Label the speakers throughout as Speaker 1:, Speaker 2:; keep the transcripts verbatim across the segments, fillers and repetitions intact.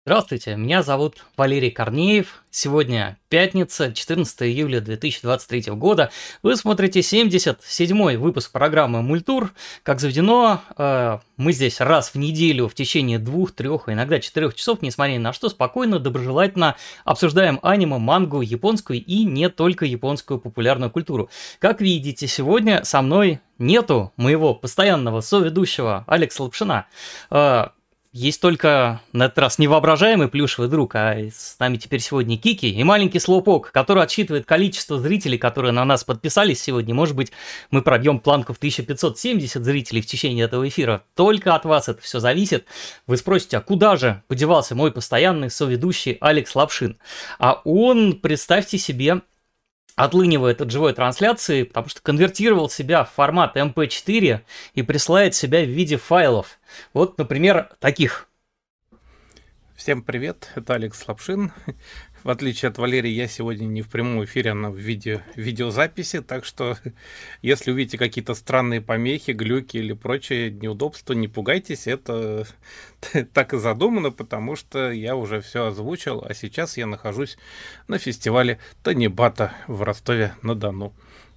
Speaker 1: Здравствуйте, меня зовут Валерий Корнеев. Сегодня пятница, четырнадцатое июля две тысячи двадцать третьего года. Вы смотрите семьдесят седьмой выпуск программы «Мультур». Как заведено, э, мы здесь раз в неделю в течение двух, трех, а иногда четырех часов, несмотря ни на что, спокойно, доброжелательно обсуждаем аниме, мангу, японскую и не только японскую популярную культуру. Как видите, сегодня со мной нету моего постоянного соведущего Алекса Лапшина. Э, Есть только на этот раз невоображаемый плюшевый друг, а с нами теперь сегодня Кики и маленький Слоупок, который отсчитывает количество зрителей, которые на нас подписались сегодня. Может быть, мы пробьем планку в тысяча пятьсот семьдесят зрителей в течение этого эфира. Только от вас это все зависит. Вы спросите, а куда же подевался мой постоянный соведущий Алекс Лапшин? А он, представьте себе, отлынивает от живой трансляции, потому что конвертировал себя в формат эм пэ четыре и присылает себя в виде файлов. Вот, например, таких.
Speaker 2: Всем привет, это Алекс Лапшин. В отличие от Валерии, я сегодня не в прямом эфире, а в видео, видеозаписи, так что если увидите какие-то странные помехи, глюки или прочие неудобства, не пугайтесь, это так и задумано, потому что я уже все озвучил, а сейчас я нахожусь на фестивале Танибата в Ростове-на-Дону.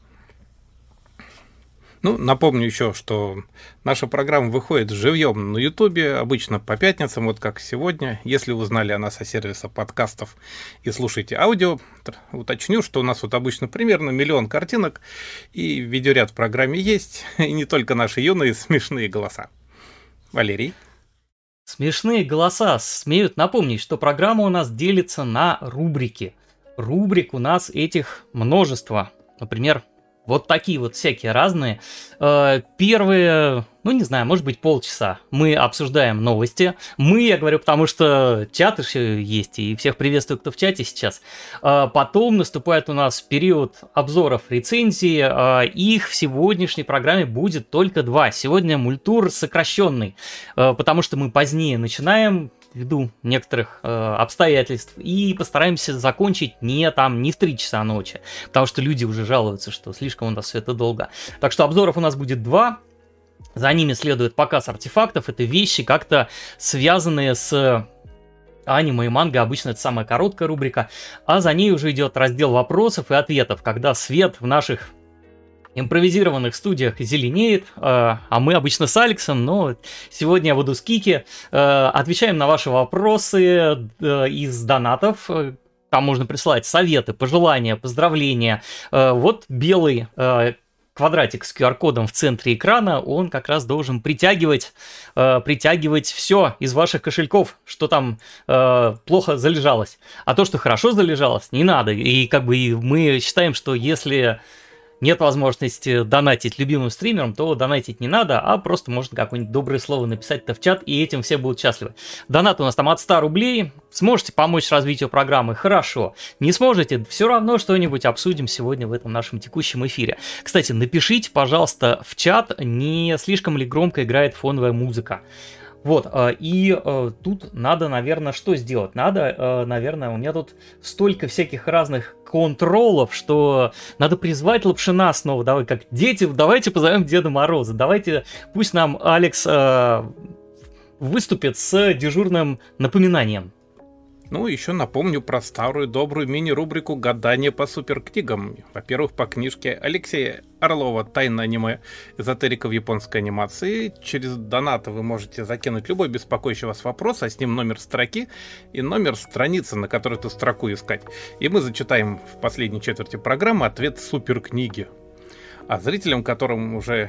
Speaker 2: Ну, напомню еще, что наша программа выходит живьем на Ютубе, обычно по пятницам, вот как сегодня. Если вы узнали о нас о сервисе подкастов и слушаете аудио, уточню, что у нас вот обычно примерно миллион картинок, и видеоряд в программе есть, и не только наши юные смешные голоса. Валерий?
Speaker 1: Смешные голоса смеют напомнить, что программа у нас делится на рубрики. Рубрик у нас этих множество. Например, вот такие вот всякие разные. Первые, ну не знаю, может быть полчаса мы обсуждаем новости. Мы, я говорю, потому что чат еще есть, и всех приветствую, кто в чате сейчас. Потом наступает у нас период обзоров, рецензий. Их в сегодняшней программе будет только два. Сегодня мультур сокращенный, потому что мы позднее начинаем, ввиду некоторых э, обстоятельств, и постараемся закончить не там не в три часа ночи, потому что люди уже жалуются, что слишком у нас все это долго. Так что обзоров у нас будет два. За ними следует показ артефактов. Это вещи, как-то связанные с аниме и манго. Обычно это самая короткая рубрика. А за ней уже идет раздел вопросов и ответов, когда свет в наших импровизированных студиях зеленеет, э, а мы обычно с Алексом, но сегодня я буду с Кики. Э, отвечаем на ваши вопросы э, из донатов. Там можно присылать советы, пожелания, поздравления. Э, вот белый э, квадратик с ку ар кодом в центре экрана, он как раз должен притягивать, э, притягивать все из ваших кошельков, что там э, плохо залежалось. А то, что хорошо залежалось, не надо. И как бы и мы считаем, что если нет возможности донатить любимым стримерам, то донатить не надо, а просто можно какое-нибудь доброе слово написать-то в чат, и этим все будут счастливы. Донат у нас там от ста рублей. Сможете помочь развитию программы? Хорошо. Не сможете? Все равно что-нибудь обсудим сегодня в этом нашем текущем эфире. Кстати, напишите, пожалуйста, в чат, не слишком ли громко играет фоновая музыка. Вот, и э, тут надо, наверное, что сделать? Надо, э, наверное, у меня тут столько всяких разных контролов, что надо призвать Лапшина снова. Давай, как дети, давайте позовем Деда Мороза. Давайте, пусть нам Алекс э, выступит с дежурным напоминанием.
Speaker 2: Ну, еще напомню про старую добрую мини-рубрику «Гадание по суперкнигам». Во-первых, по книжке Алексея Орлова «Тайна аниме. Эзотерика в японской анимации». Через донаты вы можете закинуть любой беспокоящий вас вопрос, а с ним номер строки и номер страницы, на которой эту строку искать. И мы зачитаем в последней четверти программы ответ суперкниги. А зрителям, которым уже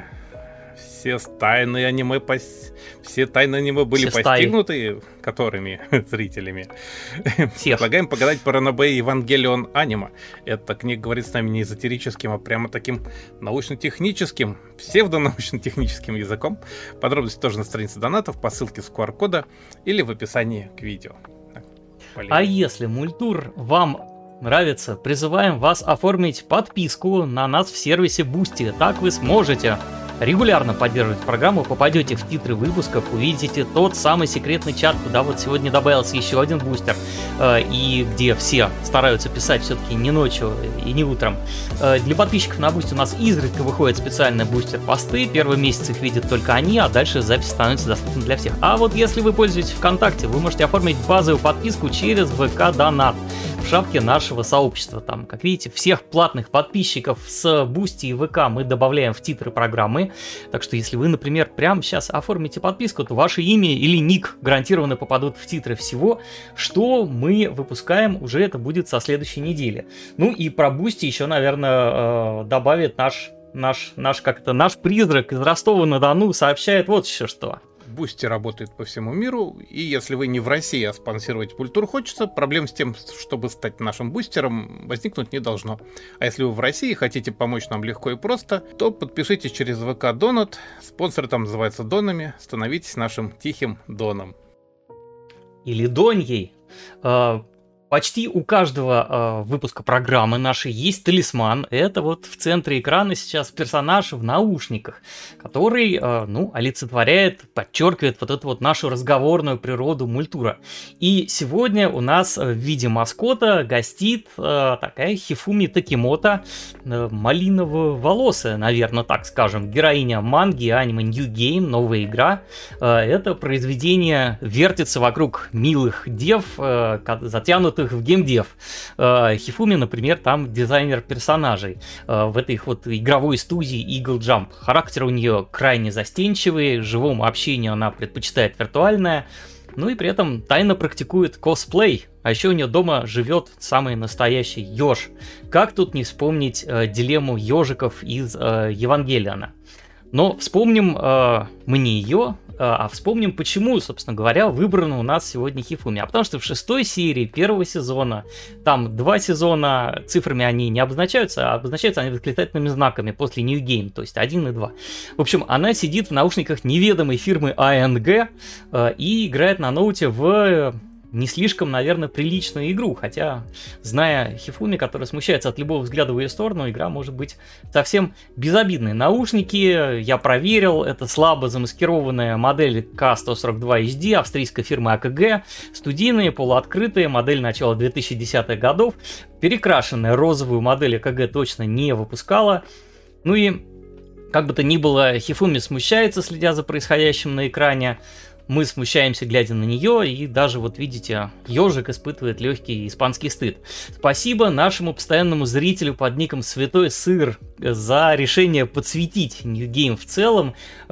Speaker 2: все тайны аниме, пос... все тайны аниме были все постигнуты, стаи. Которыми зрителями, предлагаем погадать по Ранобэ Евангелион Анима. Эта книга говорит с нами не эзотерическим, а прямо таким научно-техническим, псевдонаучно-техническим языком. Подробности тоже на странице донатов по ссылке с ку ар кода или в описании к видео. Так,
Speaker 1: а если мультур вам нравится, призываем вас оформить подписку на нас в сервисе Boosty. Так вы сможете регулярно поддерживать программу, попадете в титры выпусков, увидите тот самый секретный чат, куда вот сегодня добавился еще один бустер, и где все стараются писать все-таки не ночью и не утром. Для подписчиков на Бусти у нас изредка выходят специальные бустер-посты, первый месяц их видят только они, а дальше запись становится доступна для всех. А вот если вы пользуетесь ВКонтакте, вы можете оформить базовую подписку через ВК Донат в шапке нашего сообщества. Там, как видите, всех платных подписчиков с Бусти и ВК мы добавляем в титры программы. Так что если вы, например, прямо сейчас оформите подписку, то ваше имя или ник гарантированно попадут в титры всего, что мы выпускаем, уже это будет со следующей недели. Ну и про Бусти еще, наверное, добавит наш, наш, наш, как это, наш призрак из Ростова-на-Дону, сообщает вот еще что.
Speaker 2: Бусти работает по всему миру, и если вы не в России, а спонсировать культуру хочется, проблем с тем, чтобы стать нашим бустером, возникнуть не должно. А если вы в России и хотите помочь нам легко и просто, то подпишитесь через ВК Донат, спонсор там называется Донами, становитесь нашим тихим Доном.
Speaker 1: Или Доньей. Почти у каждого э, выпуска программы нашей есть талисман. Это вот в центре экрана сейчас персонаж в наушниках, который, э, ну, олицетворяет, подчеркивает вот эту вот нашу разговорную природу мультура. И сегодня у нас в виде маскота гостит э, такая Хифуми Такимото, э, малиново-волосая, наверное, так скажем, героиня манги и аниме New Game, новая игра. Э, это произведение вертится вокруг милых дев, э, затянутых в геймдев. Хифуми, например, там дизайнер персонажей в этой их вот игровой студии Eagle Jump. Характер у нее крайне застенчивый, живому общению она предпочитает виртуальное, ну и при этом тайно практикует косплей. А еще у нее дома живет самый настоящий еж. Как тут не вспомнить э, дилемму ежиков из э, Евангелиона? Но вспомним э, мы не ее, а вспомним, почему, собственно говоря, выбрана у нас сегодня Хифуми. А потому что в шестой серии первого сезона, там два сезона, цифрами они не обозначаются, а обозначаются они восклицательными знаками после New Game, то есть один и два. В общем, она сидит в наушниках неведомой фирмы эй эн джи э, и играет на ноуте в не слишком, наверное, приличную игру, хотя, зная Хифуми, которая смущается от любого взгляда в ее сторону, игра может быть совсем безобидной. Наушники я проверил, это слабо замаскированная модель К сто сорок два эйч ди австрийской фирмы а ка гэ, студийные, полуоткрытые, модель начала две тысячи десятых годов, перекрашенная розовую модель а ка гэ точно не выпускала. Ну и, как бы то ни было, Хифуми смущается, следя за происходящим на экране. Мы смущаемся, глядя на нее, и даже, вот видите, ежик испытывает легкий испанский стыд. Спасибо нашему постоянному зрителю под ником Святой Сыр за решение подсветить New Game в целом,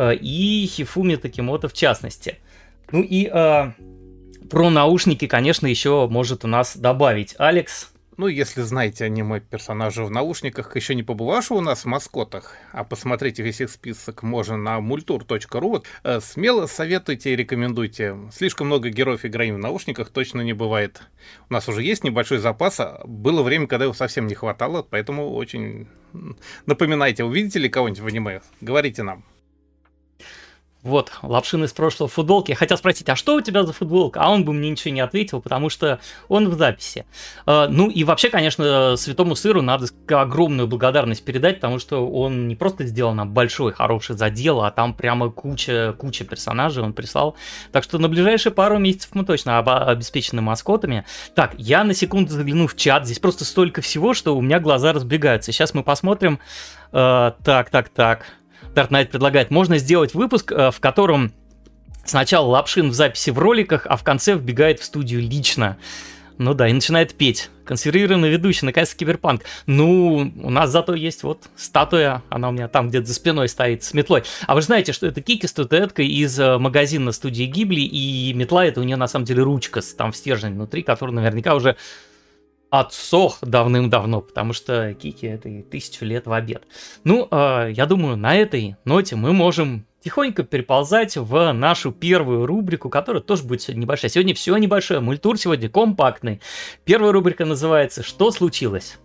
Speaker 1: и Хифуми Такимото в частности. Ну и э, про наушники, конечно, еще может у нас добавить Алекс.
Speaker 2: Ну, если знаете аниме-персонажа в наушниках, еще не побывавшего у нас в маскотах, а посмотрите весь их список можно на мультур точка ру, э, смело советуйте и рекомендуйте. Слишком много героев и героинь в наушниках точно не бывает. У нас уже есть небольшой запас, а было время, когда его совсем не хватало, поэтому очень напоминайте, увидите ли кого-нибудь в аниме, говорите нам.
Speaker 1: Вот, Лапшин из прошлого футболки. Я хотел спросить, а что у тебя за футболка? А он бы мне ничего не ответил, потому что он в записи. Uh, ну и вообще, конечно, Святому Сыру надо огромную благодарность передать, потому что он не просто сделал нам большой, хороший задел, а там прямо куча, куча персонажей он прислал. Так что на ближайшие пару месяцев мы точно об- обеспечены маскотами. Так, я на секунду загляну в чат. Здесь просто столько всего, что у меня глаза разбегаются. Сейчас мы посмотрим. Uh, так, так, так. Дарт Найт предлагает, можно сделать выпуск, в котором сначала Лапшин в записи в роликах, а в конце вбегает в студию лично. Ну да, и начинает петь. Консервированный ведущий, наконец-то Киберпанк. Ну, у нас зато есть вот статуя, она у меня там где-то за спиной стоит с метлой. А вы же знаете, что это Кики статуэтка из магазина студии Гибли, и метла это у нее на самом деле ручка, там стержень внутри, который наверняка уже отсох давным-давно, потому что Кики это и тысячу лет в обед. Ну, э, я думаю, на этой ноте мы можем тихонько переползать в нашу первую рубрику, которая тоже будет сегодня небольшая. Сегодня все небольшое, мультур сегодня компактный. Первая рубрика называется «Что случилось?».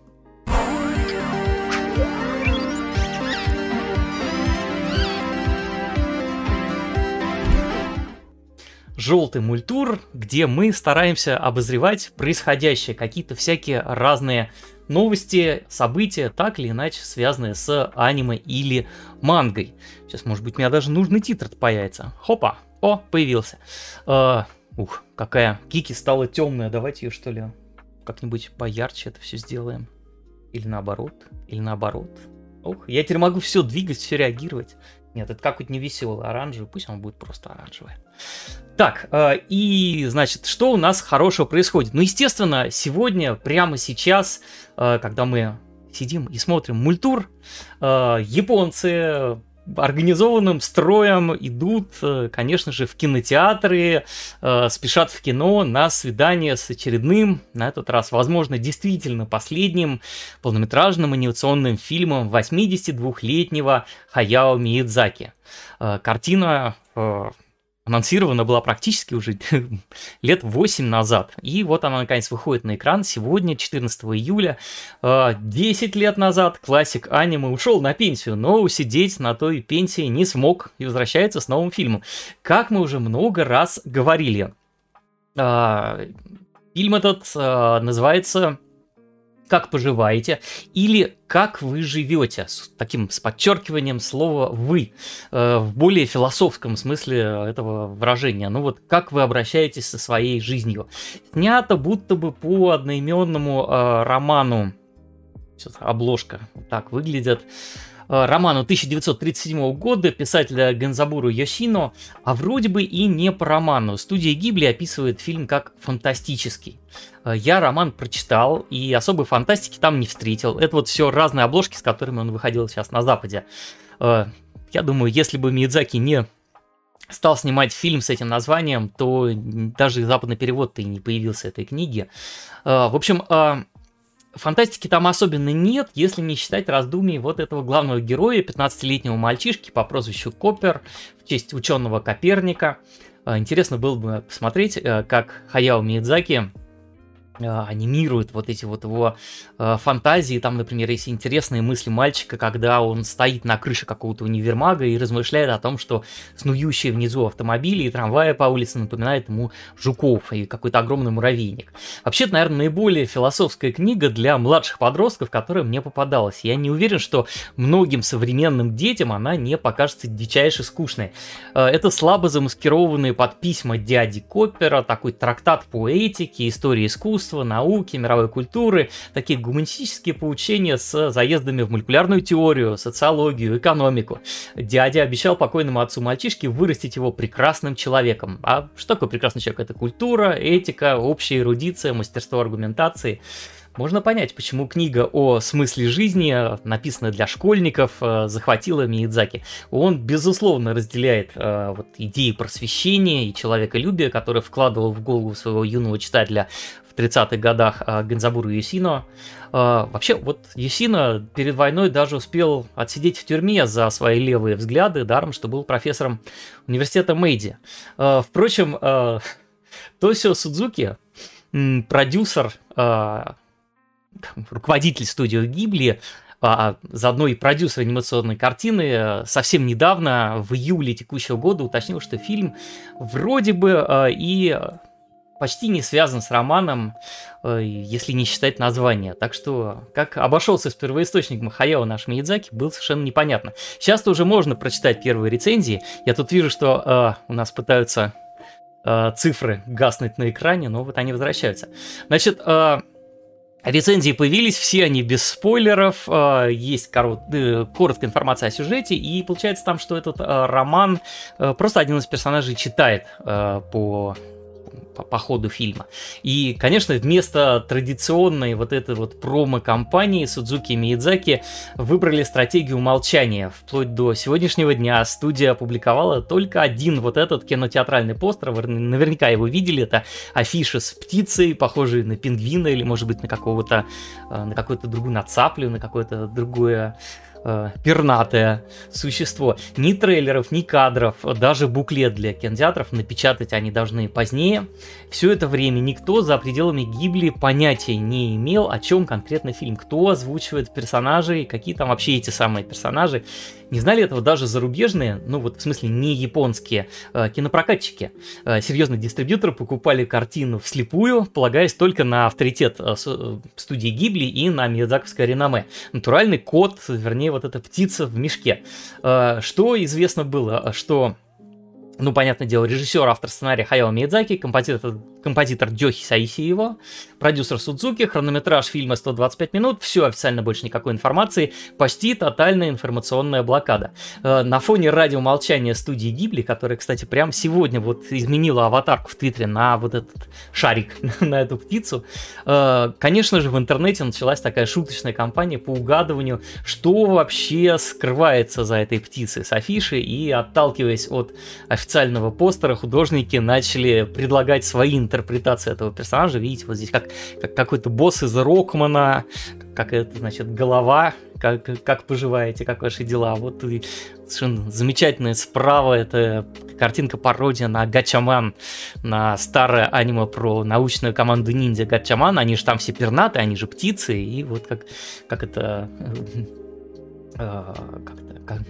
Speaker 1: Желтый мультур, где мы стараемся обозревать происходящее, какие-то всякие разные новости, события, так или иначе связанные с аниме или мангой. Сейчас, может быть, у меня даже нужный титр появится. Хопа! О, появился. А, ух, какая Кики стала темная. Давайте ее, что ли, как-нибудь поярче это все сделаем. Или наоборот. Или наоборот. Ух, я теперь могу все двигать, все реагировать. Нет, это какой-то не веселый оранжевый, пусть он будет просто оранжевый. Так, э, и, значит, что у нас хорошего происходит? Ну, естественно, сегодня, прямо сейчас, э, когда мы сидим и смотрим мультур, э, японцы организованным строем идут, э, конечно же, в кинотеатры, э, спешат в кино на свидание с очередным, на этот раз, возможно, действительно последним полнометражным анимационным фильмом восьмидесятидвухлетнего Хаяо Миядзаки. Э, картина э, анонсирована была практически уже лет восемь назад. И вот она, наконец, выходит на экран сегодня, четырнадцатого июля. десять лет назад классик аниме ушел на пенсию, но усидеть на той пенсии не смог и возвращается с новым фильмом. Как мы уже много раз говорили, фильм этот называется «Как поживаете?» или «Как вы живете?» с таким, с подчеркиванием слова «вы», э, в более философском смысле этого выражения. Ну вот, как вы обращаетесь со своей жизнью. Снято будто бы по одноименному э, роману. Сейчас обложка вот так выглядит. Роману тысяча девятьсот тридцать седьмого года писателя Гэнзабуру Йосино, а вроде бы и не по роману. Студия Гибли описывает фильм как фантастический. Я роман прочитал и особой фантастики там не встретил. Это вот все разные обложки, с которыми он выходил сейчас на Западе. Я думаю, если бы Миядзаки не стал снимать фильм с этим названием, то даже западный перевод-то и не появился этой книги. В общем, фантастики там особенно нет, если не считать раздумий вот этого главного героя, пятнадцатилетнего мальчишки по прозвищу Коппер, в честь ученого Коперника. Интересно было бы посмотреть, как Хаяо Миядзаки анимирует вот эти вот его э, фантазии. Там, например, есть интересные мысли мальчика, когда он стоит на крыше какого-то универмага и размышляет о том, что снующие внизу автомобили и трамваи по улице напоминают ему жуков и какой-то огромный муравейник. Вообще, это, наверное, наиболее философская книга для младших подростков, которая мне попадалась. Я не уверен, что многим современным детям она не покажется дичайше скучной. Э, это слабо замаскированные под письма дяди Коппера, такой трактат по этике, истории искусства, науки, мировой культуры, такие гуманистические поучения с заездами в молекулярную теорию, социологию, экономику. Дядя обещал покойному отцу мальчишки вырастить его прекрасным человеком. А что такое прекрасный человек? Это культура, этика, общая эрудиция, мастерство аргументации. Можно понять, почему книга о смысле жизни, написанная для школьников, захватила Миядзаки. Он, безусловно, разделяет э, вот, идеи просвещения и человеколюбия, которые вкладывал в голову своего юного читателя в тридцатых годах э, Гэнзабуру Йосино. Э, вообще, вот Йосино перед войной даже успел отсидеть в тюрьме за свои левые взгляды, даром, что был профессором университета Мэйди. Э, впрочем, э, Тосио Судзуки, м, продюсер, э, руководитель студии Гибли, а заодно и продюсер анимационной картины, совсем недавно, в июле текущего года, уточнил, что фильм вроде бы и почти не связан с романом, если не считать название. Так что, как обошелся с первоисточником Хаяо наш Миядзаки, было совершенно непонятно. Сейчас-то уже можно прочитать первые рецензии. Я тут вижу, что э, у нас пытаются э, цифры гаснуть на экране, но вот они возвращаются. Значит, э, рецензии появились, все они без спойлеров, есть корот, короткая информация о сюжете, и получается там, что этот роман просто один из персонажей читает по... По, по ходу фильма. И, конечно, вместо традиционной вот этой вот промо-компании Судзуки и Миядзаки выбрали стратегию молчания. Вплоть до сегодняшнего дня студия опубликовала только один вот этот кинотеатральный постер. Вы наверняка его видели. Это афиша с птицей, похожей на пингвина или, может быть, на какого-то, на какую-то другую, на цаплю, на какое-то другое э, пернатое существо. Ни трейлеров, ни кадров, даже буклет для кинотеатров напечатать они должны позднее. Все это время никто за пределами Гибли понятия не имел, о чем конкретно фильм, кто озвучивает персонажей, какие там вообще эти самые персонажи. Не знали этого даже зарубежные, ну вот в смысле не японские э, кинопрокатчики. Э, серьезные дистрибьюторы покупали картину вслепую, полагаясь только на авторитет э, студии Гибли и на миядзаковское реноме. Натуральный кот, вернее вот эта птица в мешке. Э, что известно было, что... Ну, понятное дело, режиссер, автор сценария Хаяо Миядзаки, композитор, композитор Дёхи Саисиева, продюсер Судзуки, хронометраж фильма сто двадцать пять минут, все, официально больше никакой информации, почти тотальная информационная блокада. Э, на фоне радиомолчания студии Гибли, которая, кстати, прямо сегодня вот изменила аватарку в Твиттере на вот этот шарик, на эту птицу, э, конечно же, в интернете началась такая шуточная кампания по угадыванию, что вообще скрывается за этой птицей с афиши, и, отталкиваясь от официального официального постера, художники начали предлагать свои интерпретации этого персонажа. Видите, вот здесь как, как какой-то босс из Рокмана, как это, значит, голова, как, как поживаете, как ваши дела. Вот и совершенно замечательная справа, это картинка-пародия на Гачаман, на старое аниме про научную команду ниндзя Гачаман. Они же там все пернатые, они же птицы, и вот как, как это... Э, как-то... Как...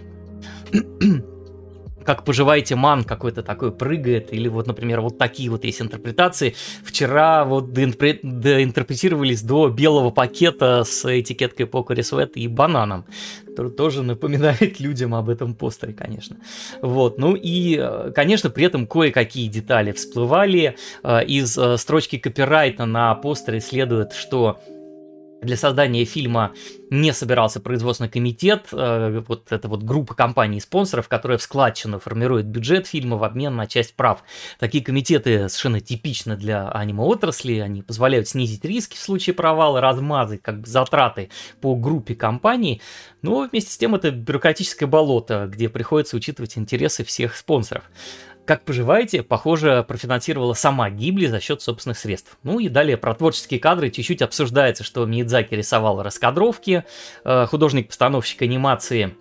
Speaker 1: Как поживаете, ман какой-то такой прыгает, или вот, например, вот такие вот есть интерпретации. Вчера вот доинтерпретировались до белого пакета с этикеткой Pocari Sweat и бананом, который тоже напоминает людям об этом постере, конечно. Вот, ну и, конечно, при этом кое-какие детали всплывали. Из строчки копирайта на постере следует, что для создания фильма не собирался производственный комитет, э, вот эта вот группа компаний-спонсоров, которая в складчину формирует бюджет фильма в обмен на часть прав. Такие комитеты совершенно типичны для аниме-отрасли, они позволяют снизить риски в случае провала, размазать как бы затраты по группе компаний, но вместе с тем это бюрократическое болото, где приходится учитывать интересы всех спонсоров. Как поживаете, похоже, профинансировала сама Гибли за счет собственных средств. Ну и далее про творческие кадры чуть-чуть обсуждается, что Миядзаки рисовал раскадровки, художник-постановщик анимации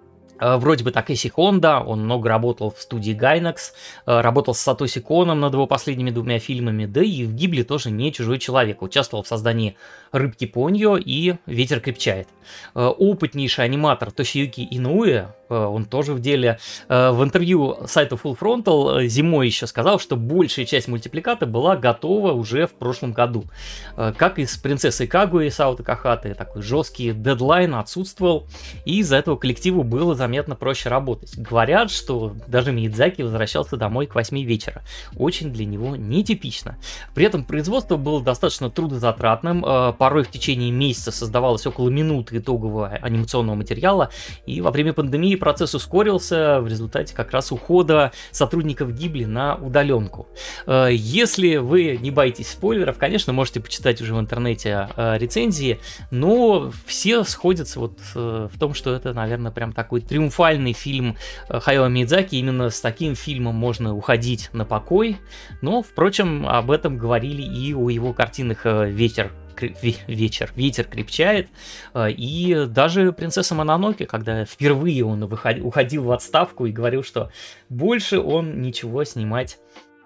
Speaker 1: вроде бы Такэси Хонда, он много работал в студии Gainax, работал с Сатоси Коном над его последними двумя фильмами, да и в Гибли тоже не чужой человек, участвовал в создании «Рыбки Поньо» и «Ветер крепчает». Опытнейший аниматор Тосиюки Инуэ, он тоже в деле, в интервью сайту Full Frontal зимой еще сказал, что большая часть мультипликата была готова уже в прошлом году. Как и с «Принцессой Кагуей» Сао Такахаты, такой жесткий дедлайн отсутствовал, и из-за этого коллективу было заметно проще работать. Говорят, что даже Миядзаки возвращался домой к восьми вечера. Очень для него нетипично. При этом производство было достаточно трудозатратным, порой в течение месяца создавалось около минуты итогового анимационного материала, и во время пандемии процесс ускорился в результате как раз ухода сотрудников Гибли на удаленку. Если вы не боитесь спойлеров, конечно, можете почитать уже в интернете рецензии, но все сходятся вот в том, что это, наверное, прям такой триумфальный фильм Хаяо Миядзаки. Именно с таким фильмом можно уходить на покой. Но, впрочем, об этом говорили и о его картинах «Ветер вечер, ветер крепчает», и даже «Принцесса Мононоке», когда впервые он выходил, уходил в отставку и говорил, что больше он ничего снимать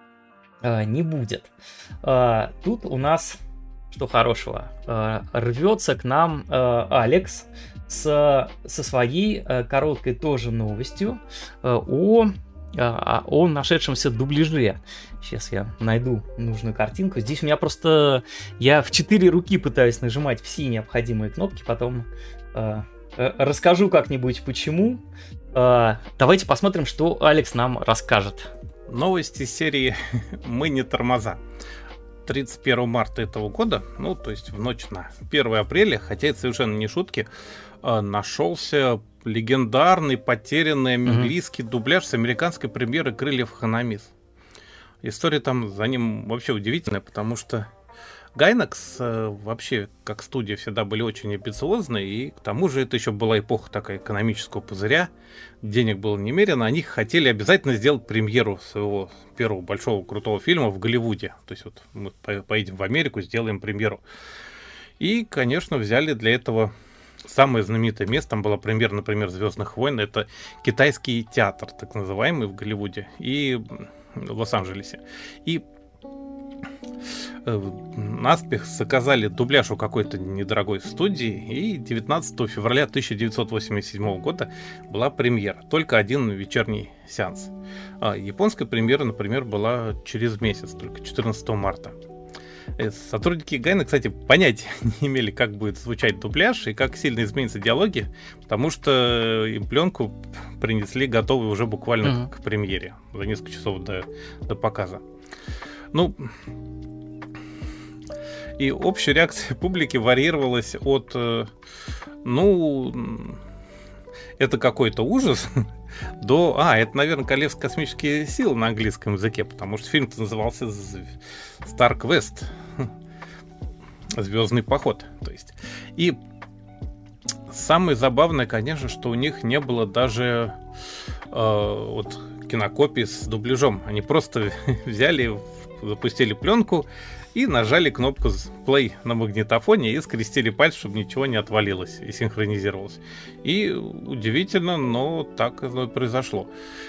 Speaker 1: не будет. Тут у нас, что хорошего, рвется к нам Алекс с, со своей короткой тоже новостью о, о нашедшемся дубляже. Сейчас я найду нужную картинку. Здесь у меня просто... Я в четыре руки пытаюсь нажимать все необходимые кнопки, потом э, расскажу как-нибудь почему. Э, давайте посмотрим, что Алекс нам расскажет.
Speaker 2: Новости серии «Мы не тормоза». тридцать первого марта этого года, ну, то есть в ночь на первое апреля, хотя это совершенно не шутки, нашелся легендарный, потерянный английский mm-hmm. дубляж с американской премьеры «Крыльев Ханамис». История там за ним вообще удивительная, потому что Gainax э, вообще как студия всегда были очень амбициозны, и к тому же это еще была эпоха такая экономического пузыря, денег было немерено, они хотели обязательно сделать премьеру своего первого большого крутого фильма в Голливуде. То есть вот мы поедем в Америку, сделаем премьеру. И, конечно, взяли для этого самое знаменитое место, там была премьера, например, «Звездных войн», это китайский театр, так называемый, в Голливуде и в Лос-Анджелесе. И наспех заказали дубляж у какой-то недорогой студии, и девятнадцатого февраля тысяча девятьсот восемьдесят седьмого года была премьера. Только один вечерний сеанс. А японская премьера, например, была через месяц, только четырнадцатого марта. Сотрудники Гайна, кстати, понятия не имели, как будет звучать дубляж и как сильно изменятся диалоги, потому что им пленку принесли готовую уже буквально mm-hmm. к премьере, за несколько часов до, до показа. Ну, и общая реакция публики варьировалась от, ну, это какой-то ужас, до, а, это, наверное, «Королевские космические силы» на английском языке, потому что фильм-то назывался «Star Quest», «Звездный поход», то есть. И самое забавное, конечно, что у них не было даже э, вот, кинокопий с дубляжом. Они просто взяли, запустили пленку и нажали кнопку play на магнитофоне и скрестили пальцы, чтобы ничего не отвалилось и синхронизировалось. И удивительно, но так оно и произошло.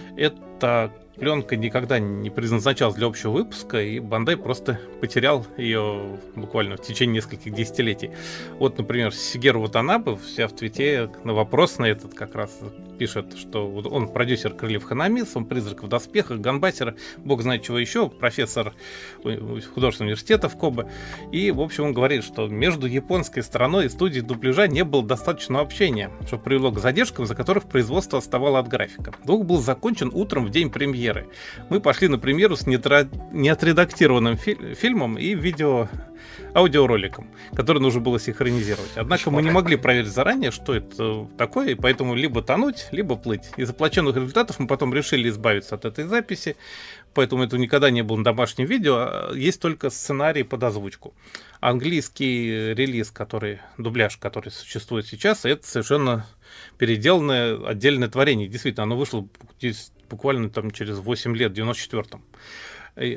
Speaker 2: Эта пленка никогда не предназначалась для общего выпуска, и Бандай просто потерял ее буквально в течение нескольких десятилетий. Вот, например, Сигеру Ватанабе вся в твите на вопрос на этот как раз пишет, что он продюсер «Крыльев Ханамис», он «Призрак в доспехах», «Ганбасера», бог знает чего еще, профессор художественного университета в Кобе. И, в общем, он говорит, что между японской стороной и студией дубляжа не было достаточного общения, что привело к задержкам, за которых производство отставало от графика. Долг был закончен утром в день премьеры. Мы пошли на премьеру с нетра... неотредактированным фи... фильмом и видео аудиороликом, который нужно было синхронизировать. Однако мы не могли проверить заранее, что это такое, и поэтому либо тонуть, либо плыть. Из оплаченных результатов мы потом решили избавиться от этой записи, поэтому это никогда не было на домашнем видео, а есть только сценарий под озвучку. Английский релиз, который, дубляж, который существует сейчас, это совершенно переделанное отдельное творение. Действительно, оно вышло буквально там через восемь лет, в девяносто четвёртом. И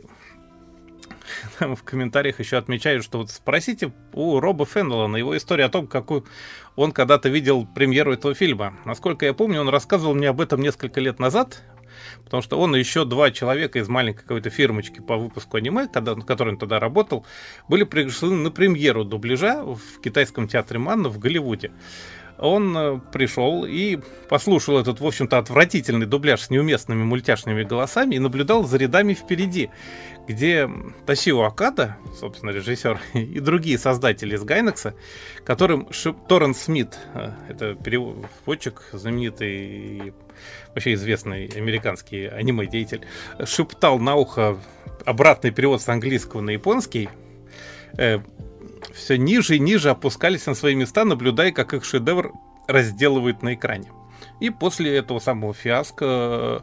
Speaker 2: там в комментариях еще отмечают, что вот спросите у Роба Феннелла его историю о том, какую он когда-то видел премьеру этого фильма. Насколько я помню, он рассказывал мне об этом несколько лет назад, потому что он и еще два человека из маленькой какой-то фирмочки по выпуску аниме, когда, в которой он тогда работал, были приглашены на премьеру дубляжа в китайском театре Манна в Голливуде. Он э, пришел и послушал этот, в общем-то, отвратительный дубляж с неуместными мультяшными голосами и наблюдал за рядами впереди, где Тосио Окада, собственно, режиссер, и другие создатели из Гайнекса, которым Шип... Торрен Смит, э, это переводчик, знаменитый и вообще известный американский аниме-деятель, шептал на ухо обратный перевод с английского на японский, э, все ниже и ниже опускались на свои места, наблюдая, как их шедевр разделывают на экране. И после этого самого фиаско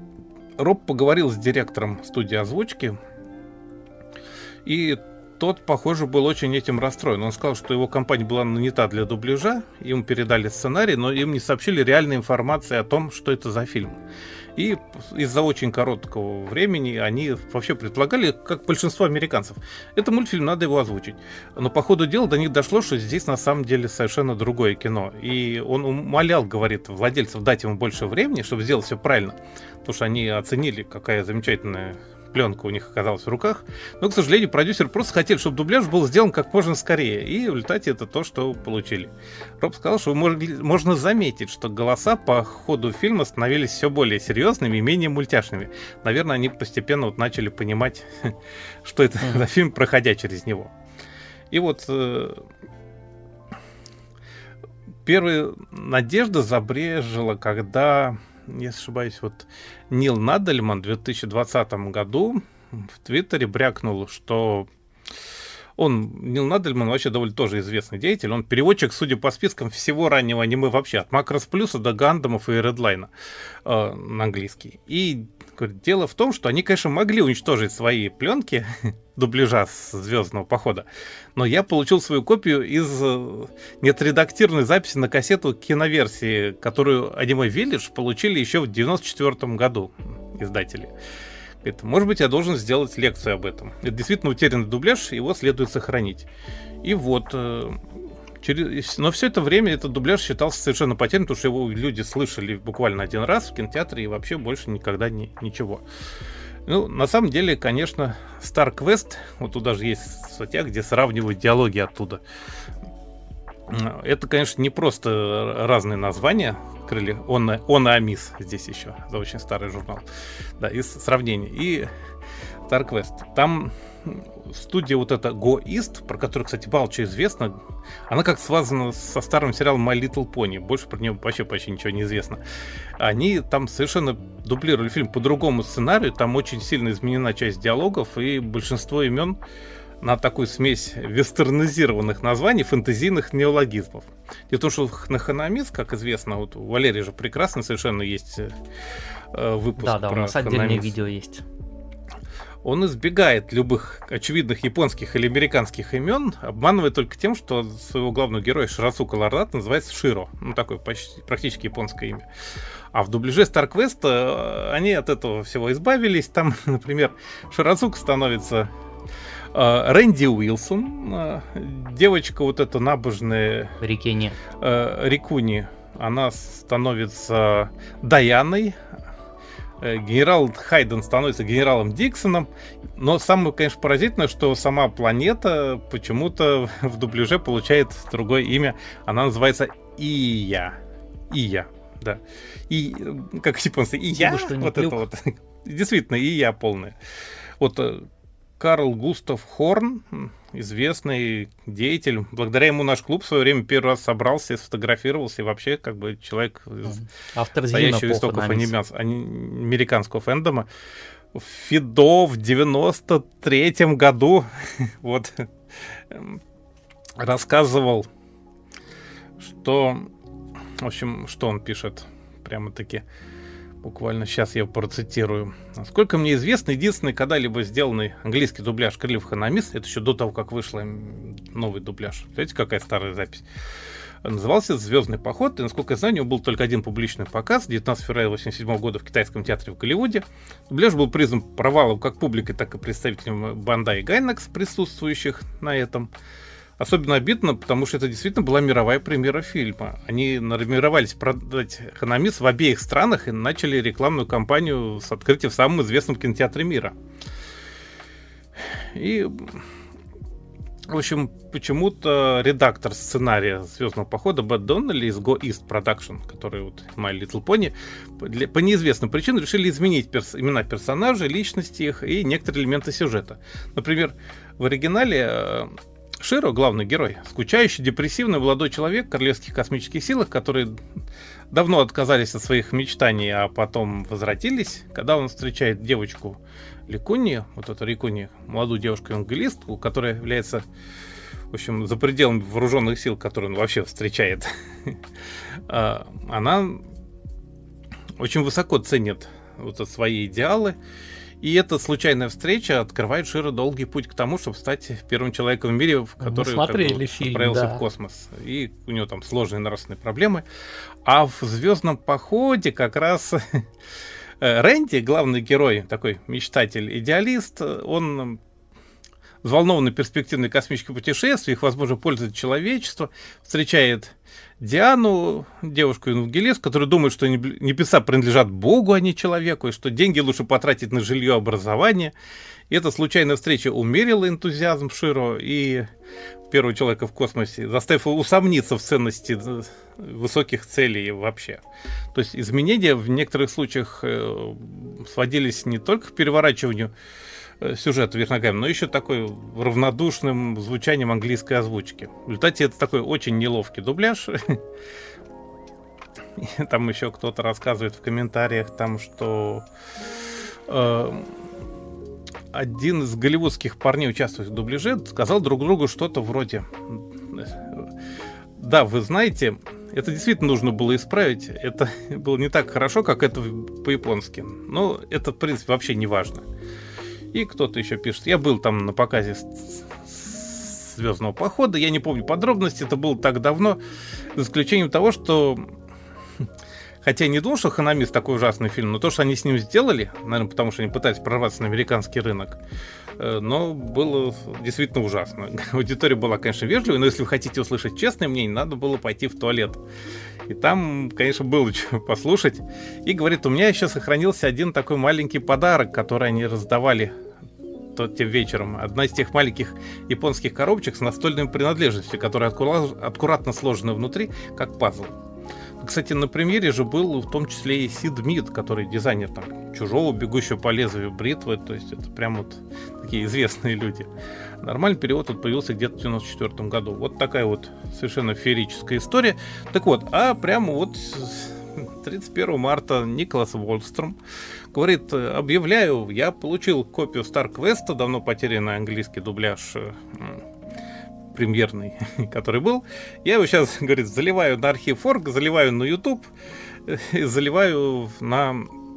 Speaker 2: Роб поговорил с директором студии озвучки, и тот, похоже, был очень этим расстроен. Он сказал, что его компания была нанята для дубляжа, им передали сценарий, но им не сообщили реальной информации о том, что это за фильм. И из-за очень короткого времени они вообще предполагали, как большинство американцев, это мультфильм, надо его озвучить. Но по ходу дела до них дошло, что здесь на самом деле совершенно другое кино. И он умолял, говорит, владельцев дать ему больше времени, чтобы сделать все правильно. Потому что они оценили, какая замечательная пленка у них оказалась в руках. Но, к сожалению, продюсеры просто хотели, чтобы дубляж был сделан как можно скорее. И в результате это то, что получили. Роб сказал, что могли, можно заметить, что голоса по ходу фильма становились все более серьезными и менее мультяшными. Наверное, они постепенно вот начали понимать, что это за фильм, проходя через него. И вот э, первая надежда забрежила, когда, не ошибаюсь, вот Нил Надельман в две тысячи двадцатом году в Твиттере брякнул, что он, Нил Надельман, вообще довольно тоже известный деятель, он переводчик, судя по спискам, всего раннего аниме вообще, от Макрос Плюса до Гандамов и Редлайна э, на английский. И говорит, дело в том, что они, конечно, могли уничтожить свои пленки дубляжа с «Звездного похода», но я получил свою копию из э, неотредактированной записи на кассету киноверсии, которую аниме Village получили еще в девяносто четвёртом году издатели. Говорит, может быть, я должен сделать лекцию об этом. Это действительно утерянный дубляж, его следует сохранить. И вот, э, Через... Но все это время этот дубляж считался совершенно потерянным, потому что его люди слышали буквально один раз в кинотеатре и вообще больше никогда не... ничего. Ну, на самом деле, конечно, Star Quest, вот тут даже есть статья, где сравнивают диалоги оттуда. Это, конечно, не просто разные названия, крылья, он, он и Амис здесь еще, за очень старый журнал, да, из сравнений. И Star Quest, там студия вот эта Go East, про которую, кстати, мало что известно, она как связана со старым сериалом My Little Pony, больше про нее вообще почти ничего не известно. Они там совершенно дублировали фильм по другому сценарию, там очень сильно изменена часть диалогов, и большинство имен на такую смесь вестернизированных названий, фэнтезийных неологизмов. Дело в том, что на Ханамис, как известно, вот у Валерия же прекрасно совершенно есть э, выпуск
Speaker 1: да, да,
Speaker 2: про
Speaker 1: у нас
Speaker 2: Ханамис.
Speaker 1: Отдельное видео есть.
Speaker 2: Он избегает любых очевидных японских или американских имен, обманывая только тем, что своего главного героя Ширацука Лордат называется Широ. Ну, такое почти, практически японское имя. А в дубляже Star Quest они от этого всего избавились. Там, например, Ширацука становится э, Рэнди Уилсон. Э, девочка вот эта набожная
Speaker 1: Рикуни.
Speaker 2: Э, Рикуни. Она становится Даяной. Генерал Хайден становится генералом Диксоном. Но самое, конечно, поразительное, что сама планета почему-то в дубляже получает другое имя. Она называется Ия. Ия, да. И, как японцы, Ия. Вот это вот. Действительно, Ия полная. Вот Карл Густав Хорн, известный деятель. Благодаря ему наш клуб в свое время первый раз собрался, сфотографировался. И вообще, как бы, человек,
Speaker 1: автор
Speaker 2: стоящий у истоков американского фэндома. Фидо в девяносто третьем году вот рассказывал, что, в общем, что он пишет, прямо-таки. Буквально сейчас я его процитирую. Насколько мне известно, единственный когда-либо сделанный английский дубляж «Крыльев Ханамис», это еще до того, как вышел новый дубляж. Знаете, какая старая запись? Назывался «Звездный поход», и, насколько я знаю, у него был только один публичный показ девятнадцатого февраля восемьдесят седьмого года в Китайском театре в Голливуде. Дубляж был признан провалом как публикой, так и представителями Bandai и Gainax, присутствующих на этом. Особенно обидно, потому что это действительно была мировая премьера фильма. Они намеревались продать Ханамис в обеих странах и начали рекламную кампанию с открытия в самом известном кинотеатре мира. И, в общем, почему-то редактор сценария «Звездного похода» Бэт Доннелли из Go East Production, который вот My Little Pony, для, по неизвестным причинам решили изменить перс- имена персонажей, личности их и некоторые элементы сюжета. Например, в оригинале Широ, главный герой, скучающий, депрессивный молодой человек в королевских космических силах, которые давно отказались от своих мечтаний, а потом возвратились, когда он встречает девочку Рикуни, вот эту Рикуни, молодую девушку-евангелистку, которая является, в общем, за пределами вооруженных сил, которые он вообще встречает. Она очень высоко ценит вот свои идеалы. И эта случайная встреча открывает Широ долгий путь к тому, чтобы стать первым человеком в мире, который как бы,
Speaker 1: фильм,
Speaker 2: отправился
Speaker 1: да.
Speaker 2: в космос. И у него там сложные нравственные проблемы. А в «Звездном походе» как раз Рэнди, главный герой, такой мечтатель-идеалист, он взволнованный перспективной космических путешествий, их, возможно, пользует человечество, встречает Диану, девушку-евангелист, которая думает, что небеса принадлежат Богу, а не человеку, и что деньги лучше потратить на жилье и образование. И эта случайная встреча умерила энтузиазм Широ и первого человека в космосе, заставив его усомниться в ценности высоких целей вообще. То есть изменения в некоторых случаях сводились не только к переворачиванию сюжет вверх ногами, но еще такой равнодушным звучанием английской озвучки. В результате это такой очень неловкий дубляж. Там еще кто-то рассказывает в комментариях, там, что э, один из голливудских парней, участвующих в дубляже, сказал друг другу что-то вроде: да, вы знаете, это действительно нужно было исправить. Это было не так хорошо, как это по-японски. Но это, в принципе, вообще не важно. И кто-то еще пишет: я был там на показе «Звездного похода», я не помню подробности, это было так давно, за исключением того, что Хотя я не думал, что «Экономист» такой ужасный фильм, но то, что они с ним сделали, наверное, потому что они пытались прорваться на американский рынок, но было действительно ужасно. Аудитория была, конечно, вежливой, но если вы хотите услышать честное мнение, надо было пойти в туалет. И там, конечно, было что послушать. И говорит, у меня еще сохранился один такой маленький подарок, который они раздавали тем вечером. Одна из тех маленьких японских коробочек с настольными принадлежностями, которые аккуратно сложены внутри, как пазл. Кстати, на премьере же был в том числе и Сид Мид, который дизайнер там «Чужого», «Бегущего по лезвию бритвы», то есть это прям вот такие известные люди. Нормальный перевод вот появился где-то в девяносто четвёртом году. Вот такая вот совершенно феерическая история. Так вот, а прямо вот тридцать первого марта Николас Уолстром говорит, объявляю, я получил копию StarQuest, давно потерянный английский дубляж премьерный, который был. Я его сейчас, говорит, заливаю на архив точка орг, заливаю на YouTube, заливаю на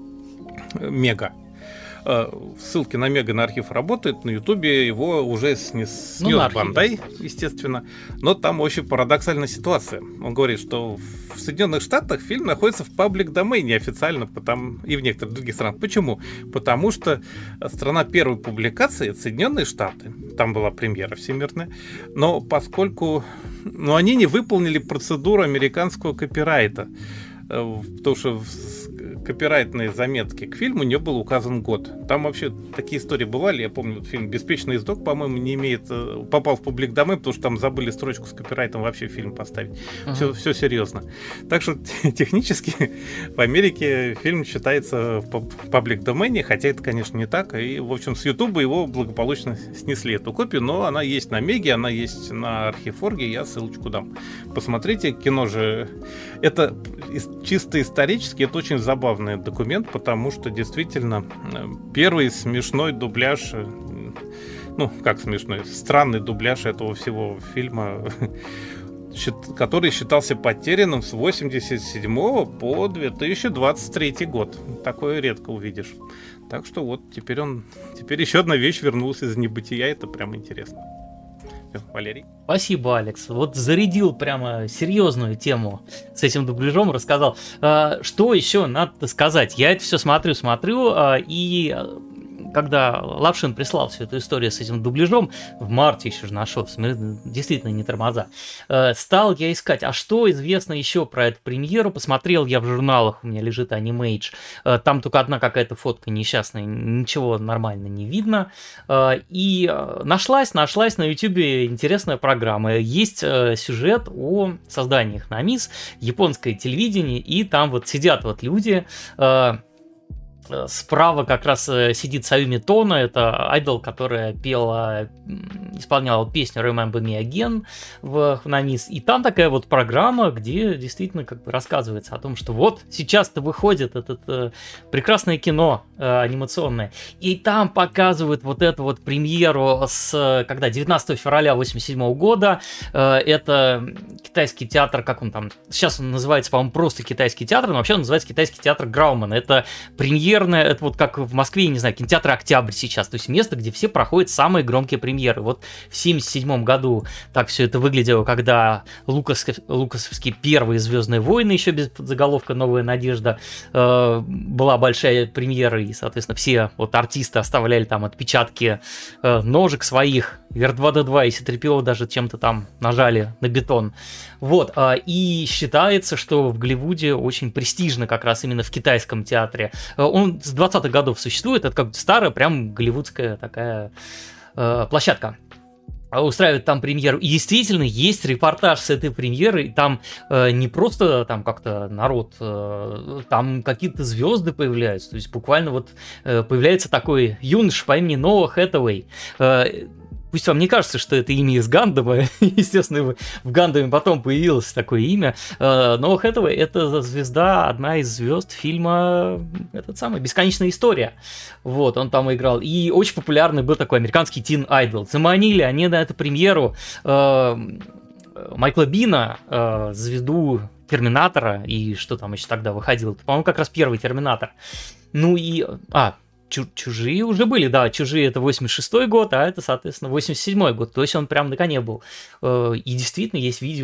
Speaker 2: Мега. Ссылки на Мега, на архив работают, на Ютубе его уже снес,
Speaker 1: ну,
Speaker 2: снес Бандай, естественно. Но там очень парадоксальная ситуация. Он говорит, что в Соединенных Штатах фильм находится в паблик-домене официально, потому, и в некоторых других странах. Почему? Потому что страна первой публикации — это Соединенные Штаты. Там была премьера всемирная. Но поскольку ну, они не выполнили процедуру американского копирайта, потому что в копирайтной заметке к фильму не был указан год. Там вообще такие истории бывали. Я помню, вот фильм «Беспечный ездок», по-моему, не имеет, попал в паблик домен, потому что там забыли строчку с копирайтом вообще в фильм поставить. Uh-huh. Все, все серьезно. Так что технически в Америке фильм считается в паблик домене, хотя это, конечно, не так. И, в общем, с Ютуба его благополучно снесли, эту копию, но она есть на Меге, она есть на архив точка орг, я ссылочку дам. Посмотрите, кино же... Это чисто исторически, это очень забавный документ, потому что действительно первый смешной дубляж, ну, как смешной, странный дубляж этого всего фильма, который считался потерянным с восемьдесят седьмого по две тысячи двадцать третий год. Такое редко увидишь. Так что вот теперь он, теперь еще одна вещь вернулась из небытия, это прям интересно. Валерий.
Speaker 1: Спасибо, Алекс. Вот зарядил прямо серьезную тему с этим дубляжом, рассказал. Что еще надо сказать? Я это все смотрю, смотрю, и когда Лапшин прислал всю эту историю с этим дубляжом, в марте еще же нашел, действительно не тормоза, стал я искать, а что известно еще про эту премьеру, посмотрел я в журналах, у меня лежит Animage, там только одна какая-то фотка несчастная, ничего нормально не видно, и нашлась, нашлась на ютубе интересная программа, есть сюжет о создании Хномис, японское телевидение, и там вот сидят вот люди. Справа как раз сидит Саюми Тона, это айдол, которая пела, исполняла песню Remember Me Again в Хномис. И там такая вот программа, где действительно как бы рассказывается о том, что вот сейчас-то выходит это э, прекрасное кино э, анимационное. И там показывают вот эту вот премьеру с, когда девятнадцатого февраля восемьдесят седьмого года. Э, это китайский театр, как он там, сейчас он называется, по-моему, просто китайский театр, но вообще он называется китайский театр Граумана. Это премьера, это вот как в Москве, не знаю, кинотеатр «Октябрь» сейчас, то есть место, где все проходят самые громкие премьеры. Вот в семьдесят седьмом году так все это выглядело, когда Лукас, лукасовские первые «Звездные войны», еще без подзаголовка «Новая надежда», э, была большая премьера, и, соответственно, все вот артисты оставляли там отпечатки э, ножек своих, эр два дэ два и си три пи о даже чем-то там нажали на бетон. Вот, э, и считается, что в Голливуде очень престижно как раз именно в китайском театре. Он с двадцатых годов существует, это как старая, прям голливудская такая э, площадка. Устраивает там премьеру. И действительно, есть репортаж с этой премьеры, и там э, не просто там как-то народ, э, там какие-то звезды появляются. То есть буквально вот э, появляется такой юноша по имени Ноа Хэтэуэй. Э, Пусть вам не кажется, что это имя из Гандама, естественно, в Гандаме потом появилось такое имя, но Хэтэуэй — это звезда, одна из звезд фильма, этот самый, «Бесконечная история». Вот, он там играл. И очень популярный был такой американский Teen Idol. Заманили они на эту премьеру э, Майкла Бина, э, звезду Терминатора, и что там еще тогда выходил, по-моему, как раз первый Терминатор. Ну и... А, Чужие уже были, да, Чужие — это восемьдесят шестой год, а это, соответственно, восемьдесят седьмой год, то есть он прям на коне был. И действительно есть видео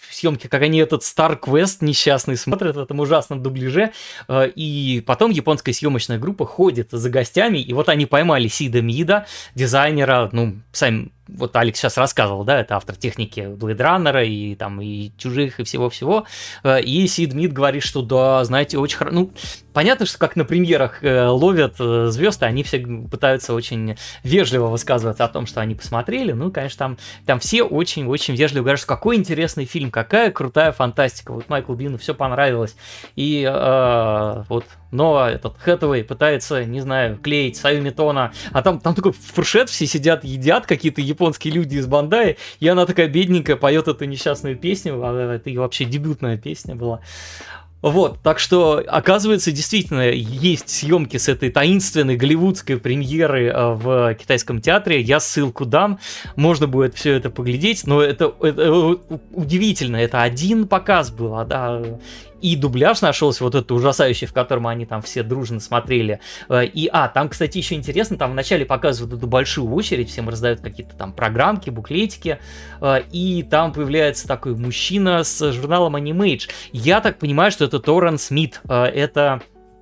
Speaker 1: съемки, как они этот Star Quest несчастный смотрят в этом ужасном дубляже, и потом японская съемочная группа ходит за гостями, и вот они поймали Сида Мида, дизайнера, ну, сами, вот Алекс сейчас рассказывал, да, это автор техники Blade Runner и там и Чужих, и всего-всего, и Сид Мид говорит, что да, знаете, очень хорошо, ну, понятно, что как на премьерах ловят звезды, они все пытаются очень вежливо высказываться о том, что они посмотрели, ну, конечно, там, там все очень-очень вежливо говорят, что какой интересный фильм, какая крутая фантастика, вот Майклу Бину все понравилось, и э, вот, но этот Хэтэуэй пытается, не знаю, клеить Саюми Тона, а там, там такой фуршет, все сидят, едят, какие-то японские люди из Бандai, и она такая бедненькая поет эту несчастную песню, а это ее вообще дебютная песня была. Вот, так что, оказывается, действительно, есть съемки с этой таинственной голливудской премьеры в китайском театре. Я ссылку дам, можно будет все это поглядеть, но это, это удивительно, это один показ был, а, да, и дубляж нашелся, вот этот ужасающий, в котором они там все дружно смотрели. И, а, там, кстати, еще интересно, там вначале показывают эту большую очередь, всем раздают какие-то там программки, буклетики, и там появляется такой мужчина с журналом Animage. Я так понимаю, что это Торрен Смит, это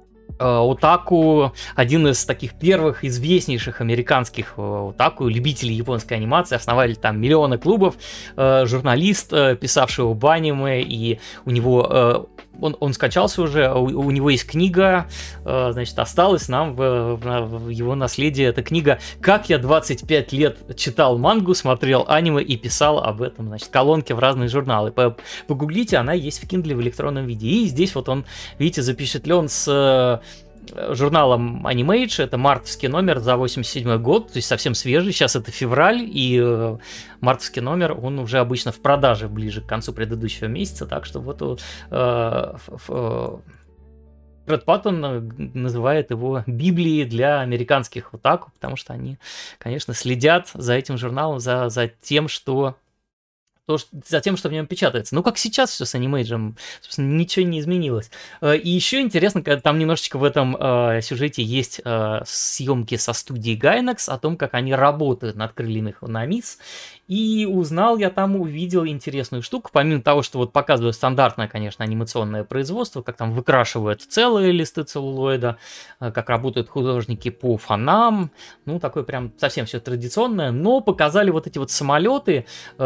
Speaker 1: Отаку, один из таких первых известнейших американских Отаку, любителей японской анимации, основатель там миллиона клубов, журналист, писавший об аниме, и у него... Он, он скачался уже, у, у него есть книга, э, значит, осталась нам в, в, в его наследие эта книга «Как я двадцать пять лет читал мангу, смотрел аниме и писал об этом», значит, колонки в разные журналы. Погуглите, она есть в Kindle в электронном виде. И здесь вот он, видите, запечатлен с журналом Animage, это мартовский номер за восемьдесят седьмой год, то есть совсем свежий, сейчас это февраль, и э, мартовский номер, он уже обычно в продаже ближе к концу предыдущего месяца, так что вот э, э, Фред Паттон называет его Библией для американских отаку, потому что они, конечно, следят за этим журналом, за, за тем, что То, что, за тем, что в нем печатается. Ну, как сейчас все с анимейджем, собственно, ничего не изменилось. И еще интересно, когда там немножечко в этом э, сюжете есть э, съемки со студией Gainax о том, как они работают над крыльями Ханамис. И узнал я там, увидел интересную штуку, помимо того, что вот показывают стандартное, конечно, анимационное производство, как там выкрашивают целые листы целлулоида, как работают художники по фонам, ну, такое прям совсем все традиционное, но показали вот эти вот самолеты,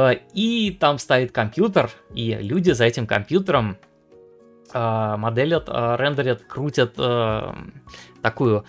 Speaker 1: и там стоит компьютер, и люди за этим компьютером моделят, рендерят, крутят такую,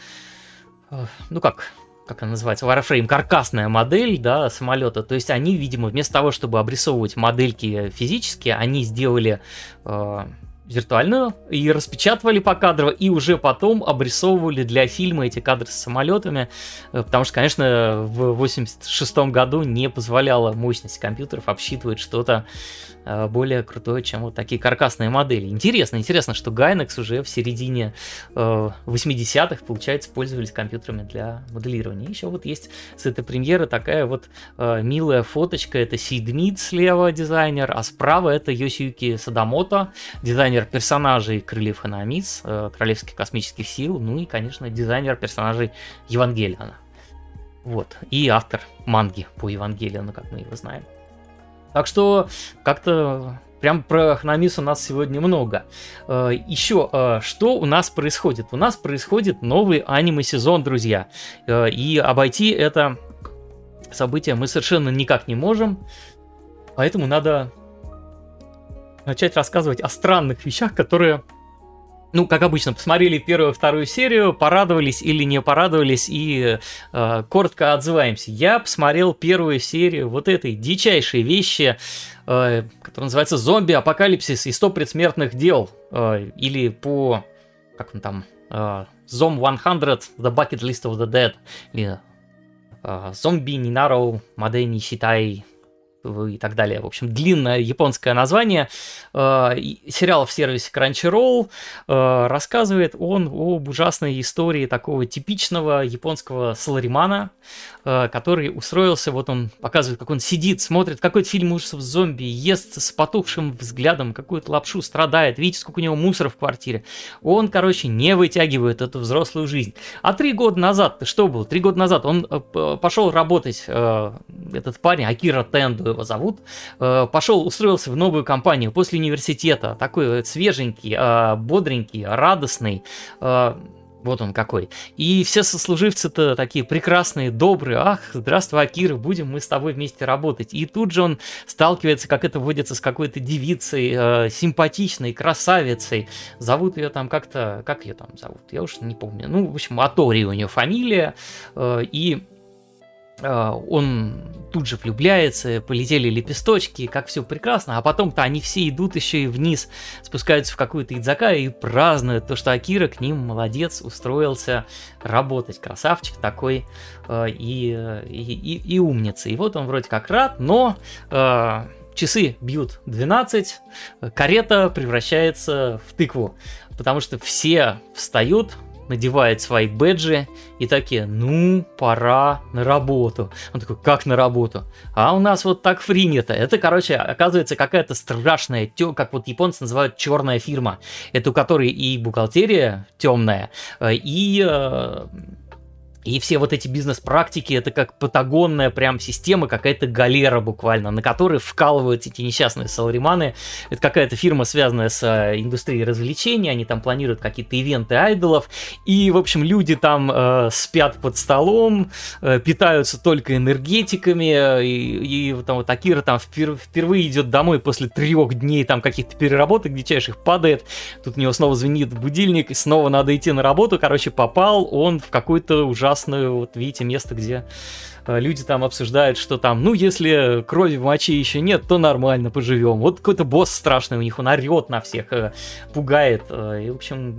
Speaker 1: ну как... как она называется, Wireframe, каркасная модель, да, самолета. То есть они, видимо, вместо того, чтобы обрисовывать модельки физически, они сделали э, виртуальную и распечатывали покадрово, и уже потом обрисовывали для фильма эти кадры с самолетами, э, потому что, конечно, в восемьдесят шестом году не позволяла мощность компьютеров обсчитывать что-то э, более крутое, чем вот такие каркасные модели. Интересно, интересно, что Gainax уже в середине э, восьмидесятых, получается, пользовались компьютерами для моделирования. Еще вот есть с этой премьеры такая вот э, милая фоточка, это Сид Мид слева дизайнер, а справа это Йосиюки Садамото, дизайнер персонажей Крыльев Ханамис, э, Королевских космических сил, ну и, конечно, дизайнер персонажей Евангелиона. Вот, и автор манги по Евангелиону, как мы его знаем. Так что как-то прям про Ханамис у нас сегодня много. Э, еще, э, что у нас происходит? У нас происходит новый аниме-сезон, друзья. Э, и обойти это событие мы совершенно никак не можем. Поэтому надо начать рассказывать о странных вещах, которые, ну, как обычно, посмотрели первую и вторую серию, порадовались или не порадовались, и э, коротко отзываемся. Я посмотрел первую серию вот этой дичайшей вещи, э, которая называется «Зомби-апокалипсис и сто предсмертных дел», э, или по, как он там, э, «Зом сто, The Bucket List of the Dead», или э, «Зомби Нинаро Маде не считай», и так далее. В общем, длинное японское название. Сериал в сервисе Crunchyroll рассказывает он об ужасной истории такого типичного японского саларимана, который устроился, вот он показывает, как он сидит, смотрит какой-то фильм ужасов с зомби, ест с потухшим взглядом какую-то лапшу, страдает, видите, сколько у него мусора в квартире. Он, короче, не вытягивает эту взрослую жизнь. А три года назад, что было? Три года назад он пошел работать, этот парень, Акира Тенду, его зовут, э, пошел, устроился в новую компанию после университета, такой свеженький, э, бодренький, радостный, э, вот он какой. И все сослуживцы-то такие прекрасные, добрые. Ах, здравствуй, Акира, будем мы с тобой вместе работать. И тут же он сталкивается, как это водится, с какой-то девицей, э, симпатичной, красавицей. Зовут ее там как-то... Как ее там зовут? Я уж не помню. Ну, в общем, Атори у нее фамилия. Э, и... он тут же влюбляется, полетели лепесточки, как все прекрасно, а потом-то они все идут еще и вниз, спускаются в какую-то идзака и празднуют то, что Акира к ним, молодец, устроился работать, красавчик такой э, и, и, и, и умница. И вот он вроде как рад, но э, часы бьют двенадцать, карета превращается в тыкву, потому что все встают, надевает свои бэджи и такие, ну, пора на работу. Он такой, как на работу? А у нас вот так принято. Это, короче, оказывается какая-то страшная, как вот японцы называют, черная фирма. Это у которой и бухгалтерия темная, и... И все вот эти бизнес-практики, это как патагонная прям система, какая-то галера буквально, на которой вкалывают эти несчастные салариманы. Это какая-то фирма, связанная с индустрией развлечений, они там планируют какие-то ивенты айдолов. И, в общем, люди там э, спят под столом, э, питаются только энергетиками. И, и там вот Акира там впер- впервые идет домой после трех дней там каких-то переработок дичайших, падает. Тут у него снова звенит будильник, и снова надо идти на работу. Короче, попал он в какой-то ужасный, вот видите, место, где э, люди там обсуждают, что там, ну, если крови в моче еще нет, то нормально, поживем. Вот какой-то босс страшный у них, он орет на всех, э, пугает. Э, и, в общем,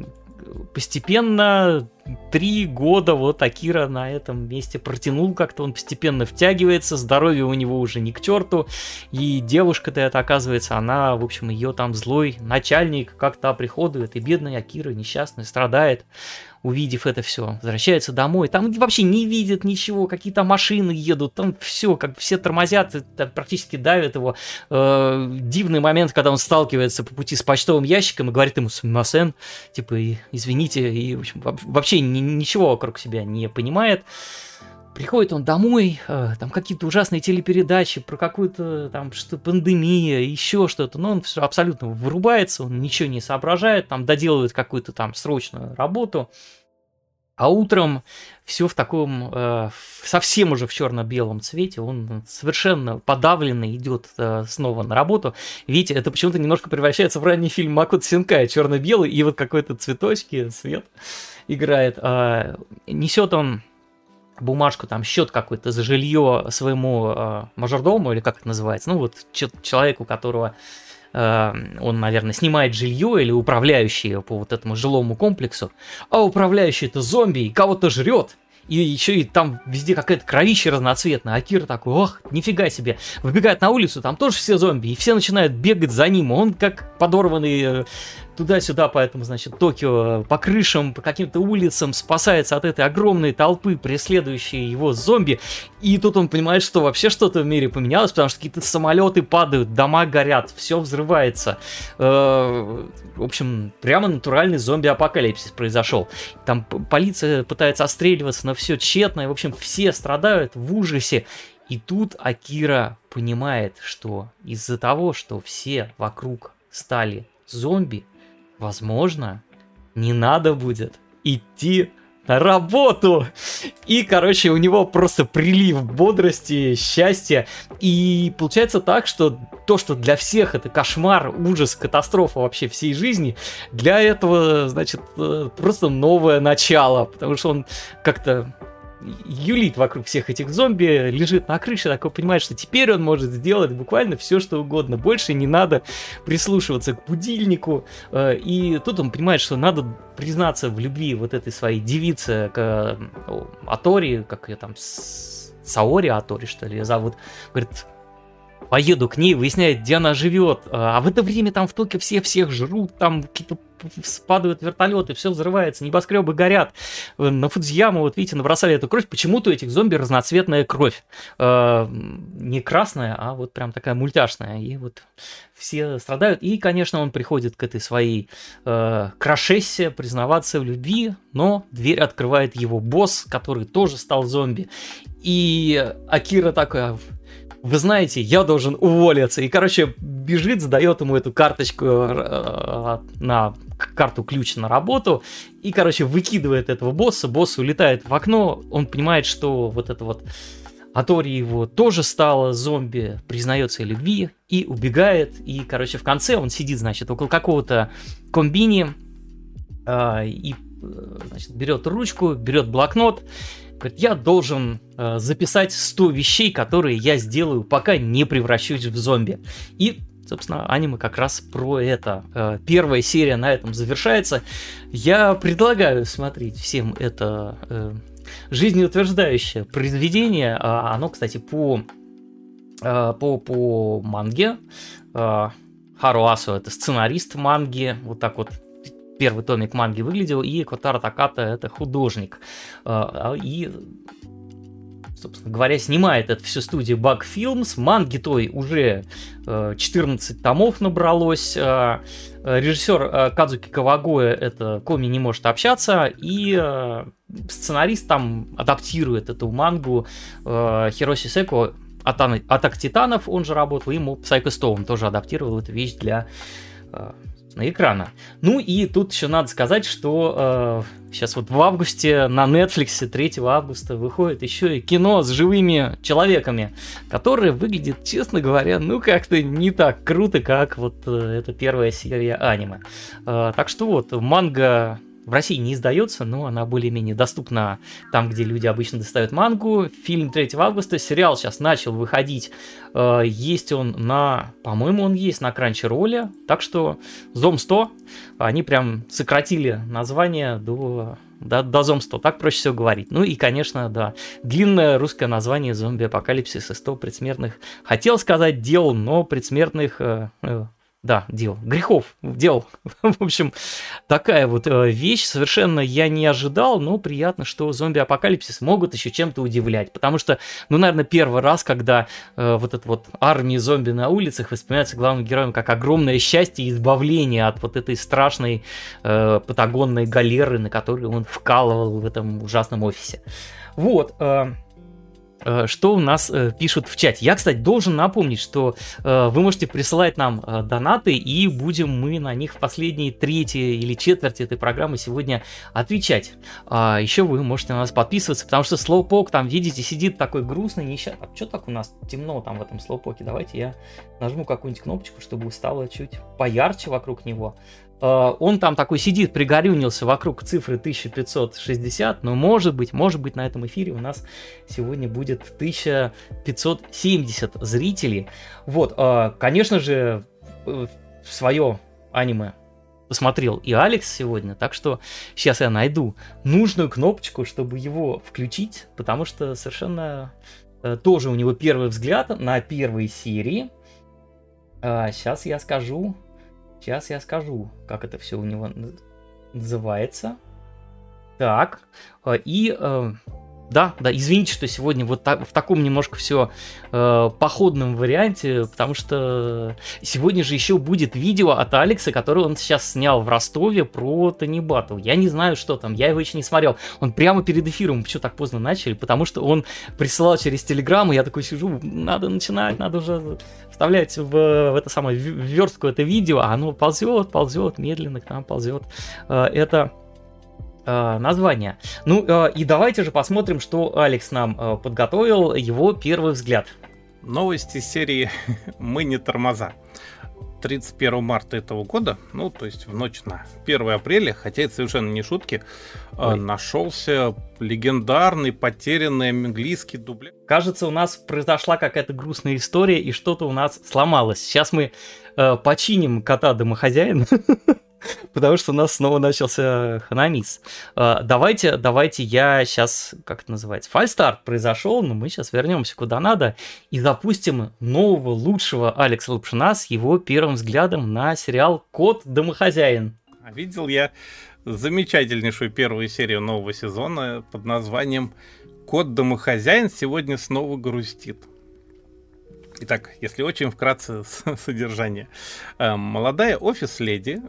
Speaker 1: постепенно три года вот Акира на этом месте протянул, как-то он постепенно втягивается, здоровье у него уже не к черту, и девушка-то это, оказывается, она, в общем, ее там злой начальник как-то оприходует, и бедный Акира несчастный страдает, увидев это все, возвращается домой, там вообще не видит ничего, какие-то машины едут, там все, как все тормозят, там практически давят его. Э, дивный момент, когда он сталкивается по пути с почтовым ящиком и говорит ему «сумимасен», типа извините, и в общем, вообще ни, ничего вокруг себя не понимает. Приходит он домой, э, там какие-то ужасные телепередачи про какую-то там что пандемию, еще что-то, но он все абсолютно вырубается, он ничего не соображает, там доделывает какую-то там срочную работу, а утром все в таком э, совсем уже в черно-белом цвете, он совершенно подавленный идет э, снова на работу. Видите, это почему-то немножко превращается в ранний фильм Макото Синкай, черно-белый, и вот какой-то цветочки, цвет играет. Э, несет он бумажку, там, счет какой-то за жилье своему э, мажордому, или как это называется, ну, вот ч- человеку, которого э, он, наверное, снимает жилье, или управляющий по вот этому жилому комплексу, а управляющий это зомби и кого-то жрет. И еще и там везде какая-то кровища разноцветная. Акира такой, ох, нифига себе. Выбегает на улицу, там тоже все зомби. И все начинают бегать за ним. Он как подорванный э, туда-сюда, поэтому, значит, Токио по крышам, по каким-то улицам спасается от этой огромной толпы, преследующей его зомби. И тут он понимает, что вообще что-то в мире поменялось, потому что какие-то самолеты падают, дома горят, все взрывается. Э, в общем, прямо натуральный зомби-апокалипсис произошел. Там полиция пытается отстреливаться, но все тщетно. И, в общем, все страдают в ужасе. И тут Акира понимает, что из-за того, что все вокруг стали зомби, возможно, не надо будет идти на работу. И, короче, у него просто прилив бодрости, счастья. И получается так, что то, что для всех это кошмар, ужас, катастрофа вообще всей жизни, для этого, значит, просто новое начало. Потому что он как-то юлит вокруг всех этих зомби, лежит на крыше, такой понимает, что теперь он может сделать буквально все, что угодно. Больше не надо прислушиваться к будильнику. И тут он понимает, что надо признаться в любви вот этой своей девице к Атори, как ее там, Саори Атори, что ли, зовут. Говорит, поеду к ней, выясняет, где она живет. А в это время там в Токио все всех жрут, там какие-то падают вертолеты, все взрывается, небоскребы горят. На Фудзияму, вот видите, набросали эту кровь. Почему-то у этих зомби разноцветная кровь. Э, не красная, а вот прям такая мультяшная. И вот все страдают. И, конечно, он приходит к этой своей э, крашессе признаваться в любви, но дверь открывает его босс, который тоже стал зомби. И Акира такая... вы знаете, я должен уволиться. И, короче, бежит, сдает ему эту карточку э, на карту ключ на работу. И, короче, выкидывает этого босса. Босс улетает в окно. Он понимает, что вот это вот Атори его тоже стала зомби, признается любви и убегает. И, короче, в конце он сидит, значит, около какого-то комбини э, и, значит, берет ручку, берет блокнот. Говорит, я должен э, записать сто вещей, которые я сделаю, пока не превращусь в зомби. И, собственно, аниме как раз про это. Э, первая серия на этом завершается. Я предлагаю смотреть всем это э, жизнеутверждающее произведение. А, оно, кстати, по, э, по, по манге. Э, Хару Асу — это сценарист манги. Вот так вот первый томик манги выглядел, и Котаро Таката — это художник. И, собственно говоря, снимает это всю студия Bug Films. Манги той уже четырнадцать томов набралось. Режиссер Кадзуки Кавагоэ — это Коми не может общаться, и сценарист там адаптирует эту мангу. Хироси Секо Атак Титанов, он же работал, ему Psycho Stone тоже адаптировал эту вещь для на экрана. Ну и тут еще надо сказать, что э, сейчас вот в августе на Netflix третьего августа выходит еще и кино с живыми человеками, которое выглядит, честно говоря, ну как-то не так круто, как вот э, эта первая серия аниме. Э, так что вот, манга в России не издается, но она более-менее доступна там, где люди обычно достают мангу. Фильм третьего августа, сериал сейчас начал выходить. Э, есть он на, по-моему, он есть на Crunchyroll. Так что Зом сто, они прям сократили название до, до, до Зом сто. Так проще всего говорить. Ну и, конечно, да, длинное русское название «Зомби-апокалипсис» и сто предсмертных. Хотел сказать дел, но предсмертных... Э, э, Да, дел. Грехов. Дел. В общем, такая вот э, вещь. Совершенно я не ожидал, но приятно, что зомби-апокалипсис могут еще чем-то удивлять. Потому что, ну, наверное, первый раз, когда э, вот эта вот армия зомби на улицах воспринимается главным героем как огромное счастье и избавление от вот этой страшной э, патагонной галеры, на которую он вкалывал в этом ужасном офисе. Вот. Э, Что у нас э, пишут в чате. Я, кстати, должен напомнить, что э, вы можете присылать нам э, донаты, и будем мы на них в последние трети или четверти этой программы сегодня отвечать. А еще вы можете на нас подписываться, потому что Slowpoke там, видите, сидит такой грустный, несчастный. А что так у нас темно там в этом Slowpoke? Давайте я нажму какую-нибудь кнопочку, чтобы стало чуть поярче вокруг него. Uh, он там такой сидит, пригорюнился вокруг цифры тысяча пятьсот шестьдесят, но может быть, может быть на этом эфире у нас сегодня будет тысяча пятьсот семьдесят зрителей. Вот, uh, конечно же, в свое аниме посмотрел и Алекс сегодня, так что сейчас я найду нужную кнопочку, чтобы его включить, потому что совершенно uh, тоже у него первый взгляд на первой серии. Uh, сейчас я скажу... Сейчас я скажу, как это все у него называется. Так, и э, да, да, извините, что сегодня вот так, в таком немножко все э, походном варианте, потому что сегодня же еще будет видео от Алекса, которое он сейчас снял в Ростове про Танибату. Я не знаю, что там, я его еще не смотрел. Он прямо перед эфиром, почему так поздно начали, потому что он присылал через Телеграм, и я такой сижу, надо начинать, надо уже вставлять в, в это самое, в верстку это видео, а оно ползет, ползет, медленно к нам ползет. Э, это... название. Ну э, и давайте же посмотрим, что Алекс нам э, подготовил, его первый взгляд.
Speaker 2: Новости серии «Мы не тормоза». тридцать первого марта этого года, ну то есть в ночь на первое апреля, хотя это совершенно не шутки, э, нашелся легендарный потерянный английский дубляж.
Speaker 1: Кажется, у нас произошла какая-то грустная история, и что-то у нас сломалось. Сейчас мы э, починим кота-домохозяина. Потому что у нас снова начался ханамис. Uh, давайте, давайте я сейчас, как это называется, фальстарт произошел, но мы сейчас вернемся куда надо и запустим нового, лучшего Алекса Лапшина с его первым взглядом на сериал «Кот-домохозяин».
Speaker 2: А видел я замечательнейшую первую серию нового сезона под названием «Кот-домохозяин сегодня снова грустит». Итак, если очень вкратце содержание. Молодая офис-леди,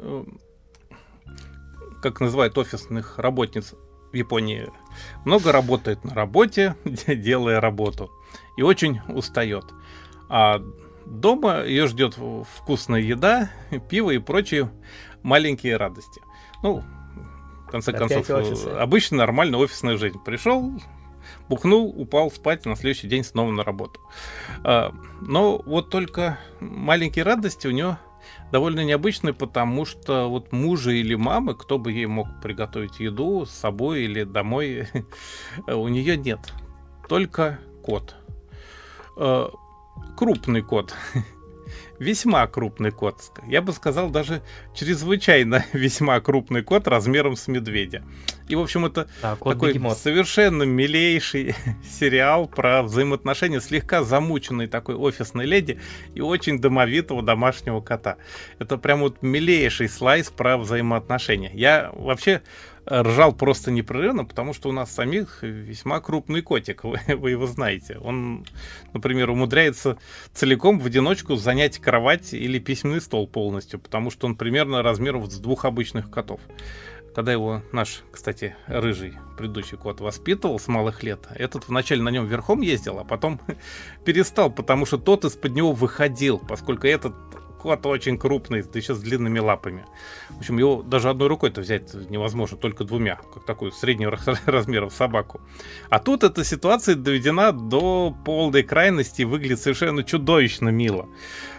Speaker 2: как называют офисных работниц в Японии, много работает на работе, делая работу, и очень устает. А дома ее ждет вкусная еда, пиво и прочие маленькие радости. Ну, в конце
Speaker 1: Опять
Speaker 2: концов,
Speaker 1: офисы.
Speaker 2: обычно нормальная офисная жизнь. Пришел, бухнул, упал спать, на следующий день снова на работу. А, но вот только маленькие радости у нее довольно необычные, потому что вот мужа или мамы, кто бы ей мог приготовить еду с собой или домой, у нее нет. Только кот. А, крупный кот. Весьма крупный кот. Я бы сказал, даже чрезвычайно весьма крупный кот размером с медведя. И, в общем, это
Speaker 1: Да,
Speaker 2: такой
Speaker 1: кот-бегемот.
Speaker 2: совершенно милейший сериал про взаимоотношения слегка замученной такой офисной леди и очень домовитого домашнего кота. Это прям вот милейший слайс про взаимоотношения. Я вообще ржал просто непрерывно, потому что у нас самих весьма крупный котик, вы, вы его знаете. Он, например, умудряется целиком в одиночку занять кровать или письменный стол полностью, потому что он примерно размеров с двух обычных котов. Когда его наш, кстати, рыжий предыдущий кот воспитывал с малых лет, этот вначале на нем верхом ездил, а потом перестал, потому что тот из-под него выходил, поскольку этот кот очень крупный, да еще с длинными лапами. В общем, его даже одной рукой-то взять невозможно, только двумя, как такую среднего размера собаку. А тут эта ситуация доведена до полной крайности и выглядит совершенно чудовищно мило.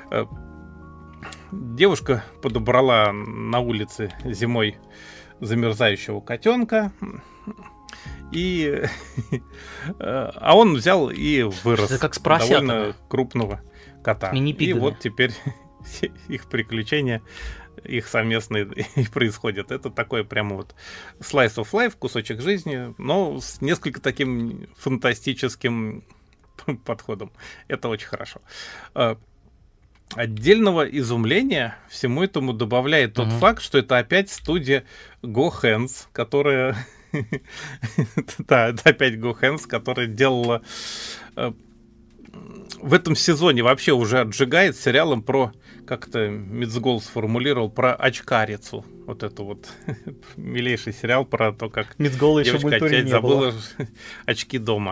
Speaker 2: Девушка подобрала на улице зимой замерзающего котенка, и а он взял и вырос.
Speaker 1: Это как с
Speaker 2: довольно
Speaker 1: поросятами.
Speaker 2: Крупного кота. И вот теперь их приключения, их совместные и происходят. Это такой прямо вот slice of life, кусочек жизни, но с несколько таким фантастическим подходом. Это очень хорошо. Отдельного изумления всему этому добавляет тот
Speaker 1: Mm-hmm.
Speaker 2: факт, что это опять студия Go Hands, которая... Да, это опять Go Hands, которая делала... В этом сезоне вообще уже отжигает сериалом про... Как-то Мицгол сформулировал, про очкарицу. Вот это вот милейший сериал про то, как
Speaker 1: Мицгола еще
Speaker 2: девочка
Speaker 1: мультуре
Speaker 2: опять
Speaker 1: не
Speaker 2: забыла
Speaker 1: было.
Speaker 2: очки дома.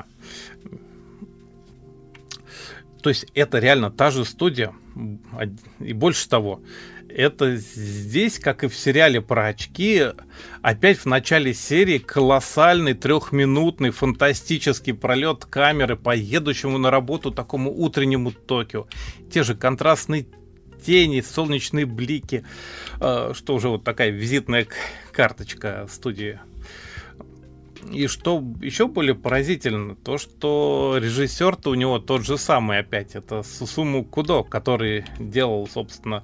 Speaker 2: То есть это реально та же студия, и больше того, это здесь, как и в сериале про очки, опять в начале серии колоссальный трехминутный фантастический пролет камеры по едущему на работу такому утреннему Токио. Те же контрастные тени, солнечные блики, что уже вот такая визитная карточка студии. И что еще более поразительно, то что режиссер-то у него тот же самый опять, это Сусуму Кудо, который делал, собственно,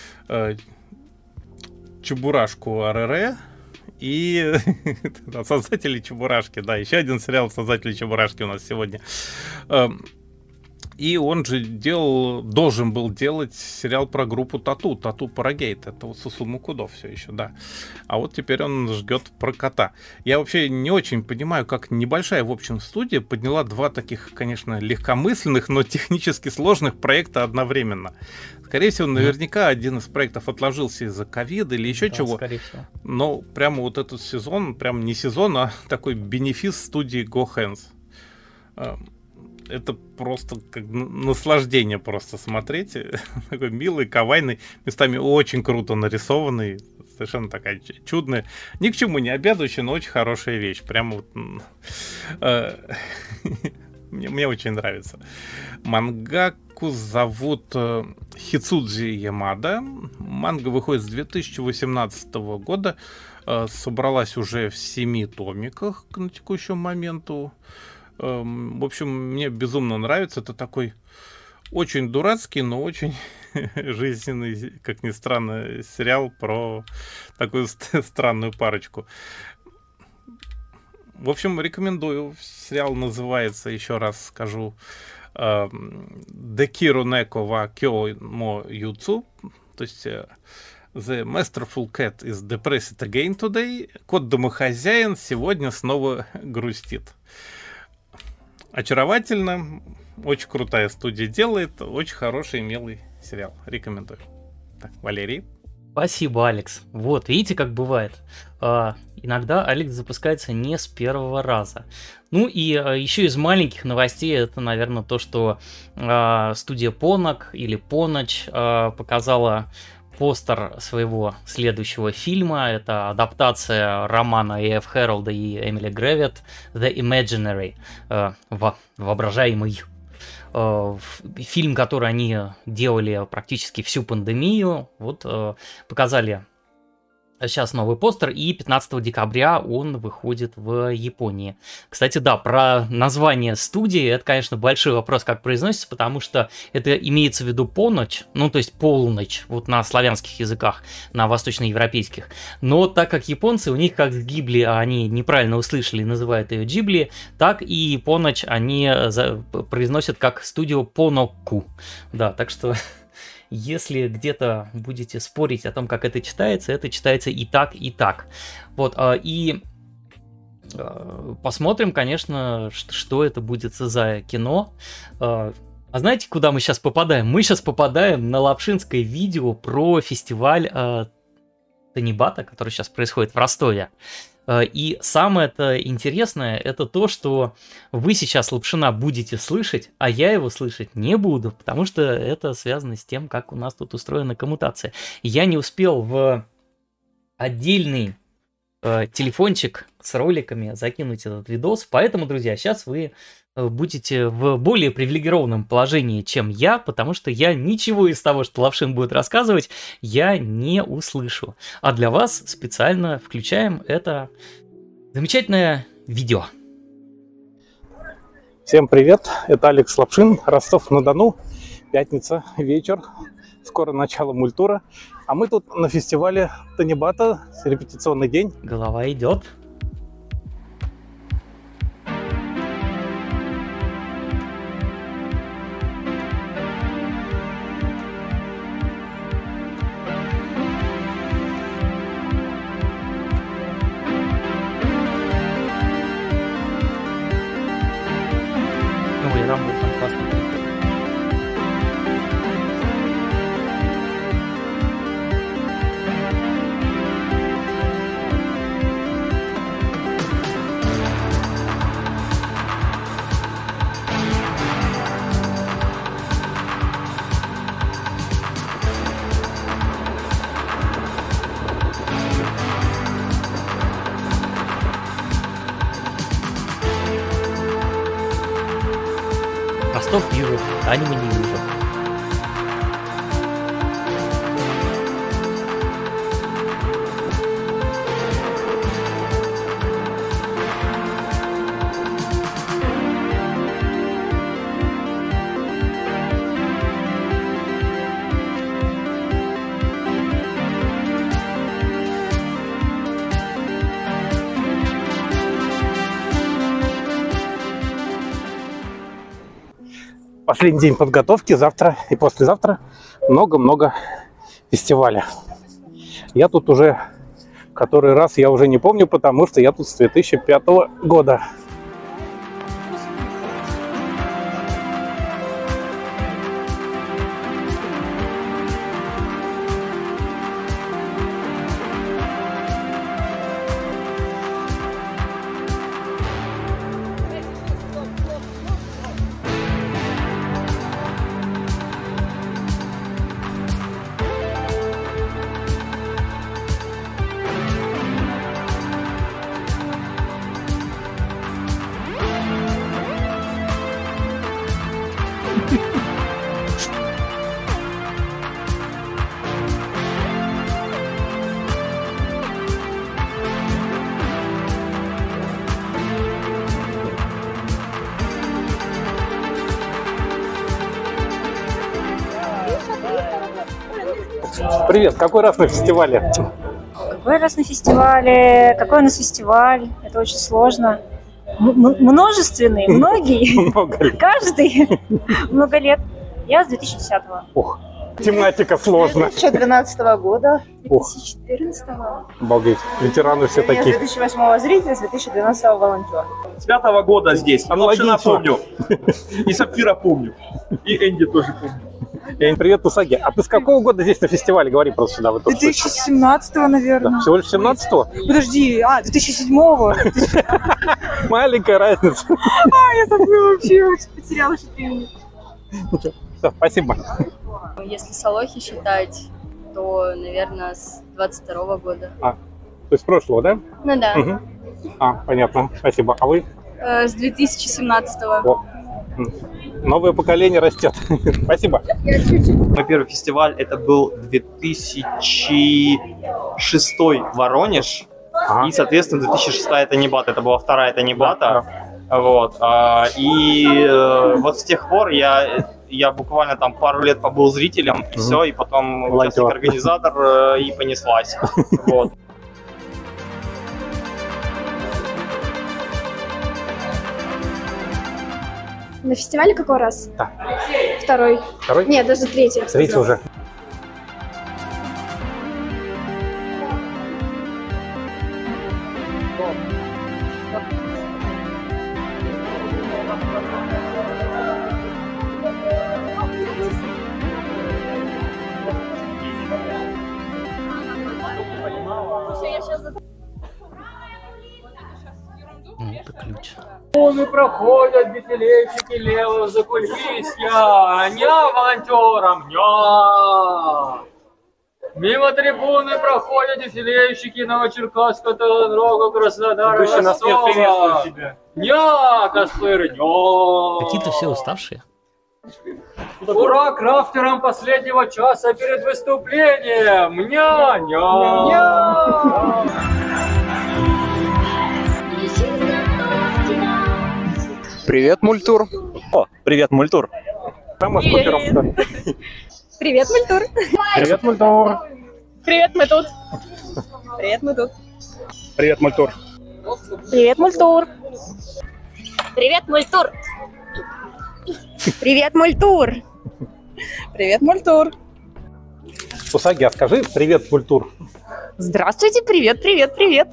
Speaker 2: Чебурашку РР и создатели Чебурашки, да, еще один сериал создателей Чебурашки у нас сегодня. И он же делал, должен был делать сериал про группу Тату, Тату Парагейт. Это вот Сусуму Кудо все еще, да. А вот теперь он ждет про кота. Я вообще не очень понимаю, как небольшая, в общем, студия подняла два таких, конечно, легкомысленных, но технически сложных проекта одновременно. Скорее всего, наверняка один из проектов отложился из-за ковида или еще
Speaker 1: Да,
Speaker 2: чего.
Speaker 1: скорее всего.
Speaker 2: Но прямо вот этот сезон, прям не сезон, а такой бенефис студии Go Hands. Это просто как наслаждение просто смотреть. Такой милый, кавайный, местами очень круто нарисованный, совершенно такая чудная, ни к чему не обязывающая, но очень хорошая вещь. Прямо вот... мне, мне очень нравится. Мангаку зовут Хицудзи Ямада. Манга выходит с две тысячи восемнадцатого года. Собралась уже в семи томиках к текущему моменту. В общем, мне безумно нравится. Это такой очень дурацкий, но очень жизненный, как ни странно, сериал про такую странную парочку. В общем, рекомендую. Сериал называется, еще раз скажу, Декиру Неко ва Кё мо Юцу. То есть The Masterful Cat is depressed again today. Кот-домохозяин сегодня снова грустит. Очаровательно, очень крутая студия делает, очень хороший, милый сериал. Рекомендую. Так, Валерий.
Speaker 1: Спасибо, Алекс. Вот, видите, как бывает. А, иногда Алекс запускается не с первого раза. Ну и а, еще из маленьких новостей, это, наверное, то, что а, студия Понок или Поноч а, показала постер своего следующего фильма. Это адаптация романа И Эф Хэролда и Эмили Грэвитт «The Imaginary», а, во, воображаемый. Фильм, который они делали практически всю пандемию, вот показали сейчас новый постер, и пятнадцатого декабря он выходит в Японии. Кстати, да, про название студии, это, конечно, большой вопрос, как произносится, потому что это имеется в виду полночь, ну, то есть полночь, вот на славянских языках, на восточноевропейских. Но так как японцы, у них как Гибли, они неправильно услышали, называют ее Джибли, так и полночь они произносят как студию Понокку. Да, так что... Если где-то будете спорить о том, как это читается, это читается и так, и так. Вот, и посмотрим, конечно, что это будет за кино. А знаете, куда мы сейчас попадаем? Мы сейчас попадаем на лапшинское видео про фестиваль Танибата, который сейчас происходит в Ростове. И самое-то интересное, это то, что вы сейчас Лапшина будете слышать, а я его слышать не буду, потому что это связано с тем, как у нас тут устроена коммутация. Я не успел в отдельный э, телефончик с роликами закинуть этот видос, поэтому, друзья, сейчас вы будете в более привилегированном положении, чем я, потому что я ничего из того, что Лапшин будет рассказывать, я не услышу. А для вас специально включаем это замечательное видео.
Speaker 2: Всем привет, это Алекс Лапшин, Ростов-на-Дону, пятница, вечер, скоро начало мультура, а мы тут на фестивале Танибата, репетиционный день.
Speaker 1: Голова идет. Ростов вижу, аниме не вижу.
Speaker 2: Последний день подготовки, завтра и послезавтра много-много фестиваля. Я тут уже который раз, я уже не помню, потому что я тут с две тысячи пятого года. Привет, какой раз на фестивале?
Speaker 3: Какой раз на фестивале? Какой у нас фестиваль? Это очень сложно. М- множественный, многие, каждый много лет. Я с две тысячи десятого.
Speaker 2: Ух, тематика сложно.
Speaker 3: две тысячи двенадцатого года.
Speaker 2: две
Speaker 3: тысячи четырнадцатого.
Speaker 2: Обалдеть, ветераны все
Speaker 3: Я
Speaker 2: такие.
Speaker 3: с две тысячи восьмого зрителя, с две тысячи двенадцатого волонтер.
Speaker 4: С пятого года здесь.
Speaker 2: Аналогично.
Speaker 4: Лапшина помню. И Сапфира помню. И Энди тоже помню.
Speaker 2: Янь, привет, Усаги. А ты с какого года здесь на фестивале? Говори просто сюда.
Speaker 4: две тысячи семнадцатого, наверное.
Speaker 2: Да, всего лишь семнадцатого?
Speaker 4: Подожди, а, две тысячи седьмого.
Speaker 2: Маленькая разница.
Speaker 4: А, я забыла вообще, потеряла что-то.
Speaker 2: Все, спасибо.
Speaker 5: Если Солохи считать, то, наверное, с двадцать второго года.
Speaker 2: А, то есть прошлого, да?
Speaker 5: Ну да.
Speaker 2: Угу. А, понятно, спасибо. А вы?
Speaker 5: Э, с две тысячи семнадцатого.
Speaker 2: О. Новое поколение растет. Спасибо.
Speaker 6: Мой первый фестиваль это был две тысячи шестой Воронеж. Ага. И, соответственно, две тысячи шестая это Небата. Это была вторая это Небата. Да. Вот. И э, вот с тех пор я, я буквально там пару лет побыл зрителем, и угу. все, и потом участник-организатор э, и понеслась. Вот.
Speaker 7: На фестивале какой раз?
Speaker 2: Да.
Speaker 7: Второй.
Speaker 2: Второй?
Speaker 7: Нет, даже третий.
Speaker 2: Третий уже.
Speaker 1: Это ключ.
Speaker 8: Трибуны проходят веселейщики левого закулисья, ня волонтерам, ня! Мимо трибуны проходят веселейщики Новочеркасска, Таганрога, Краснодара, Ростова. Ня, косплееры, ня!
Speaker 1: Какие-то все уставшие.
Speaker 8: Ура крафтерам последнего часа перед выступлением! Ня, ня! ня!
Speaker 9: Привет, Мультур.
Speaker 6: О, привет, Мультур.
Speaker 7: Привет. Привет, Мультур.
Speaker 2: Привет, Мультур.
Speaker 7: Привет, мы тут. Привет, мы тут.
Speaker 2: Привет, Мультур.
Speaker 7: Привет, Мультур. Привет, Мультур. Привет, Мультур. Привет, Мультур.
Speaker 2: Усаги, а скажи привет, Мультур.
Speaker 7: Здравствуйте, привет, привет, привет.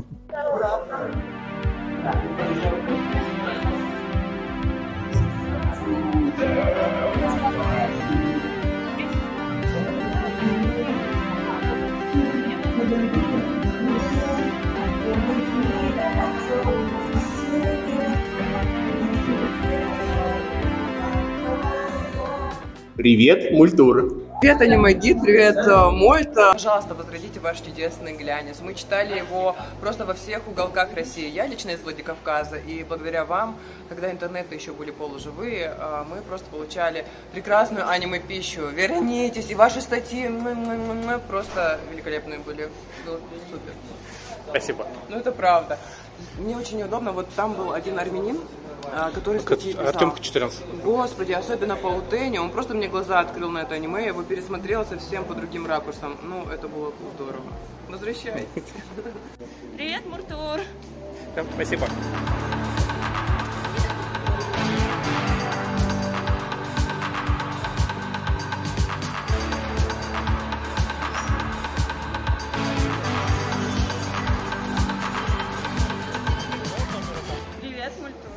Speaker 9: Привет, Мультур.
Speaker 10: Привет, аниме-гид, привет, Мольта. Пожалуйста, возродите ваш чудесный глянец. Мы читали его просто во всех уголках России. Я лично из Владикавказа, и благодаря вам, когда интернеты еще были полуживые, мы просто получали прекрасную аниме-пищу. Вернитесь, и ваши статьи просто великолепные были. Было супер.
Speaker 2: Спасибо.
Speaker 10: Ну, это правда. Мне очень неудобно, вот там был один армянин, который статьи писал.
Speaker 2: Артем четырнадцать.
Speaker 10: Господи, особенно по Утене, он просто мне глаза открыл на это аниме, я его пересмотрела совсем по другим ракурсам. Ну, это было здорово. Возвращайтесь.
Speaker 7: Привет, Муртур.
Speaker 2: Да, спасибо.
Speaker 7: Привет, Мультур.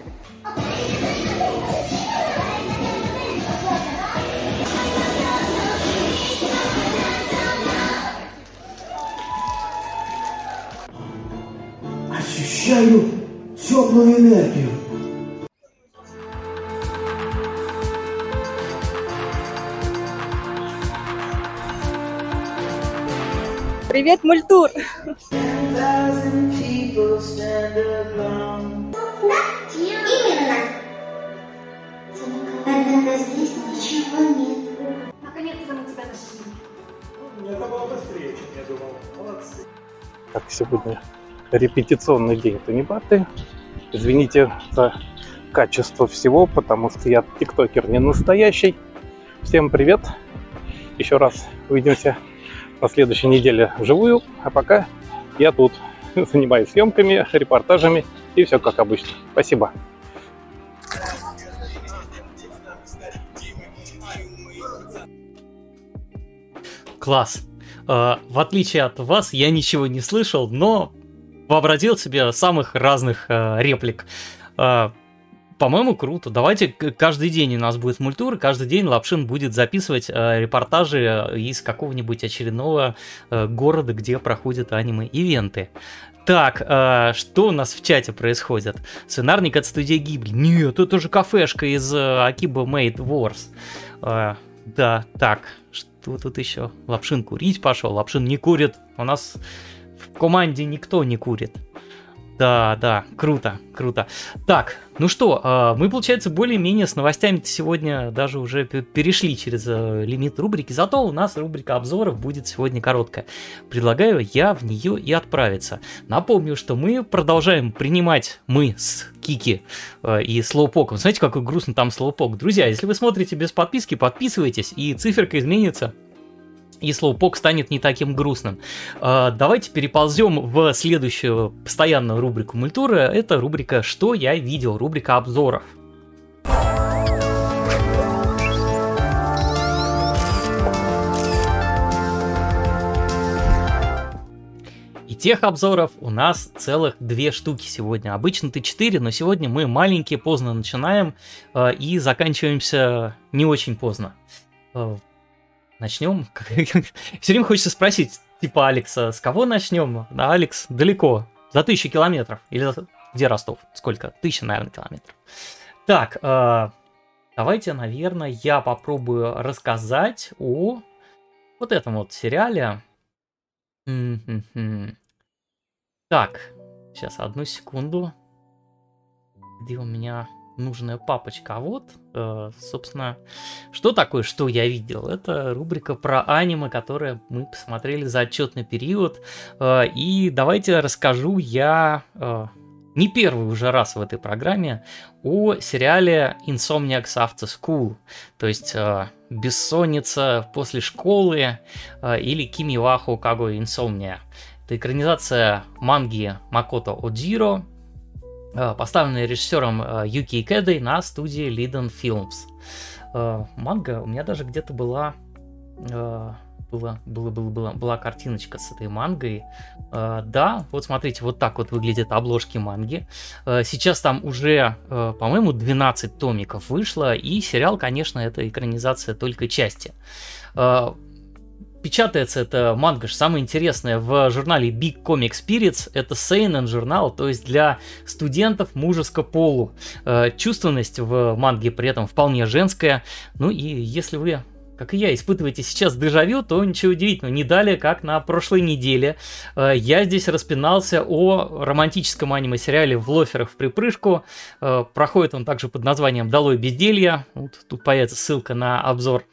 Speaker 11: Ощущаю темную энергию.
Speaker 7: Привет, Мультур.
Speaker 12: Именно. Однако здесь ничего нет. Наконец-то мы тебя нашли.
Speaker 11: Это было быстрее, чем я думал. Молодцы.
Speaker 2: Так, сегодня репетиционный день Танибаты. Извините за качество всего, потому что я тиктокер не настоящий. Всем привет. Еще раз увидимся на следующей неделе вживую. А пока я тут занимаюсь съемками, репортажами и все как обычно. Спасибо.
Speaker 1: Класс. Э, в отличие от вас, я ничего не слышал, но вообразил себе самых разных э, реплик. Э, по-моему, круто. Давайте каждый день у нас будет мультур, каждый день Лапшин будет записывать э, репортажи из какого-нибудь очередного э, города, где проходят аниме-ивенты. Так, э, что у нас в чате происходит? Сценарник от студии Гибли. Нет, это же кафешка из э, Akiba Made Wars. Э, да, так, что тут еще? Лапшин курить пошел. Лапшин не курит. У нас в команде никто не курит. Да, да, круто, круто. Так, ну что, мы, получается, более-менее с новостями сегодня даже уже перешли через лимит рубрики, зато у нас рубрика обзоров будет сегодня короткая. Предлагаю я в нее и отправиться. Напомню, что мы продолжаем принимать, мы с Кики и Слоупоком. Знаете, какой грустный там Слоупок? Друзья, если вы смотрите без подписки, подписывайтесь, и циферка изменится, и Слоупок станет не таким грустным. Давайте переползем в следующую постоянную рубрику Мультуры. Это рубрика «Что я видел?», рубрика обзоров. И тех обзоров у нас целых две штуки сегодня. Обычно-то четыре, но сегодня мы маленькие, поздно начинаем и заканчиваемся не очень поздно. Начнем. Все время хочется спросить, типа Алекса, с кого начнем? Да, Алекс далеко, за тысячу километров. Или где Ростов? Сколько? Тысяча, наверное, километров. Так, э, давайте, наверное, я попробую рассказать о вот этом вот сериале. М-м-м. Так, сейчас, одну секунду. Где у меня нужная папочка? А вот, э, собственно, что такое, что я видел? Это рубрика про аниме, которое мы посмотрели за отчетный период. Э, и давайте расскажу я э, не первый уже раз в этой программе о сериале Insomniacs After School. То есть э, бессонница после школы э, или Кими ва Хоукаго Insomnia. Это экранизация манги Макото Оджиро, поставленная режиссером Юки Икэдой на студии Liden Films. Манга у меня даже где-то была, была, была, была, была, была картиночка с этой мангой. Да, вот смотрите, вот так вот выглядят обложки манги. Сейчас там уже, по-моему, двенадцать томиков вышло, и сериал, конечно, это экранизация только части. Печатается эта манга, же самое интересное, в журнале Big Comic Spirits. Это seinen журнал, то есть для студентов мужеско полу. Э, чувственность в манге при этом вполне женская. Ну и если вы, как и я, испытываете сейчас дежавю, то ничего удивительного. Не далее, как на прошлой неделе, э, я здесь распинался о романтическом аниме-сериале «В лоферах в припрыжку». Э, проходит он также под названием «Долой безделья». Вот тут появится ссылка на обзор.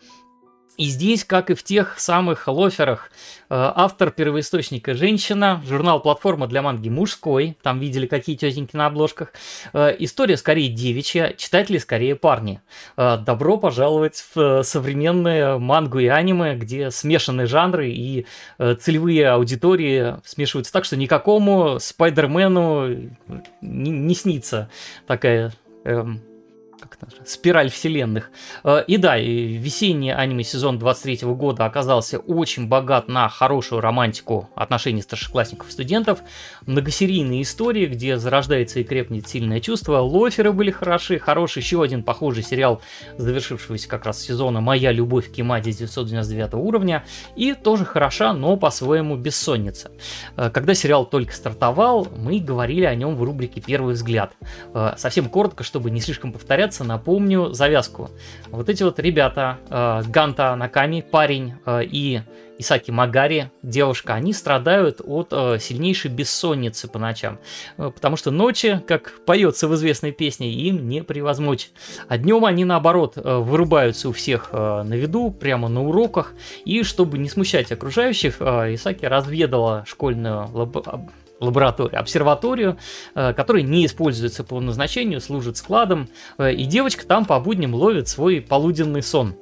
Speaker 1: И здесь, как и в тех самых лоферах, автор первоисточника женщина, журнал «Платформа для манги» мужской, там видели какие тетеньки на обложках, история скорее девичья, читатели скорее парни. Добро пожаловать в современные мангу и аниме, где смешаны жанры и целевые аудитории смешиваются так, что никакому Спайдермену не, не снится такая... Эм, как это, спираль вселенных. И да, и весенний аниме-сезон двадцать третьего года оказался очень богат на хорошую романтику отношений старшеклассников и студентов. Многосерийные истории, где зарождается и крепнет сильное чувство. Лоферы были хороши. Хороший еще один похожий сериал, завершившегося как раз сезона «Моя любовь к Кимаде» девятьсот девяносто девятого уровня. И тоже хороша, но по-своему бессонница. Когда сериал только стартовал, мы говорили о нем в рубрике «Первый взгляд». Совсем коротко, чтобы не слишком повторяться, напомню завязку. Вот эти вот ребята, э, Ганта Наками, парень, э, и Исаки Магари, девушка, они страдают от э, сильнейшей бессонницы по ночам. Э, потому что ночи, как поется в известной песне, им не превозмочь. А днем они, наоборот, э, вырубаются у всех э, на виду, прямо на уроках. И чтобы не смущать окружающих, э, Исаки разведала школьную лабораторию. лабораторию, обсерваторию, которая не используется по назначению, служит складом, и девочка там по будням ловит свой полуденный сон.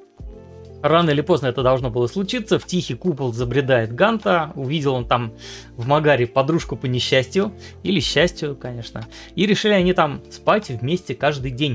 Speaker 1: Рано или поздно это должно было случиться. В тихий купол забредает Ганта. Увидел он там в Магаре подружку по несчастью. Или счастью, конечно. И решили они там спать вместе каждый день.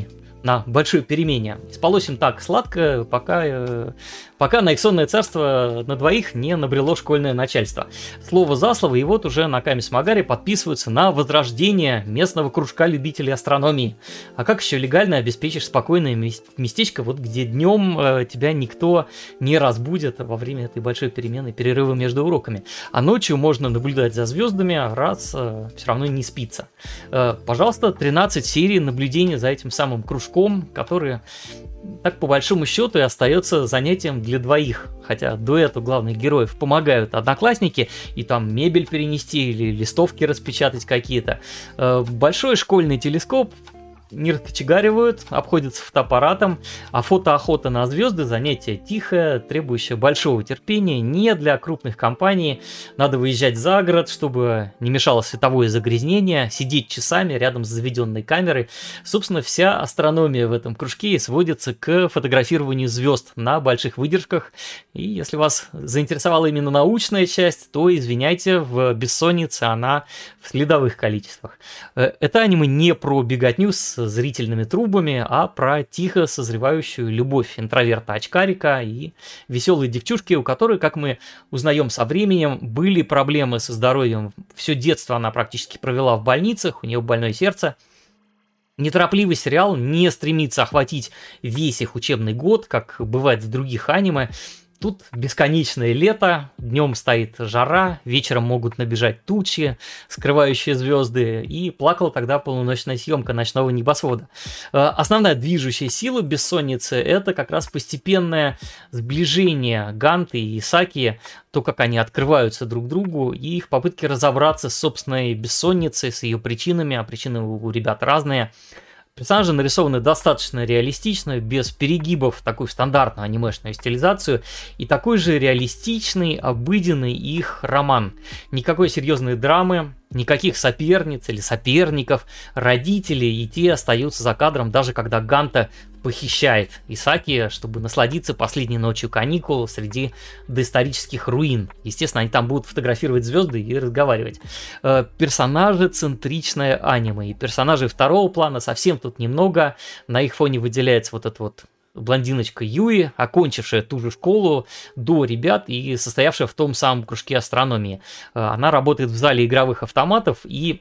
Speaker 1: на большой перемене. Спалось им так сладко, пока, э, пока на их сонное царство на двоих не набрело школьное начальство. Слово за слово, и вот уже на Камис-Магаре подписываются на возрождение местного кружка любителей астрономии. А как еще легально обеспечишь спокойное местечко, вот где днем э, тебя никто не разбудит во время этой большой перемены, перерыва между уроками. А ночью можно наблюдать за звездами, раз э, все равно не спится. Э, пожалуйста, тринадцать серий наблюдения за этим самым кружком, которые, так по большому счету, и остается занятием для двоих. Хотя дуэту главных героев помогают одноклассники, и там мебель перенести или листовки распечатать какие-то. Большой школьный телескоп не раскочегаривают, обходятся фотоаппаратом, а фотоохота на звезды — занятие тихое, требующее большого терпения, не для крупных компаний. Надо выезжать за город, чтобы не мешало световое загрязнение, сидеть часами рядом с заведенной камерой. Собственно, вся астрономия в этом кружке сводится к фотографированию звезд на больших выдержках. И если вас заинтересовала именно научная часть, то, извиняйте, в бессоннице она в следовых количествах. Это аниме не про беготню с зрительными трубами, а про тихо созревающую любовь интроверта-очкарика и веселой девчушки, у которой, как мы узнаем со временем, были проблемы со здоровьем. Все детство она практически провела в больницах, у нее больное сердце. Неторопливый сериал не стремится охватить весь их учебный год, как бывает в других аниме. Тут бесконечное лето, днем стоит жара, вечером могут набежать тучи, скрывающие звезды, и плакала тогда полуночная съемка ночного небосвода. Основная движущая сила бессонницы — это как раз постепенное сближение Ганты и Исаки, то, как они открываются друг другу, и их попытки разобраться с собственной бессонницей, с ее причинами, а причины у ребят разные. Персонажи нарисованы достаточно реалистично, без перегибов, такую стандартную анимешную стилизацию, и такой же реалистичный, обыденный их роман. Никакой серьезной драмы, никаких соперниц или соперников, родители и те остаются за кадром, даже когда Ганта похищает Исаки, чтобы насладиться последней ночью каникул среди доисторических руин. Естественно, они там будут фотографировать звезды и разговаривать. Э, персонажи центричное аниме, и персонажей второго плана совсем тут немного. На их фоне выделяется вот эта вот блондиночка Юи, окончившая ту же школу до ребят и состоявшая в том самом кружке астрономии. Э, она работает в зале игровых автоматов и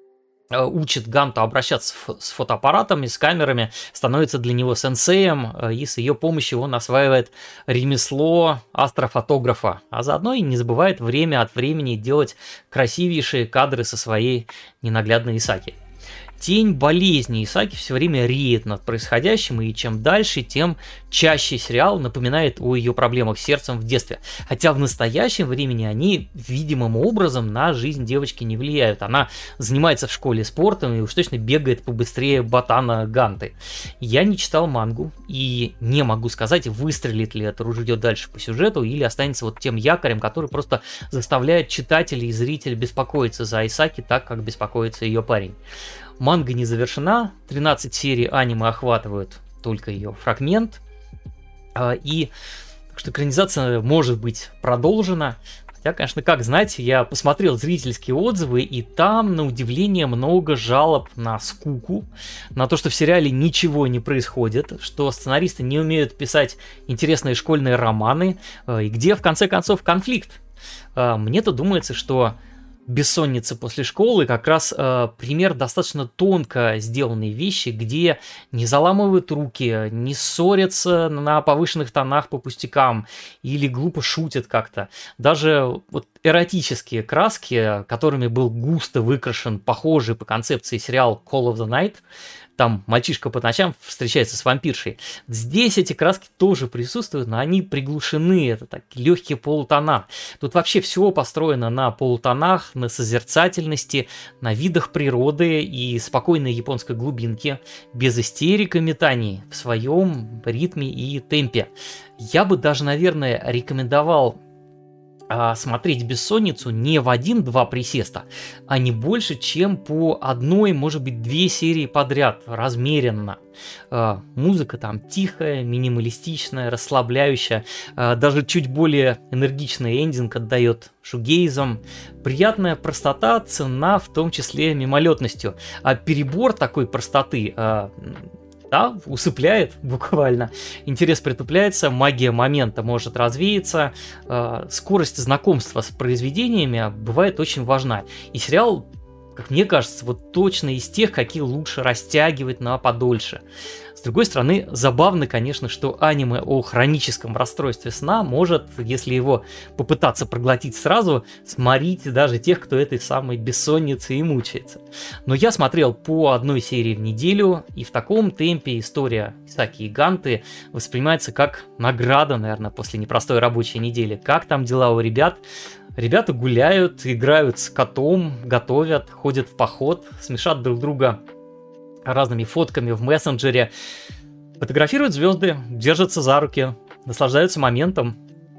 Speaker 1: учит Ганту обращаться с фотоаппаратами, с камерами, становится для него сенсеем, и с ее помощью он осваивает ремесло астрофотографа, а заодно и не забывает время от времени делать красивейшие кадры со своей ненаглядной Исаки. Тень болезни Исаки все время реет над происходящим, и чем дальше, тем чаще сериал напоминает о ее проблемах с сердцем в детстве. Хотя в настоящем времени они видимым образом на жизнь девочки не влияют. Она занимается в школе спортом и уж точно бегает побыстрее ботана Ганты. Я не читал мангу и не могу сказать, выстрелит ли это ружье дальше по сюжету или останется вот тем якорем, который просто заставляет читателей и зрителей беспокоиться за Исаки так, как беспокоится ее парень. Манга не завершена, тринадцать серий аниме охватывают только ее фрагмент, и так что экранизация может быть продолжена. Хотя, конечно, как знать, я посмотрел зрительские отзывы, и там, на удивление, много жалоб на скуку, на то, что в сериале ничего не происходит, что сценаристы не умеют писать интересные школьные романы, и где, в конце концов, конфликт. Мне-то думается, что «Бессонница после школы» как раз э, пример достаточно тонко сделанной вещи, где не заламывают руки, не ссорятся на повышенных тонах по пустякам или глупо шутят как-то. Даже вот эротические краски, которыми был густо выкрашен похожий по концепции сериал Call of the Night, там мальчишка по ночам встречается с вампиршей. Здесь эти краски тоже присутствуют, но они приглушены, это так легкие полутона. Тут вообще все построено на полутонах, на созерцательности, на видах природы и спокойной японской глубинке, без истерик и метаний, в своем ритме и темпе. Я бы даже, наверное, рекомендовал смотреть «Бессонницу» не в один-два присеста, а не больше, чем по одной, может быть, две серии подряд, размеренно. Музыка там тихая, минималистичная, расслабляющая, даже чуть более энергичный эндинг отдает шугейзом. Приятная простота цена в том числе мимолетностью, а перебор такой простоты да, усыпляет буквально, интерес притупляется, магия момента может развеяться, э, скорость знакомства с произведениями бывает очень важна. И сериал, как мне кажется, вот точно из тех, какие лучше растягивать на подольше. С другой стороны, забавно, конечно, что аниме о хроническом расстройстве сна может, если его попытаться проглотить сразу, сморить даже тех, кто этой самой бессонницей и мучается. Но я смотрел по одной серии в неделю, и в таком темпе история Исаки Иганты воспринимается как награда, наверное, после непростой рабочей недели. Как там дела у ребят? Ребята гуляют, играют с котом, готовят, ходят в поход, смешат друг друга разными фотками в мессенджере, фотографируют звезды, держатся за руки, наслаждаются моментом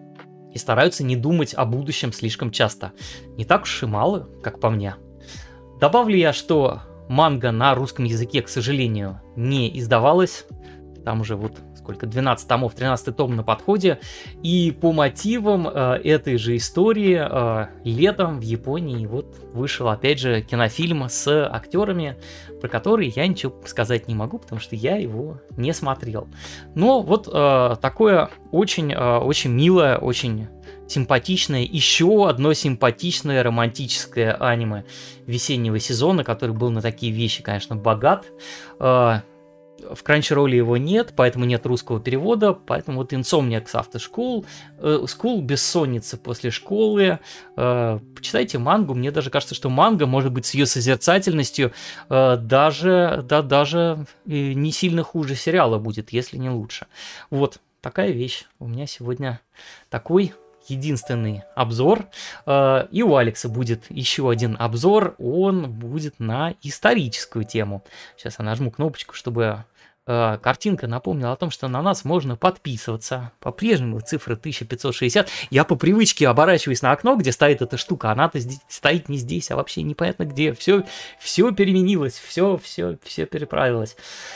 Speaker 1: и стараются не думать о будущем слишком часто. Не так уж и мало, как по мне. Добавлю я, что манга на русском языке, к сожалению, не издавалась. Там уже вот сколько, двенадцать томов, тринадцатый том на подходе. И по мотивам э, этой же истории э, летом в Японии вот вышел опять же кинофильм с актерами, про который я ничего сказать не могу, потому что я его не смотрел. Но вот э, такое очень, э, очень милое, очень симпатичное, еще одно симпатичное романтическое аниме весеннего сезона, который был на такие вещи, конечно, богат. Э, В Crunchyroll его нет, поэтому нет русского перевода, поэтому вот Insomniacs After School, э, School, бессонница после школы. Э, почитайте мангу, мне даже кажется, что манга, может быть, с ее созерцательностью э, даже, да, даже э, не сильно хуже сериала будет, если не лучше. Вот такая вещь. У меня сегодня такой единственный обзор. Э, и у Алекса будет еще один обзор, он будет на историческую тему. Сейчас я нажму кнопочку, чтобы картинка напомнила о том, что на нас можно подписываться. По-прежнему цифра тысяча пятьсот шестьдесят. Я по привычке оборачиваюсь на окно, где стоит эта штука. Она-то здесь, стоит не здесь, а вообще непонятно где. Все, все переменилось, все, все, все переправилось.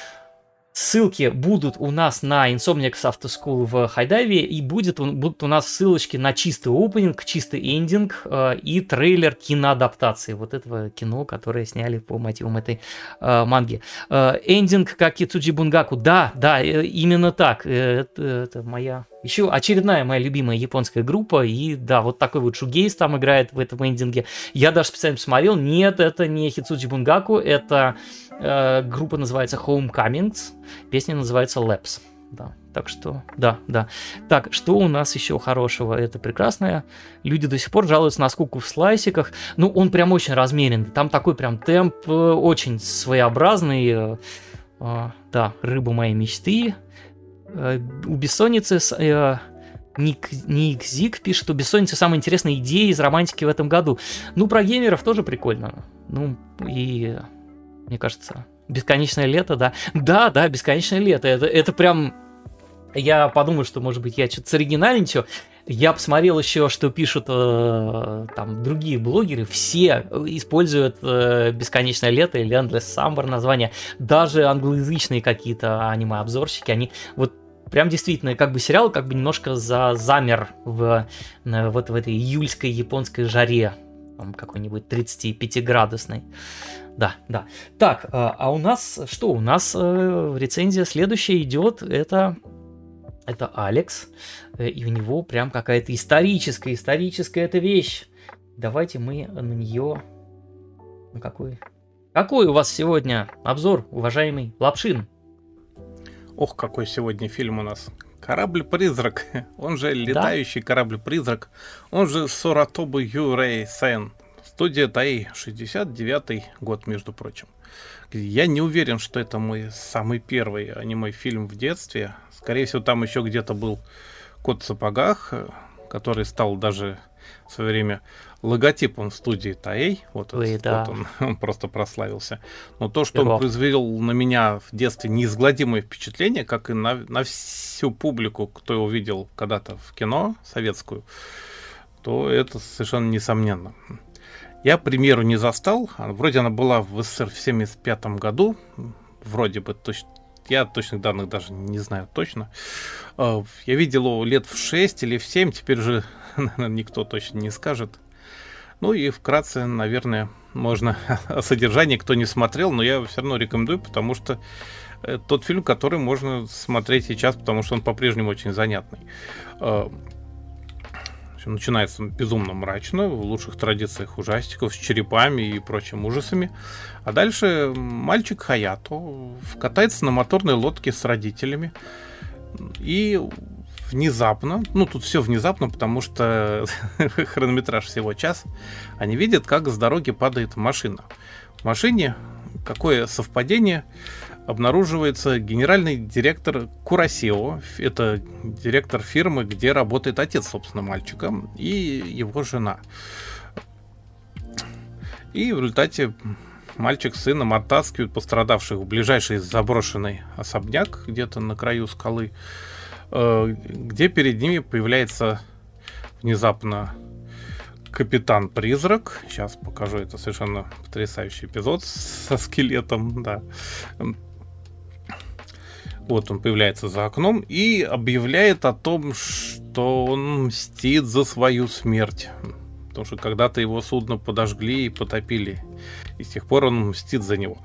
Speaker 1: Ссылки будут у нас на Insomniacs After School в хайдайве, и будет, будут у нас ссылочки на чистый опенинг, чистый эндинг э, и трейлер киноадаптации вот этого кино, которое сняли по мотивам этой э, манги. Э, эндинг как Кицуджи Бунгаку, да, да, э, именно так. Э, это, это моя... Еще очередная моя любимая японская группа, и да, вот такой вот шугейс там играет в этом эндинге. Я даже специально посмотрел, нет, это не Хицуджи Бунгаку, это э, группа называется Homecomings, песня называется Lapse. Да, так что, да, да. Так, что у нас еще хорошего? Это прекрасное. Люди до сих пор жалуются на скуку в слайсиках. Ну, он прям очень размеренный, там такой прям темп э, очень своеобразный. Э, э, да, рыба моей мечты. У бессонницы э, Ник, Ник Зик пишет, у бессонницы самая интересная идея из романтики в этом году. Ну, про геймеров тоже прикольно. Ну, и мне кажется, бесконечное лето, да. Да, да, бесконечное лето. Это, это прям... Я подумал, что, может быть, я что-то соригинальничаю. Я посмотрел еще, что пишут э, там другие блогеры. Все используют э, «Бесконечное лето» или «Endless Summer» название. Даже англоязычные какие-то аниме-обзорщики, они вот прям действительно как бы сериал как бы немножко за, замер в, в, вот в этой июльской японской жаре. Там какой-нибудь тридцатипятиградусной. Да, да. Так, а, а у нас что? У нас э, рецензия следующая идет. Это... Это Алекс, и у него прям какая-то историческая, историческая эта вещь. Давайте мы на нее... Ну, какой? Какой у вас сегодня обзор, уважаемый Лапшин?
Speaker 2: Ох, какой сегодня фильм у нас. Корабль-призрак, он же летающий да? корабль-призрак, он же Соратобу Юрей Сен. Студия Таи, шестьдесят девятый год, между прочим. Я не уверен, что это мой самый первый аниме-фильм в детстве. Скорее всего, там еще где-то был «Кот в сапогах», который стал даже в свое время логотипом студии Таи. Вот, Ой, этот, да. вот он, он просто прославился. Но то, что Его. он произвел на меня в детстве неизгладимое впечатление, как и на, на всю публику, кто его видел когда-то в кино советскую, то это совершенно несомненно. Я премьеру не застал. Вроде она была в СССР в семьдесят пятом году. Вроде бы точно. Я точных данных даже не знаю точно. Я видел его лет в шесть или в семь. Теперь уже, наверное, никто точно не скажет. Ну и вкратце, наверное, можно о содержании, кто не смотрел, но я все равно рекомендую, потому что тот фильм, который можно смотреть сейчас, потому что он по-прежнему очень занятный. Начинается безумно мрачно, в лучших традициях ужастиков, с черепами и прочими ужасами. А дальше мальчик Хаято катается на моторной лодке с родителями. И внезапно, ну тут все внезапно, потому что хронометраж всего час, они видят, как с дороги падает машина. В машине, какое совпадение, обнаруживается генеральный директор Курасио. Это директор фирмы, где работает отец, собственно, мальчика, и его жена. И в результате мальчик с сыном оттаскивают пострадавших в ближайший заброшенный особняк, где-то на краю скалы, где перед ними появляется внезапно Капитан-призрак. Сейчас покажу, это совершенно потрясающий эпизод со скелетом, да. Вот он появляется за окном и объявляет о том, что он мстит за свою смерть. Потому что когда-то его судно подожгли и потопили. И с тех пор он мстит за него.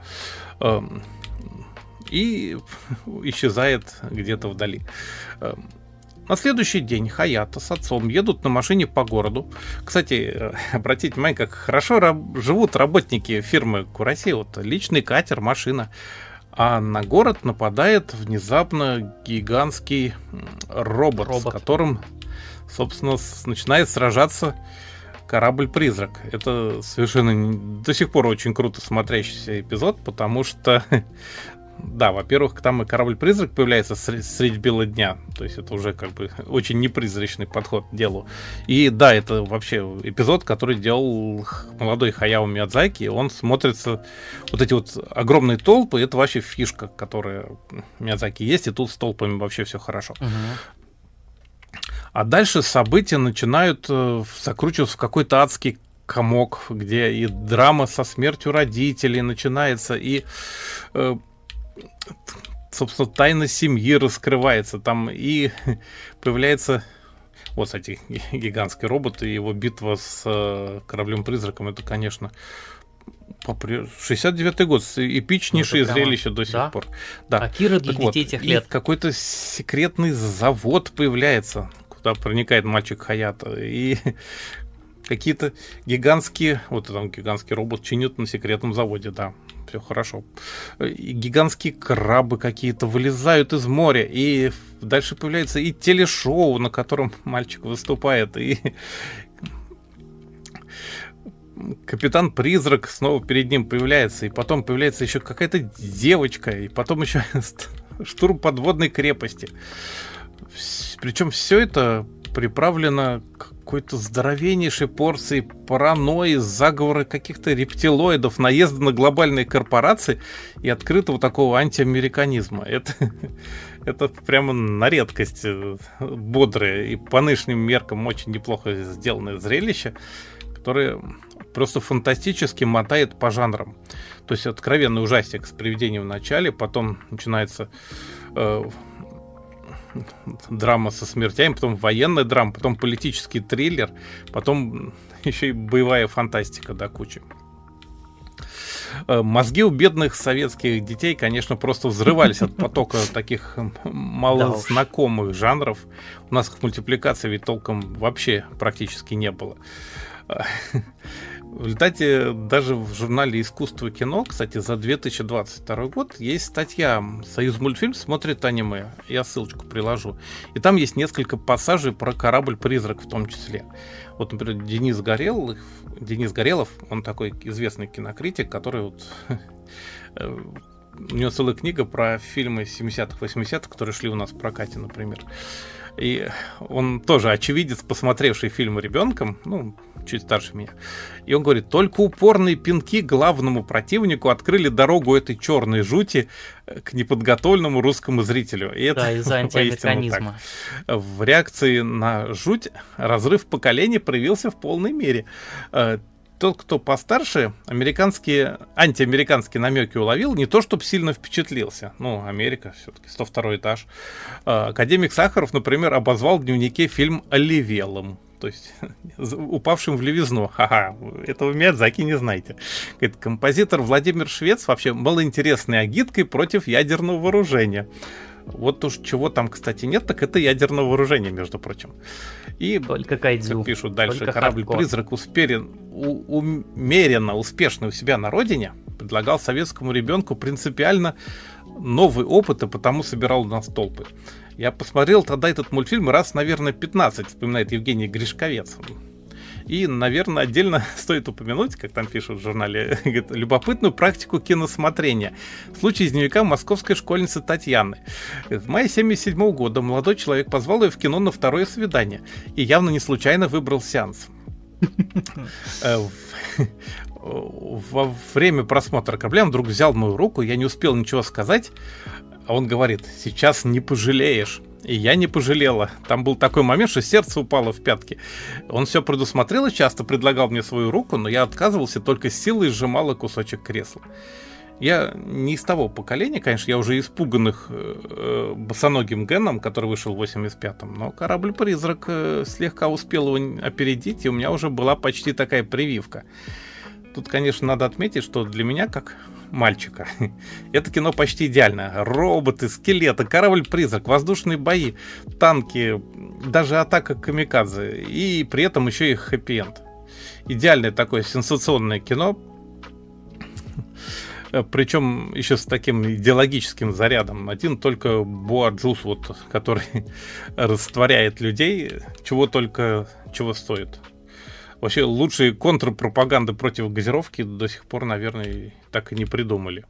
Speaker 2: И исчезает где-то вдали. На следующий день Хаято с отцом едут на машине по городу. Кстати, обратите внимание, как хорошо раб- живут работники фирмы Курасио. Личный катер, машина. А на город нападает внезапно гигантский робот, робот. с которым, собственно, с- начинает сражаться корабль-призрак. Это совершенно не- до сих пор очень круто смотрящийся эпизод, потому что, да, во-первых, там и корабль-призрак появляется средь, средь бела дня. То есть это уже как бы очень непризрачный подход к делу. И да, это вообще эпизод, который делал молодой Хаяо Миядзаки. Он смотрится... Вот эти вот огромные толпы, это вообще фишка, которая Миядзаки есть. И тут с толпами вообще все хорошо. Uh-huh. А дальше события начинают э, закручиваться в какой-то адский комок, где и драма со смертью родителей начинается, и... Э, собственно, тайна семьи раскрывается там, и появляется вот, кстати, гигантский робот и его битва с э, кораблем-призраком. Это, конечно, шестьдесят девятый год, эпичнейшее ну, зрелище прямо... до сих
Speaker 1: да?
Speaker 2: пор. Да.
Speaker 1: Акира для так детей вот, тех лет.
Speaker 2: Какой-то секретный завод появляется, куда проникает мальчик Хаято, и какие-то гигантские, вот там гигантский робот чинит на секретном заводе, да, все хорошо. И гигантские крабы какие-то вылезают из моря, и дальше появляется и телешоу, на котором мальчик выступает, и Капитан-призрак снова перед ним появляется, и потом появляется еще какая-то девочка, и потом еще штурм подводной крепости. Причем все это приправлено какой-то здоровеннейшей порцией паранойи, заговора каких-то рептилоидов, наезда на глобальные корпорации и открытого такого антиамериканизма. Это, это прямо на редкость бодрое и по нынешним меркам очень неплохо сделанное зрелище, которое просто фантастически мотает по жанрам. То есть откровенный ужастик с привидением в начале, потом начинается э, драма со смертями, потом военная драма, потом политический триллер, потом еще и боевая фантастика до кучи. Мозги у бедных советских детей, конечно, просто взрывались от потока таких малознакомых жанров. У нас их мультипликации ведь толком вообще практически не было. В результате даже в журнале «Искусство и кино», кстати, за две тысячи двадцать второй год есть статья «Союзмультфильм смотрит аниме». Я ссылочку приложу. И там есть несколько пассажей про корабль-призрак в том числе. Вот, например, Денис Горелов, Денис Горелов, он такой известный кинокритик, который вот... У него целая книга про фильмы семидесятых, восьмидесятых, которые шли у нас в прокате, например. И он тоже очевидец, посмотревший фильмы ребенком, ну, чуть старше меня. И он говорит, только упорные пинки главному противнику открыли дорогу этой черной жути к неподготовленному русскому зрителю. И это,
Speaker 1: да, из-за антиамериканизма.
Speaker 2: В реакции на жуть разрыв поколений проявился в полной мере. Тот, кто постарше, американские, антиамериканские намеки уловил, не то чтобы сильно впечатлился. Ну, Америка, все-таки сто второй этаж. Академик Сахаров, например, обозвал в дневнике фильм «Оливелым». то есть упавшим в левизну. Ха-ха, этого Миядзаки не знаете. Говорит, композитор Владимир Швец вообще был интересной агиткой против ядерного вооружения. Вот уж чего там, кстати, нет, так это ядерное вооружение, между прочим. И,
Speaker 1: только кайдзю,
Speaker 2: как пишут дальше,
Speaker 1: только
Speaker 2: корабль-призрак усперен, у, умеренно успешный у себя на родине, предлагал советскому ребенку принципиально новый опыт, и потому собирал нас толпы. Я посмотрел тогда этот мультфильм раз, наверное, пятнадцать, вспоминает Евгений Гришковец. И, наверное, отдельно стоит упомянуть, как там пишут в журнале, любопытную практику киносмотрения. Случай из дневника московской школьницы Татьяны. В мае семьдесят седьмого года молодой человек позвал ее в кино на второе свидание. И явно не случайно выбрал сеанс. Во время просмотра корабля он вдруг взял мою руку, я не успел ничего сказать, а он говорит: сейчас не пожалеешь. И я не пожалела. Там был такой момент, что сердце упало в пятки. Он все предусмотрел и часто предлагал мне свою руку, но я отказывался, только с силой сжимала кусочек кресла. Я не из того поколения, конечно, я уже испуганных э, босоногим Геном, который вышел в восемьдесят пятом, но корабль-призрак э, слегка успел его опередить, и у меня уже была почти такая прививка. Тут, конечно, надо отметить, что для меня, как мальчика, это кино почти идеальное. Роботы, скелеты, корабль-призрак, воздушные бои, танки, даже атака камикадзе. И при этом еще и хэппи-энд. Идеальное такое сенсационное кино. Причем еще с таким идеологическим зарядом. Один только Боа-Джус, вот, который растворяет людей, чего только чего стоит. Вообще, лучшие контрпропаганды против газировки до сих пор, наверное, так и не придумали.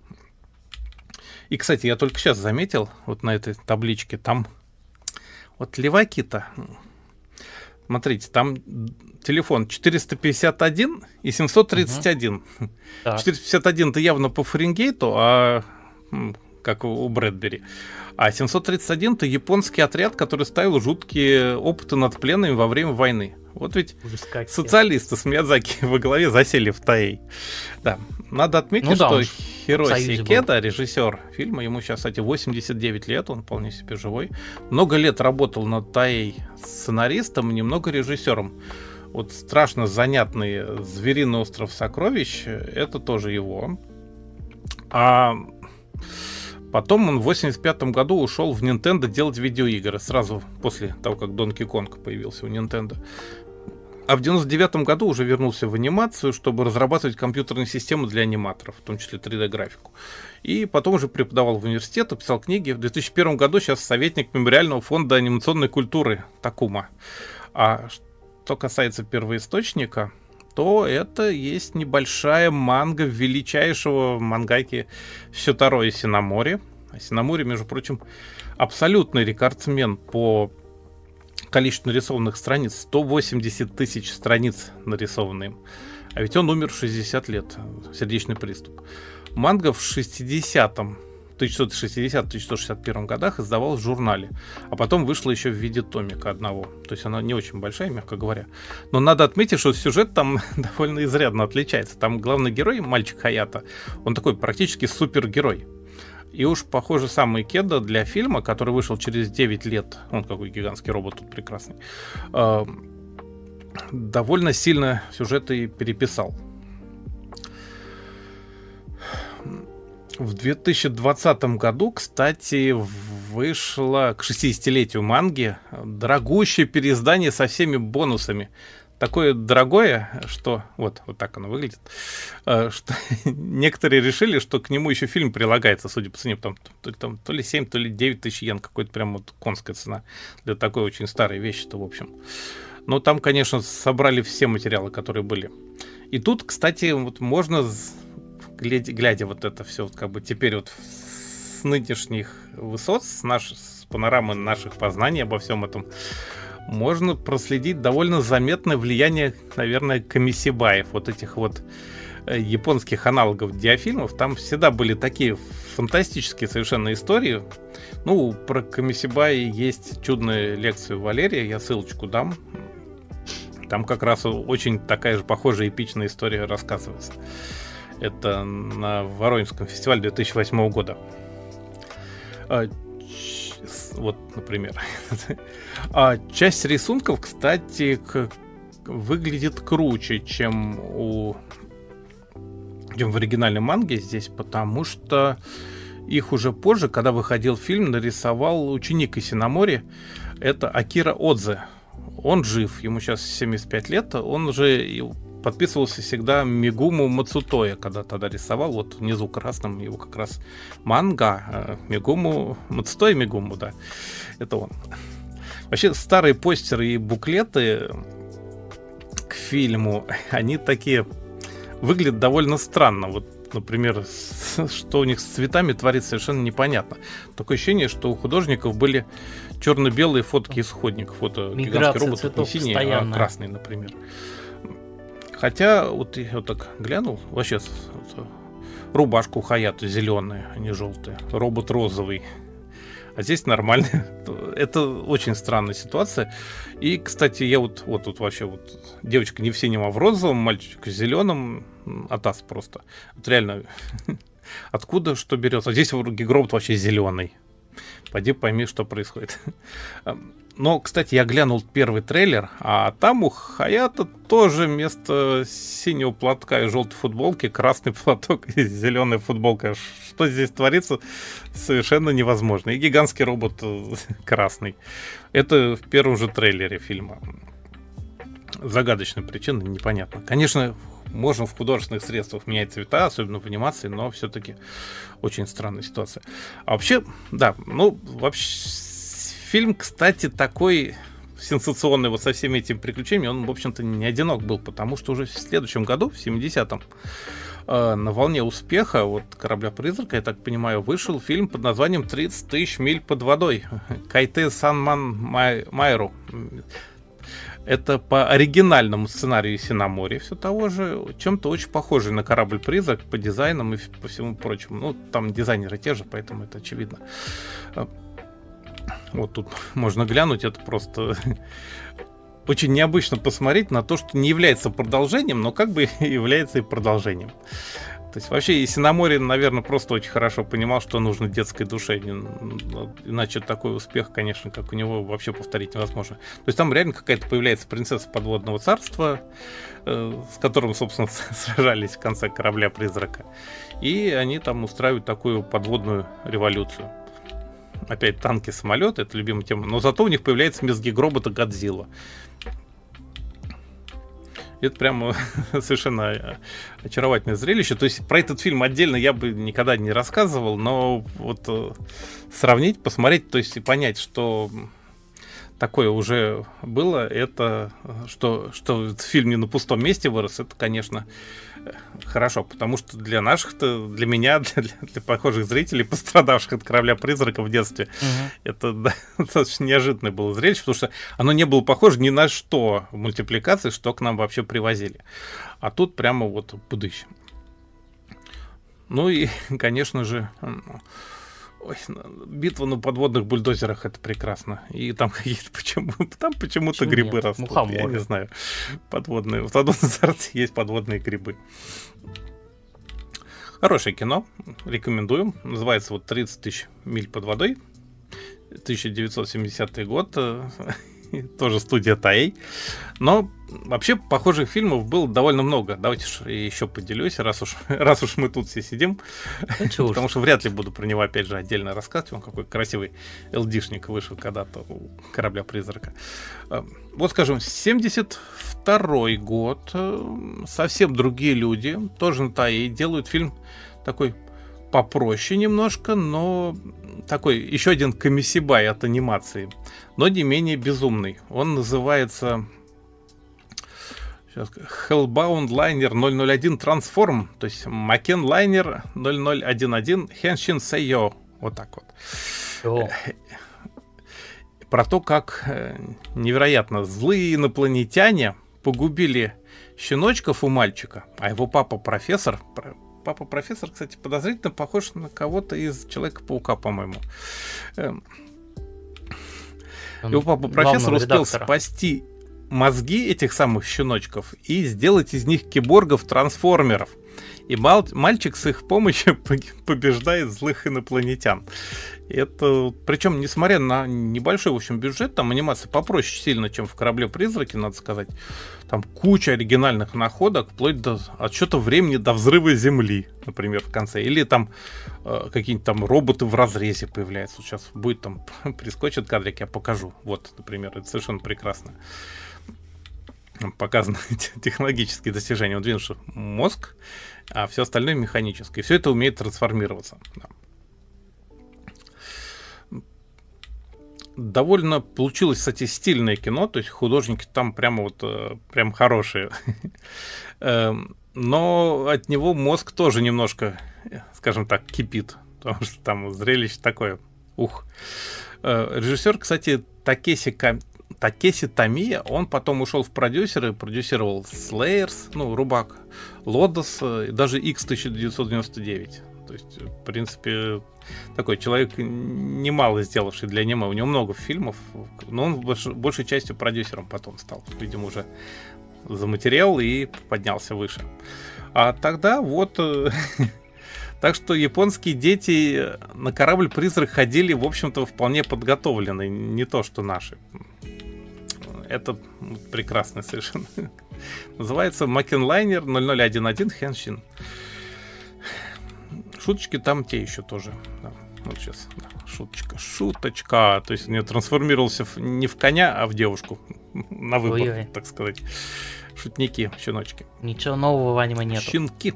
Speaker 2: И, кстати, я только сейчас заметил, вот на этой табличке, там вот леваки-то, смотрите, там телефон четыреста пятьдесят один и семьсот тридцать один. Угу. четыреста пятьдесят один-то явно по Фаренгейту, а как у Брэдбери. А семьсот тридцать один-то японский отряд, который ставил жуткие опыты над пленными во время войны. Вот ведь социалисты с Миядзаки во главе засели в Таэй. Да, надо отметить, ну, да, что Хироси Икеда, режиссер фильма, ему сейчас, кстати, восемьдесят девять лет, он вполне себе живой. Много лет работал над Таэй сценаристом, немного режиссером. Вот страшно занятный «Звериный остров сокровищ» — это тоже его. А потом он в восемьдесят пятом году ушел в Nintendo делать видеоигры, сразу после того, как Donkey Kong появился у Nintendo. А в девяносто девятом году уже вернулся в анимацию, чтобы разрабатывать компьютерные системы для аниматоров, в том числе три дэ-графику. И потом уже преподавал в университете, писал книги. В две тысячи первом году сейчас советник Мемориального фонда анимационной культуры Такума. А что касается первоисточника, то это есть небольшая манга величайшего мангаки Сётаро Синамори. Синамори, между прочим, абсолютный рекордсмен по количеству нарисованных страниц. сто восемьдесят тысяч страниц нарисованы им. А ведь он умер в шестьдесят лет. Сердечный приступ. Манга в шестидесятом, тысяча девятьсот шестидесятом — тысяча девятьсот шестьдесят первом годах издавалась в журнале. А потом вышла еще в виде томика одного. То есть она не очень большая, мягко говоря. Но надо отметить, что сюжет там довольно изрядно отличается. Там главный герой, мальчик Хаята, он такой практически супергерой. И уж, похоже, сам Икеда для фильма, который вышел через девять лет, он какой гигантский робот тут прекрасный, э, довольно сильно сюжеты переписал. В две тысячи двадцатом году, кстати, вышло к шестидесятилетию манги дорогущее переиздание со всеми бонусами. Такое дорогое, что вот, вот так оно выглядит, что некоторые решили, что к нему еще фильм прилагается, судя по цене, там, то, там, то ли семь, то ли девять тысяч йен, какой-то прям вот конская цена для такой очень старой вещи-то, в общем. Но там, конечно, собрали все материалы, которые были. И тут, кстати, вот можно, глядя, глядя вот это все, вот как бы теперь вот с нынешних высот, с, наш, с панорамы наших познаний обо всем этом, можно проследить довольно заметное влияние, наверное, камисибаев, вот этих вот японских аналогов диафильмов. Там всегда были такие фантастические совершенно истории. Ну, про камисибаи есть чудная лекция Валерия, я ссылочку дам. Там как раз очень такая же похожая эпичная история рассказывается. Это на Воронежском фестивале две тысячи восьмого года. Вот, например. А часть рисунков, кстати, к- выглядит круче, чем у чем в оригинальной манге здесь, потому что их уже позже, когда выходил фильм, нарисовал ученик Исиномори. Это Акира Одзе. Он жив, ему сейчас семьдесят пять лет. Он уже и подписывался всегда Мегуму Мацутоя, когда тогда рисовал. Вот внизу красным его как раз манга. э, Мегуму Мацутой Мегуму, да. Это он. Вообще старые постеры и буклеты к фильму, они такие выглядят довольно странно. Вот, например, с- что у них с цветами творится, совершенно непонятно. Такое ощущение, что у художников были черно-белые фотки исходников. Вот э, гигантский
Speaker 1: Миграция
Speaker 2: робот, это не
Speaker 1: цветов
Speaker 2: синий, а
Speaker 1: постоянная.
Speaker 2: красный, например. Хотя, вот я вот так глянул, вообще с- вот, рубашка у Хаято зеленая, а не желтая. Робот розовый. А здесь нормально. Это очень странная ситуация. И, кстати, я вот, вот тут вообще вот девочка не в синем, а в розовом, мальчик в зеленом. Атас просто. Вот реально, откуда что берется? А здесь гигробот вообще зеленый. Пойди пойми, что происходит. Но, кстати, я глянул первый трейлер, а там у Хаято тоже вместо синего платка и желтой футболки красный платок и зеленая футболка. Что здесь творится, совершенно невозможно. И гигантский робот э, красный. Это в первом же трейлере фильма. Загадочная причина, непонятно. Конечно, можно в художественных средствах менять цвета, особенно в анимации, но все-таки очень странная ситуация. А вообще, да, ну, вообще, фильм, кстати, такой сенсационный вот со всеми этими приключениями, он, в общем-то, не одинок был, потому что уже в следующем году, в семидесятом, э, на волне успеха вот «Корабля-призрака», я так понимаю, вышел фильм под названием «тридцать тысяч миль под водой». Кайте Санман Май- Майру. Это по оригинальному сценарию Исиномори, все того же, чем-то очень похожий на «Корабль-призрак» по дизайнам и по всему прочему. Ну, там дизайнеры те же, поэтому это очевидно. Вот тут можно глянуть, это просто очень необычно посмотреть на то, что не является продолжением, но как бы является и продолжением. То есть вообще Исиномори, наверное, просто очень хорошо понимал, что нужно детской душе. Иначе такой успех, конечно, как у него, вообще повторить невозможно. То есть там реально какая-то появляется принцесса подводного царства, э, с которым, собственно, сражались в конце «Корабля-призрака». И они там устраивают такую подводную революцию. Опять танки, самолеты, это любимая тема. Но зато у них появляется вместо гигробота Годзилла. Это прямо совершенно очаровательное зрелище. То есть про этот фильм отдельно я бы никогда не рассказывал, но вот э, сравнить, посмотреть, то есть и понять, что такое уже было, это что, что этот фильм не на пустом месте вырос, это, конечно, хорошо, потому что для наших-то, для меня, для, для похожих зрителей, пострадавших от «Корабля-призрака» в детстве, uh-huh. это да, достаточно неожиданное было зрелище, потому что оно не было похоже ни на что в мультипликации, что к нам вообще привозили. А тут прямо вот будущее. Ну и, конечно же, ой, битва на подводных бульдозерах — это прекрасно. И там какие-то почему, там почему-то Почему грибы нет? растут. Мухоморы. Я не знаю. Подводные. В подводном царстве есть подводные грибы. Хорошее кино. Рекомендуем. Называется вот «тридцать тысяч миль под водой». тысяча девятьсот семидесятый год. Тоже студия Таэй. Но вообще похожих фильмов было довольно много. Давайте еще поделюсь, раз уж, раз уж мы тут все сидим. Ну, потому что вряд ли буду про него опять же отдельно рассказывать. Он какой красивый эл ди-шник вышел когда-то у «Корабля-призрака». Вот, скажем, семьдесят второй год. Совсем другие люди, тоже на Таэй, делают фильм такой попроще немножко, но такой еще один комиссибай от анимации, но не менее безумный. Он называется сейчас, Hellbound Liner ноль ноль один Transform, то есть Макен Лайнер ноль ноль один один Henshin Seiyo. Вот так вот. О. Про то, как невероятно злые инопланетяне погубили щеночков у мальчика, а его папа профессор. Папа профессор, кстати, подозрительно похож на кого-то из Человека-паука, по-моему. Его папа профессор успел редактора. спасти мозги этих самых щеночков и сделать из них киборгов-трансформеров. И мал- мальчик с их помощью побеждает злых инопланетян. Это, причем, несмотря на небольшой, в общем, бюджет, там анимация попроще сильно, чем в «Корабле-призраке», надо сказать. Там куча оригинальных находок, вплоть до отсчета времени до взрыва Земли, например, в конце. Или там э, какие-нибудь там роботы в разрезе появляются. Вот сейчас будет там, прискочит кадрик, я покажу. Вот, например, это совершенно прекрасно. Показаны технологические достижения. Вот видишь, мозг, а все остальное механическое. И все это умеет трансформироваться. Да. Довольно получилось, кстати, стильное кино, то есть художники там прямо вот прям хорошие. Но от него мозг тоже немножко, скажем так, кипит, потому что там зрелище такое. Ух. Режиссер, кстати, Такеси Такеси Тамия, он потом ушел в продюсеры, продюсировал Slayers, ну, Рубак, Лодос и даже X тысяча девятьсот девяносто девять. То есть, в принципе, такой человек немало сделавший для аниме. У него много фильмов, но он больш, большей частью продюсером потом стал. Видимо, уже заматериал и поднялся выше. А тогда вот... Так что японские дети на корабль-призрак ходили, в общем-то, вполне подготовленные. Не то, что наши. Это прекрасно совершенно. Называется Макенлайнер ноль ноль один один Хеншин. Шуточки там те еще тоже. Да. Вот сейчас. Да. Шуточка. Шуточка. То есть он трансформировался в, не в коня, а в девушку. На выбор, Ой-ой. так сказать. Шутники, щеночки.
Speaker 1: Ничего нового в аниме нету.
Speaker 2: Щенки.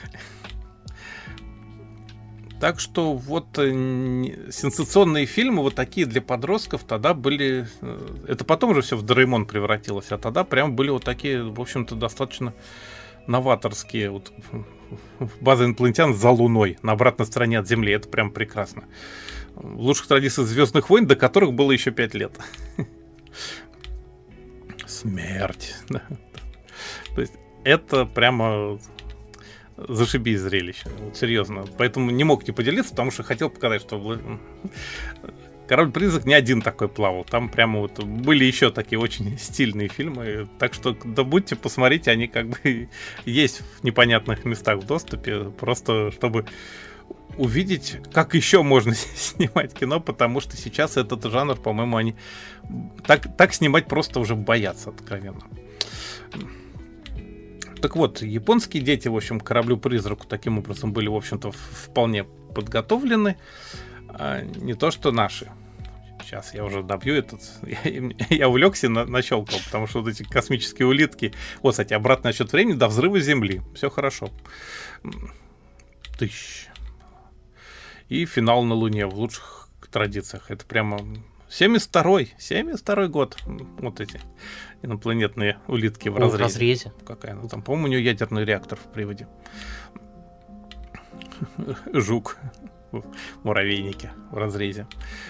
Speaker 2: Так что вот э, сенсационные фильмы вот такие для подростков тогда были... Э, это потом уже все в Дораэмон превратилось, а тогда прям были вот такие, в общем-то, достаточно новаторские. Вот, база инопланетян за Луной, на обратной стороне от Земли. Это прям прекрасно. В лучших традициях «Звездных войн», до которых было еще пять лет. Смерть. То есть это прямо... Зашибись зрелище, вот, серьезно. Поэтому не мог не поделиться, потому что хотел показать, что «Корабль-призрак» не один такой плавал. Там прямо вот были еще такие очень стильные фильмы. Так что добудьте, посмотрите, они как бы есть в непонятных местах в доступе. Просто чтобы увидеть, как еще можно снимать кино, потому что сейчас этот жанр, по-моему, они так, так снимать просто уже боятся, откровенно. Так вот, японские дети, в общем, к «Кораблю-призраку» таким образом были, в общем-то, вполне подготовлены. А не то, что наши. Сейчас я уже добью этот... Я, я увлекся, на, нащелкал, потому что вот эти космические улитки... Вот, кстати, обратный отсчет времени до взрыва Земли. Все хорошо. Тысяч. И финал на Луне в лучших традициях. Это прямо... семьдесят второй. семьдесят второй год. Вот эти инопланетные улитки в, О, разрезе. в разрезе. Какая? Ну, там, по-моему, у нее ядерный реактор в приводе. Жук в муравейнике в разрезе.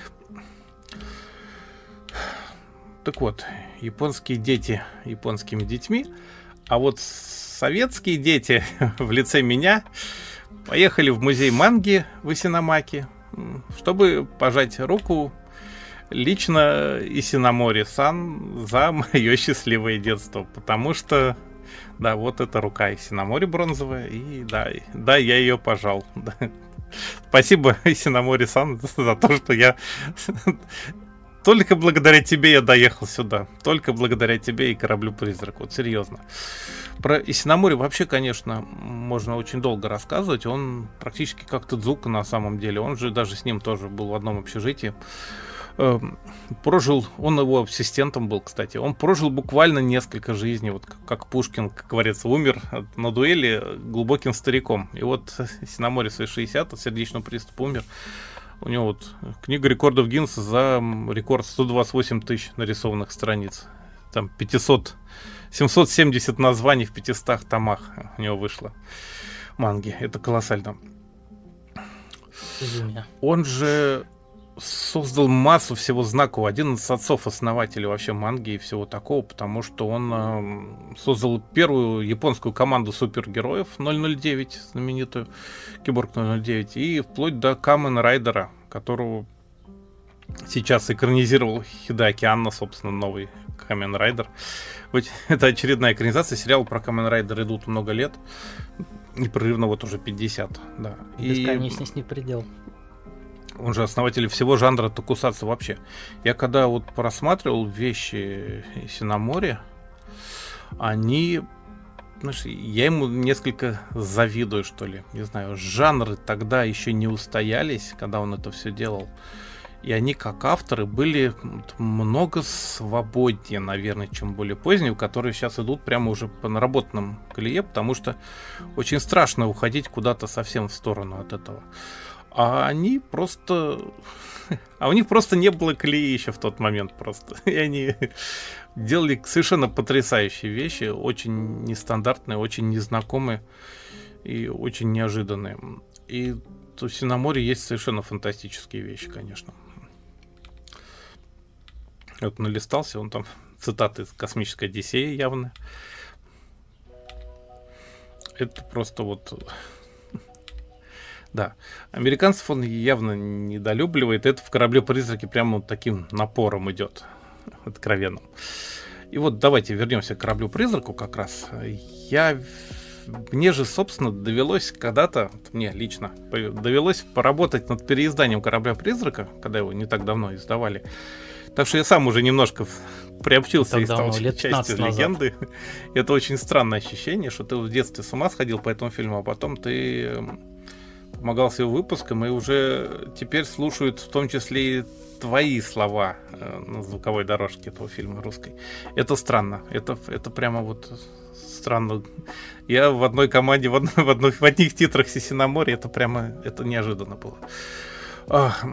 Speaker 2: Так вот, японские дети японскими детьми, а вот советские дети в лице меня поехали в музей манги в Исиномаки, чтобы пожать руку лично Исиномори-сан за мое счастливое детство, потому что, да, вот эта рука Исиномори бронзовая, и да, да, я ее пожал. Да. Спасибо, Исиномори-сан, за то, что я... Только благодаря тебе я доехал сюда. Только благодаря тебе и «Кораблю-призрак». Вот серьезно. Про Исиномори вообще, конечно, можно очень долго рассказывать. Он практически как Тедзука на самом деле. Он же даже с ним тоже был в одном общежитии. Прожил, он его ассистентом был, кстати. Он прожил буквально несколько жизней. Вот как Пушкин, как говорится, умер на дуэли глубоким стариком. И вот Исиномори в свои шестьдесят от сердечного приступа умер. У него вот книга рекордов Гиннесса за рекорд сто двадцать восемь тысяч нарисованных страниц. Там пятьсот, семьсот семьдесят названий в пятистах томах у него вышло манги. Это колоссально. Он же создал массу всего знакового. Один из отцов-основателей вообще манги и всего такого, потому что он э, создал первую японскую команду супергероев ноль ноль девять, знаменитую Киборг ноль ноль девять, и вплоть до Камен Райдера, которого сейчас экранизировал Хидэаки Анно, собственно, новый Камен Райдер. Вот это очередная экранизация. Сериалы про Камен Райдер идут много лет. Непрерывно вот уже пятьдесят. Да.
Speaker 1: Бесконечность не предел.
Speaker 2: Он же основатель всего жанра токусацу вообще. Я когда вот просматривал вещи Синамори, они... Знаешь, я ему несколько завидую, что ли. Не знаю, жанры тогда еще не устоялись, когда он это все делал. И они, как авторы, были много свободнее, наверное, чем более поздние, которые сейчас идут прямо уже по наработанным колее, потому что очень страшно уходить куда-то совсем в сторону от этого. А они просто... А у них просто не было колеи еще в тот момент просто. И они делали совершенно потрясающие вещи, очень нестандартные, очень незнакомые и очень неожиданные. И у Синамори есть совершенно фантастические вещи, конечно. Вот налистался, он там цитаты из «Космической Одиссеи» явно. Это просто вот... Да, американцев он явно недолюбливает. Это в «Корабле-призраке» прямо вот таким напором идет, откровенным. И вот давайте вернемся к «Кораблю-призраку» как раз. Я... Мне же, собственно, довелось когда-то, мне лично, довелось поработать над переизданием «Корабля-призрака», когда его не так давно издавали. Так что я сам уже немножко приобщился и стал частью легенды. Это очень странное ощущение, что ты в детстве с ума сходил по этому фильму, а потом ты помогал с его выпуском, и уже теперь слушают в том числе и твои слова на звуковой дорожке этого фильма русской. Это странно. Это, это прямо вот странно. Я в одной команде, в, одной, в, одной, в одних титрах Сисинамори, это прямо, это неожиданно было. Ах.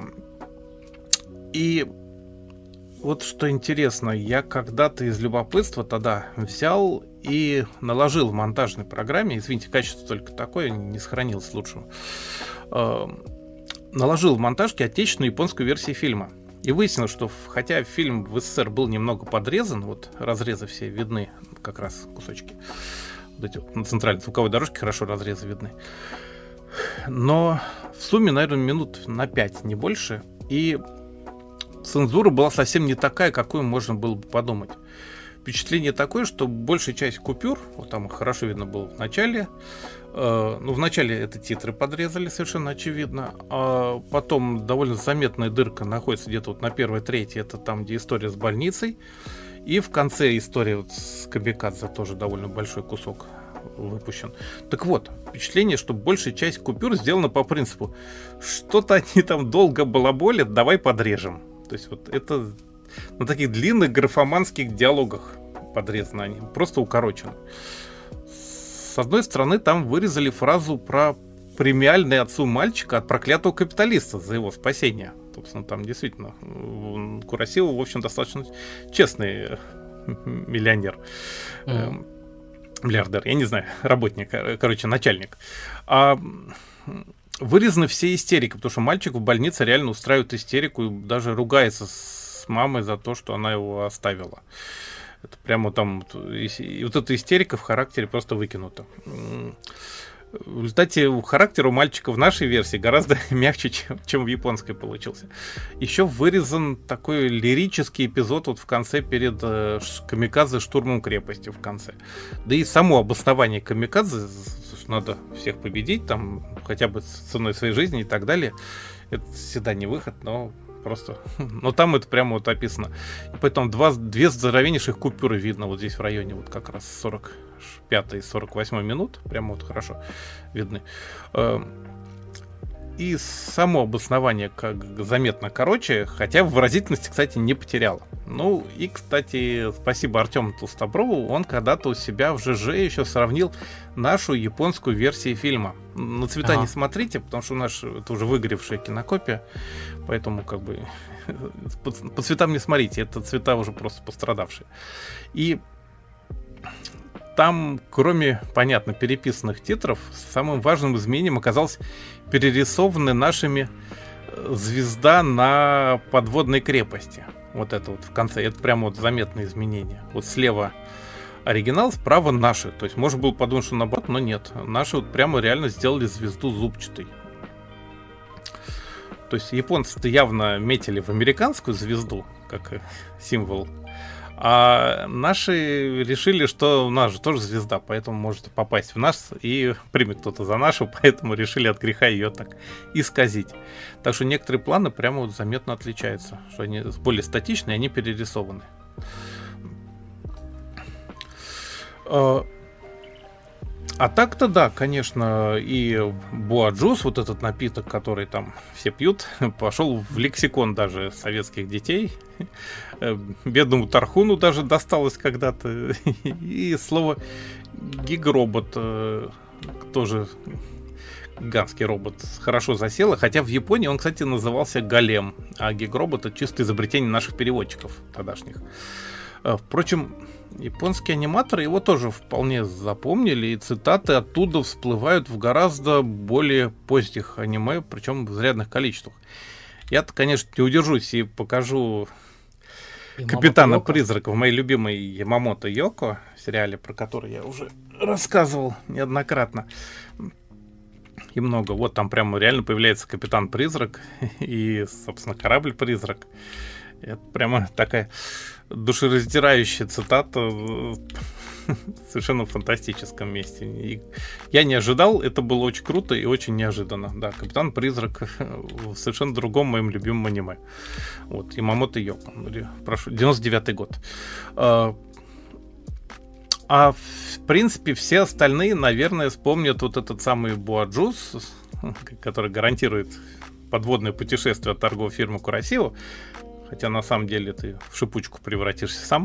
Speaker 2: И вот что интересно, я когда-то из любопытства тогда взял и наложил в монтажной программе, извините, качество только такое, не сохранилось лучшего, э, наложил в монтажке отечественную японскую версию фильма. И выяснилось, что хотя фильм в СССР был немного подрезан, вот разрезы все видны, как раз кусочки, вот эти вот на центральной звуковой дорожке хорошо разрезы видны, но в сумме, наверное, минут на пять, не больше, и цензура была совсем не такая, какую можно было бы подумать. Впечатление такое, что большая часть купюр, вот там хорошо видно было в начале, э, ну в начале это титры подрезали, совершенно очевидно, а потом довольно заметная дырка находится где-то вот на первой трети, это там, где история с больницей, и в конце история вот с Камикадзе тоже довольно большой кусок выпущен. Так вот, впечатление, что большая часть купюр сделана по принципу, что-то они там долго балаболят, давай подрежем. То есть вот это на таких длинных графоманских диалогах подрезаны они, просто укорочены. С одной стороны, там вырезали фразу про премиальный отцу мальчика от проклятого капиталиста за его спасение. Собственно, там действительно Куросава, в общем, достаточно честный миллионер. Mm. Миллиардер, я не знаю, работник, короче, начальник. А вырезаны все истерики, потому что мальчик в больнице реально устраивает истерику и даже ругается с мамой за то, что она его оставила. Это прямо там... И вот эта истерика в характере просто выкинута. В результате характер у мальчика в нашей версии гораздо мягче, чем, чем в японской получился. Еще вырезан такой лирический эпизод вот в конце перед э, Камикадзе штурмом крепости в конце. Да и само обоснование Камикадзе, что надо всех победить, там хотя бы ценой своей жизни и так далее, это всегда не выход, но просто... Но там это прямо вот описано. И поэтому два, две здоровеннейших купюры видно вот здесь в районе, вот как раз сорок пятой и сорок восьмой минут, прямо вот хорошо видны. И само обоснование как заметно короче, хотя в выразительности, кстати, не потеряло. Ну и, кстати, спасибо Артему Толстоброву, он когда-то у себя в ЖЖ еще сравнил нашу японскую версию фильма. На цвета ага. не смотрите, потому что у нас это уже выгоревшая кинокопия, поэтому как бы по, по цветам не смотрите, это цвета уже просто пострадавшие. И там, кроме, понятно, переписанных титров, самым важным изменением оказалось перерисованная нашими звезда на подводной крепости. Вот это вот в конце. Это прямо вот заметное изменение. Вот слева оригинал, справа наши. То есть можно было подумать, что наоборот, но нет. Наши вот прямо реально сделали звезду зубчатой. То есть японцы-то явно метили в американскую звезду, как символ. А наши решили, что у нас же тоже звезда, поэтому может попасть в нас, и примет кто-то за нашу, поэтому решили от греха ее так исказить. Так что некоторые планы прямо вот заметно отличаются, что они более статичные, они перерисованы. А так-то да, конечно, и буаджус, вот этот напиток, который там все пьют, пошел в лексикон даже советских детей. Бедному Тархуну даже досталось когда-то. И слово гигробот тоже, гигантский робот, хорошо засело. Хотя в Японии он, кстати, назывался голем, а гигробот — это чисто изобретение наших переводчиков тогдашних. Впрочем, японские аниматоры его тоже вполне запомнили, и цитаты оттуда всплывают в гораздо более поздних аниме, причем в изрядных количествах. Я-то, конечно, не удержусь и покажу и Капитана-призрака в моей любимой Ямамото Йоко, в сериале, про который я уже рассказывал неоднократно. И много. Вот там прямо реально появляется Капитан-призрак и, собственно, корабль-призрак. Это прямо такая душераздирающая цитата в совершенно фантастическом месте. И я не ожидал, это было очень круто и очень неожиданно. Да, Капитан-призрак в совершенно другом моем любимом аниме. Вот, Ямамото Йоко, прошу, девяносто девятый год. А, а в принципе все остальные, наверное, вспомнят вот этот самый буаджус, который гарантирует подводное путешествие от торговой фирмы Куросио. Хотя на самом деле ты в шипучку превратишься сам,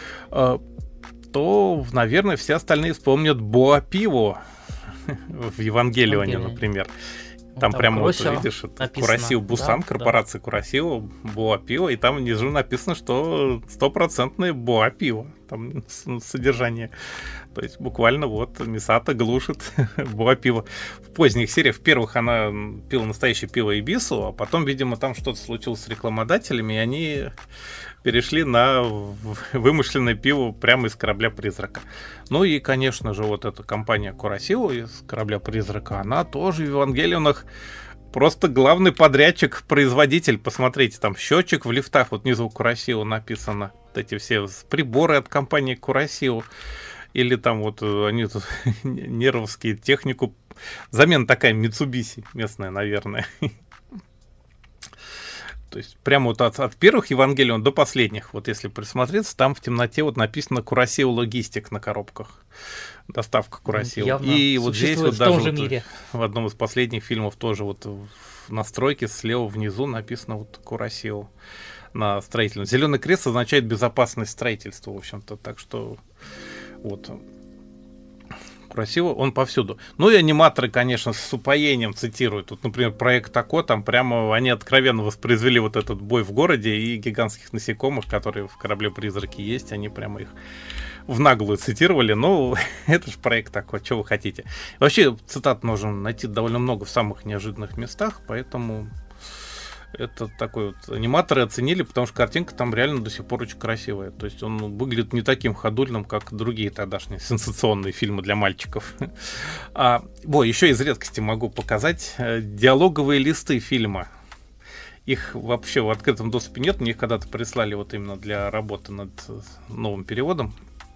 Speaker 2: то, наверное, все остальные вспомнят Боа-пиво в Евангелионе, например. Там, там прямо вот видишь, Куросио Бусан, да, корпорация да. Куросио, Боа-пиво, и там внизу написано, что стопроцентное Боа-пиво, там содержание. То есть буквально вот Мисато глушит Боа-пиво. В поздних сериях, в первых она пила настоящее пиво Ибису, а потом, видимо, там что-то случилось с рекламодателями, и они перешли на вымышленное пиво прямо из корабля-призрака. Ну и, конечно же, вот эта компания Куросио из корабля-призрака, она тоже в Евангелионах просто главный подрядчик, производитель. Посмотрите, там счетчик в лифтах, вот внизу Куросио написано. Вот эти все приборы от компании Куросио. Или там вот они тут нервовские технику. Замена такая Mitsubishi местная, наверное. То есть прямо вот от, от первых Евангелион до последних, вот если присмотреться, там в темноте вот написано Куросио Логистик на коробках. Доставка Куросио. И вот здесь вот даже вот в одном из последних фильмов тоже вот в настройке слева внизу написано вот Куросио на строительном. Зеленый крест означает безопасность строительства, в общем-то. Так что вот Куросио, он повсюду. Ну и аниматоры, конечно, с упоением цитируют. Вот, например, проект Тако, там прямо они откровенно воспроизвели вот этот бой в городе и гигантских насекомых, которые в корабле-призраке есть, они прямо их в наглую цитировали. Ну, это же проект Тако, что вы хотите. Вообще, цитат можно найти довольно много в самых неожиданных местах, поэтому это такой вот аниматоры оценили, потому что картинка там реально до сих пор очень красивая. То есть он выглядит не таким ходульным, как другие тогдашние сенсационные фильмы для мальчиков. А, во, еще из редкости могу показать диалоговые листы фильма. Их вообще в открытом доступе нет, мне их когда-то прислали вот именно для работы над новым переводом.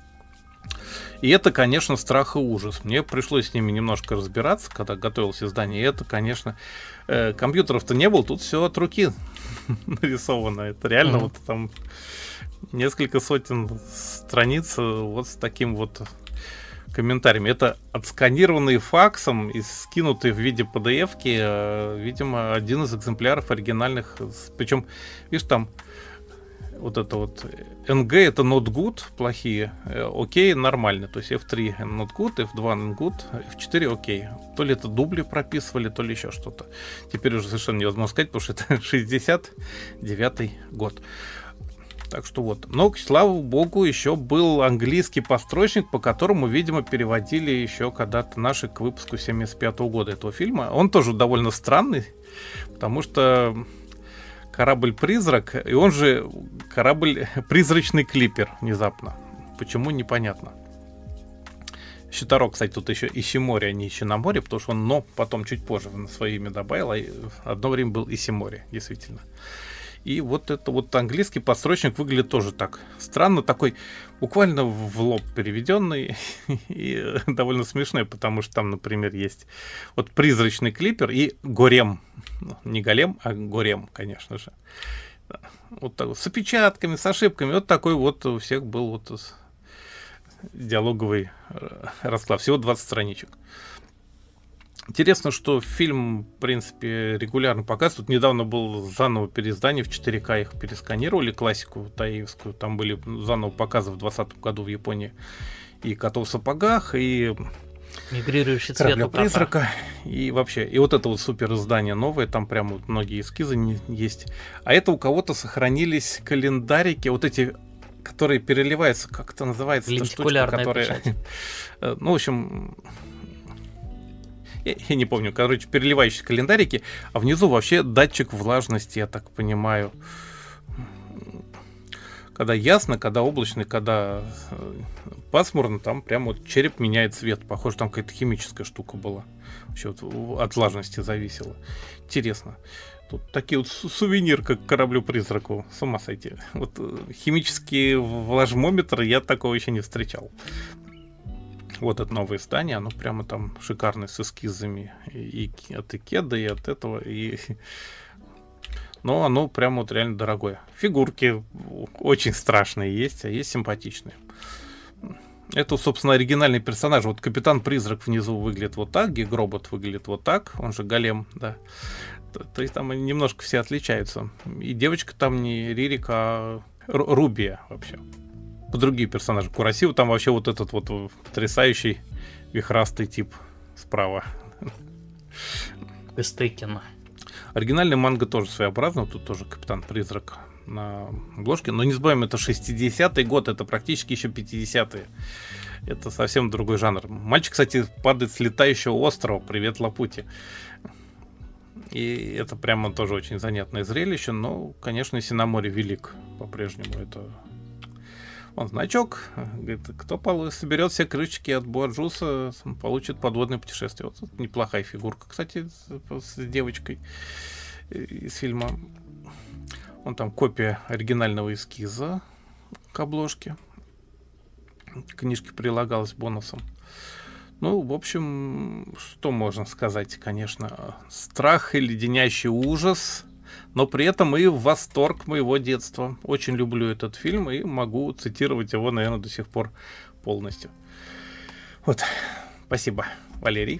Speaker 2: И это, конечно, страх и ужас. Мне пришлось с ними немножко разбираться, когда готовилось издание. И это, конечно, э, компьютеров-то не было, тут все от руки нарисовано. Это реально mm-hmm. вот там несколько сотен страниц вот с таким вот комментариями. Это отсканированные факсом и скинутые в виде пи ди эф-ки, э, видимо, один из экземпляров оригинальных. Причем, видишь, там вот это вот эн джи это not good, плохие, окей, okay, нормально. То есть эф три not good, эф два not good, эф четыре окей. Okay. То ли это дубли прописывали, то ли еще что-то. Теперь уже совершенно невозможно сказать, потому что это шестьдесят девятый год. Так что вот. Но, слава богу, еще был английский построчник, по которому, видимо, переводили еще когда-то наши к выпуску семьдесят пятого года этого фильма. Он тоже довольно странный, потому что корабль-призрак, и он же корабль-призрачный клипер внезапно. Почему, непонятно. Щитаро, кстати, тут еще Исимори, а не Ищиномори, потому что он но потом чуть позже на свое имя добавил, а одно время был Исимори, действительно. И вот это вот английский подстрочник выглядит тоже так странно, такой буквально в лоб переведенный и довольно смешной, потому что там, например, есть вот призрачный клипер и горем. Не голем, а горем, конечно же. Вот так вот, с опечатками, с ошибками. Вот такой вот у всех был вот диалоговый расклад. Всего двадцать страничек. Интересно, что фильм, в принципе, регулярно показывают. Тут недавно было заново переиздание в четыре ка, их пересканировали, классику таивскую. Там были заново показы в двадцатом году в Японии. И «Котов в сапогах», и
Speaker 1: «Мигрирующий цвет у
Speaker 2: призрака», и вообще. И вот это вот супер издание новое, там прям вот многие эскизы не, есть. А это у кого-то сохранились календарики, вот эти, которые переливаются, как это называется, эта штучка, которая... Ну, в общем... Я, я не помню, короче, переливающиеся календарики, а внизу вообще датчик влажности, я так понимаю. Когда ясно, когда облачно, когда пасмурно, там прям вот череп меняет цвет. Похоже, там какая-то химическая штука была. Вообще вот от влажности зависело. Интересно. Тут такие вот сувенир, как кораблю-призраку. С ума сойти. Вот химический влажмометр я такого еще не встречал. Вот это новое издание, оно прямо там шикарное, с эскизами и, и от Икеда, и от этого, и... Но оно прямо вот реально дорогое. Фигурки очень страшные есть, а есть симпатичные. Это, собственно, оригинальный персонаж. Вот Капитан-призрак внизу выглядит вот так, Гигробот выглядит вот так, он же голем, да. То, то есть там они немножко все отличаются. И девочка там не Ририк, а Рубия вообще. Другие персонажи. Курасио там вообще вот этот вот потрясающий вихрастый тип справа.
Speaker 1: Эстекина.
Speaker 2: Оригинальный манга тоже своеобразный. Тут тоже Капитан-призрак на обложке. Но не забываем, это шестидесятый год, это практически еще пятидесятые. Это совсем другой жанр. Мальчик, кстати, падает с летающего острова. Привет, Лапути. И это прямо тоже очень занятное зрелище. Но, конечно, Синамори велик по-прежнему. Это... Он значок, говорит, кто соберет все крючки от Буаджуса, получит подводное путешествие. Вот тут неплохая фигурка, кстати, с, с девочкой из фильма. Он там копия оригинального эскиза к обложке. Книжке прилагалась бонусом. Ну, в общем, что можно сказать, конечно. Страх и леденящий ужас, но при этом и восторг моего детства. Очень люблю этот фильм и могу цитировать его, наверное, до сих пор полностью. Вот. Спасибо, Валерий.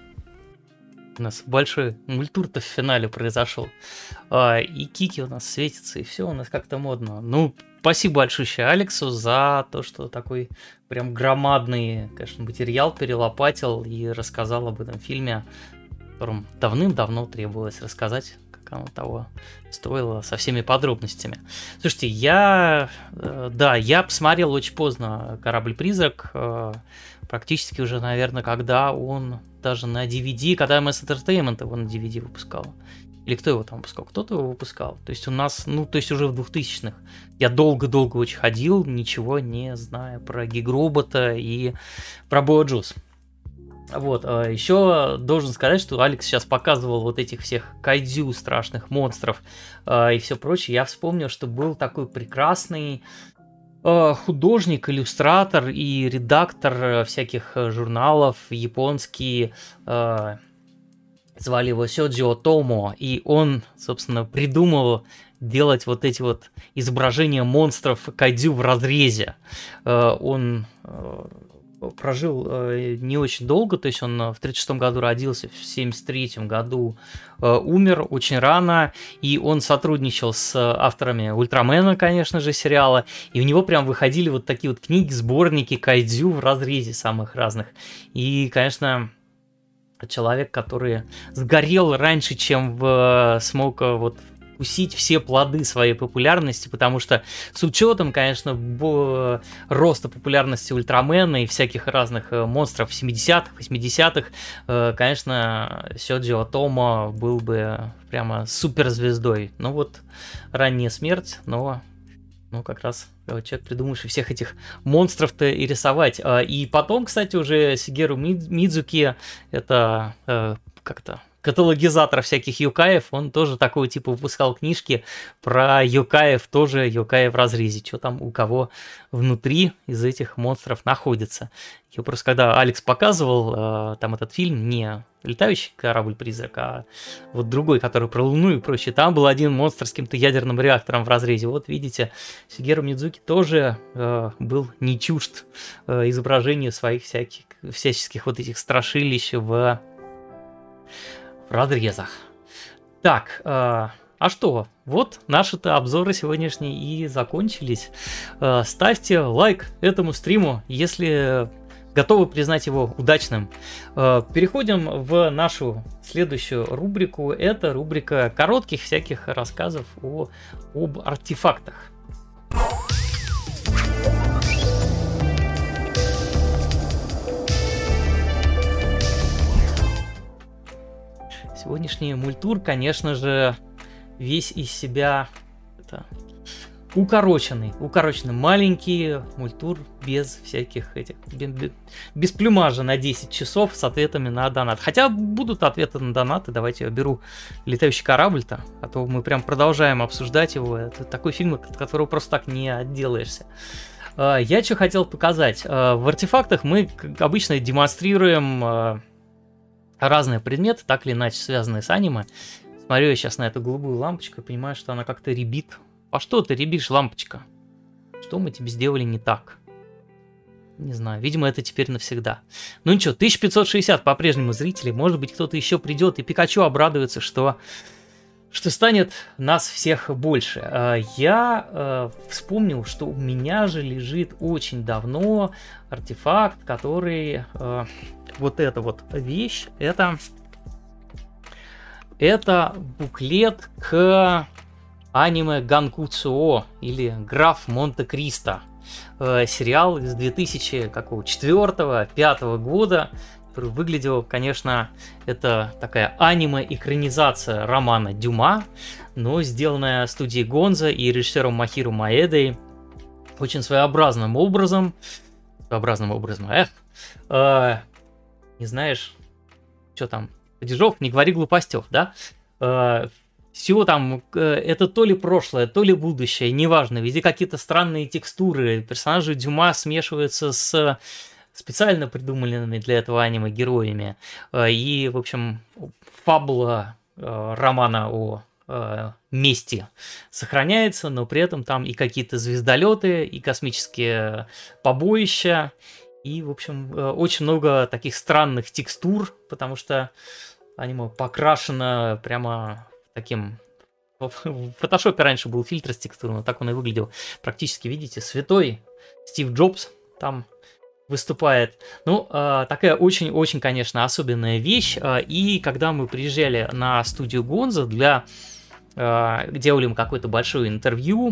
Speaker 1: У нас большой мультур-то в финале произошел. А, и Кики у нас светится, и все у нас как-то модно. Ну, спасибо большое Алексу за то, что такой прям громадный, конечно, материал перелопатил и рассказал об этом фильме, о котором давным-давно требовалось рассказать. Оно того стоило, со всеми подробностями. Слушайте, я, да, я посмотрел очень поздно «Корабль-призрак», практически уже, наверное, когда он даже на ди ви ди, когда эм эс Entertainment его на ди ви ди выпускал. Или кто его там выпускал? Кто-то его выпускал. То есть у нас, ну, то есть уже в двухтысячных. Я долго-долго очень ходил, ничего не зная про Гигробота и про Буаджус. Вот, еще должен сказать, что Алекс сейчас показывал вот этих всех кайдзю, страшных монстров и все прочее. Я вспомнил, что был такой прекрасный художник, иллюстратор и редактор всяких журналов японский, звали его Сёджио Томо, и он, собственно, придумал делать вот эти вот изображения монстров кайдзю в разрезе. Он прожил э, не очень долго, то есть он в тридцать шестом году родился, в семьдесят третьем году э, умер очень рано, и он сотрудничал с авторами Ультрамена, конечно же, сериала, и у него прям выходили вот такие вот книги, сборники кайдзю в разрезе самых разных. И, конечно, человек, который сгорел раньше, чем в, смог вот вкусить все плоды своей популярности, потому что с учетом, конечно, бо- роста популярности Ультрамена и всяких разных монстров семидесятых, восьмидесятых, э, конечно, Сёджио Томо был бы прямо суперзвездой. Ну вот, ранняя смерть, но ну, как раз человек, придумавший всех этих монстров-то и рисовать. И потом, кстати, уже Сигеру Мидзуки, это э, как-то каталогизатор всяких юкаев, он тоже такой типа выпускал книжки про юкаев, тоже юкаи в разрезе, что там у кого внутри из этих монстров находится. Я просто когда Алекс показывал э, там этот фильм, не «Летающий корабль-призрак», а вот другой, который про Луну и прочее, там был один монстр с каким-то ядерным реактором в разрезе. Вот видите, Сигеру Мидзуки тоже э, был не чужд э, изображению своих всяких, всяческих вот этих страшилищ в, в разрезах. Так, э, а что? Вот наши-то обзоры сегодняшние и закончились. Э, ставьте лайк этому стриму, если готовы признать его удачным. Э, переходим в нашу следующую рубрику. Это рубрика коротких всяких рассказов о, об артефактах. Сегодняшний мультур, конечно же, весь из себя это, укороченный, укороченный, маленький мультур без всяких этих, без, без плюмажа на десять часов с ответами на донат. Хотя будут ответы на донаты, давайте я беру «Летающий корабль»-то, а то мы прям продолжаем обсуждать его. Это такой фильм, от которого просто так не отделаешься. Я что хотел показать. В артефактах мы, как обычно, демонстрируем разные предметы, так или иначе связанные с аниме. Смотрю я сейчас на эту голубую лампочку и понимаю, что она как-то рябит. А что ты рябишь, лампочка? Что мы тебе сделали не так? Не знаю, видимо, это теперь навсегда. Ну ничего, тысяча пятьсот шестьдесят по-прежнему зрителей. Может быть, кто-то еще придет, и Пикачу обрадуется, что, что станет нас всех больше. Я э, вспомнил, что у меня же лежит очень давно артефакт, который... Э, вот эта вот вещь, это... Это буклет к аниме Ганкуцуо или Граф Монте-Кристо. Э, сериал из две тысячи четвёртого-пятого года, который выглядел, конечно, это такая аниме-экранизация романа Дюма, но сделанная студией Гонзо и режиссером Махиро Маэдой очень своеобразным образом. Своеобразным образом, эх. Э, не знаешь, что там, падежов, не говори глупостев, да? Э, все там, э, это то ли прошлое, то ли будущее, неважно, везде какие-то странные текстуры, персонажи Дюма смешиваются с специально придуманными для этого аниме героями, э, и, в общем, фабула э, романа о э, мести сохраняется, но при этом там и какие-то звездолеты, и космические побоища, и, в общем, очень много таких странных текстур, потому что аниме покрашено прямо таким... В фотошопе раньше был фильтр с текстурой, но так он и выглядел. Практически, видите, святой Стив Джобс там выступает. Ну, такая очень-очень, конечно, особенная вещь. И когда мы приезжали на студию Гонзо, для... делали им какое-то большое интервью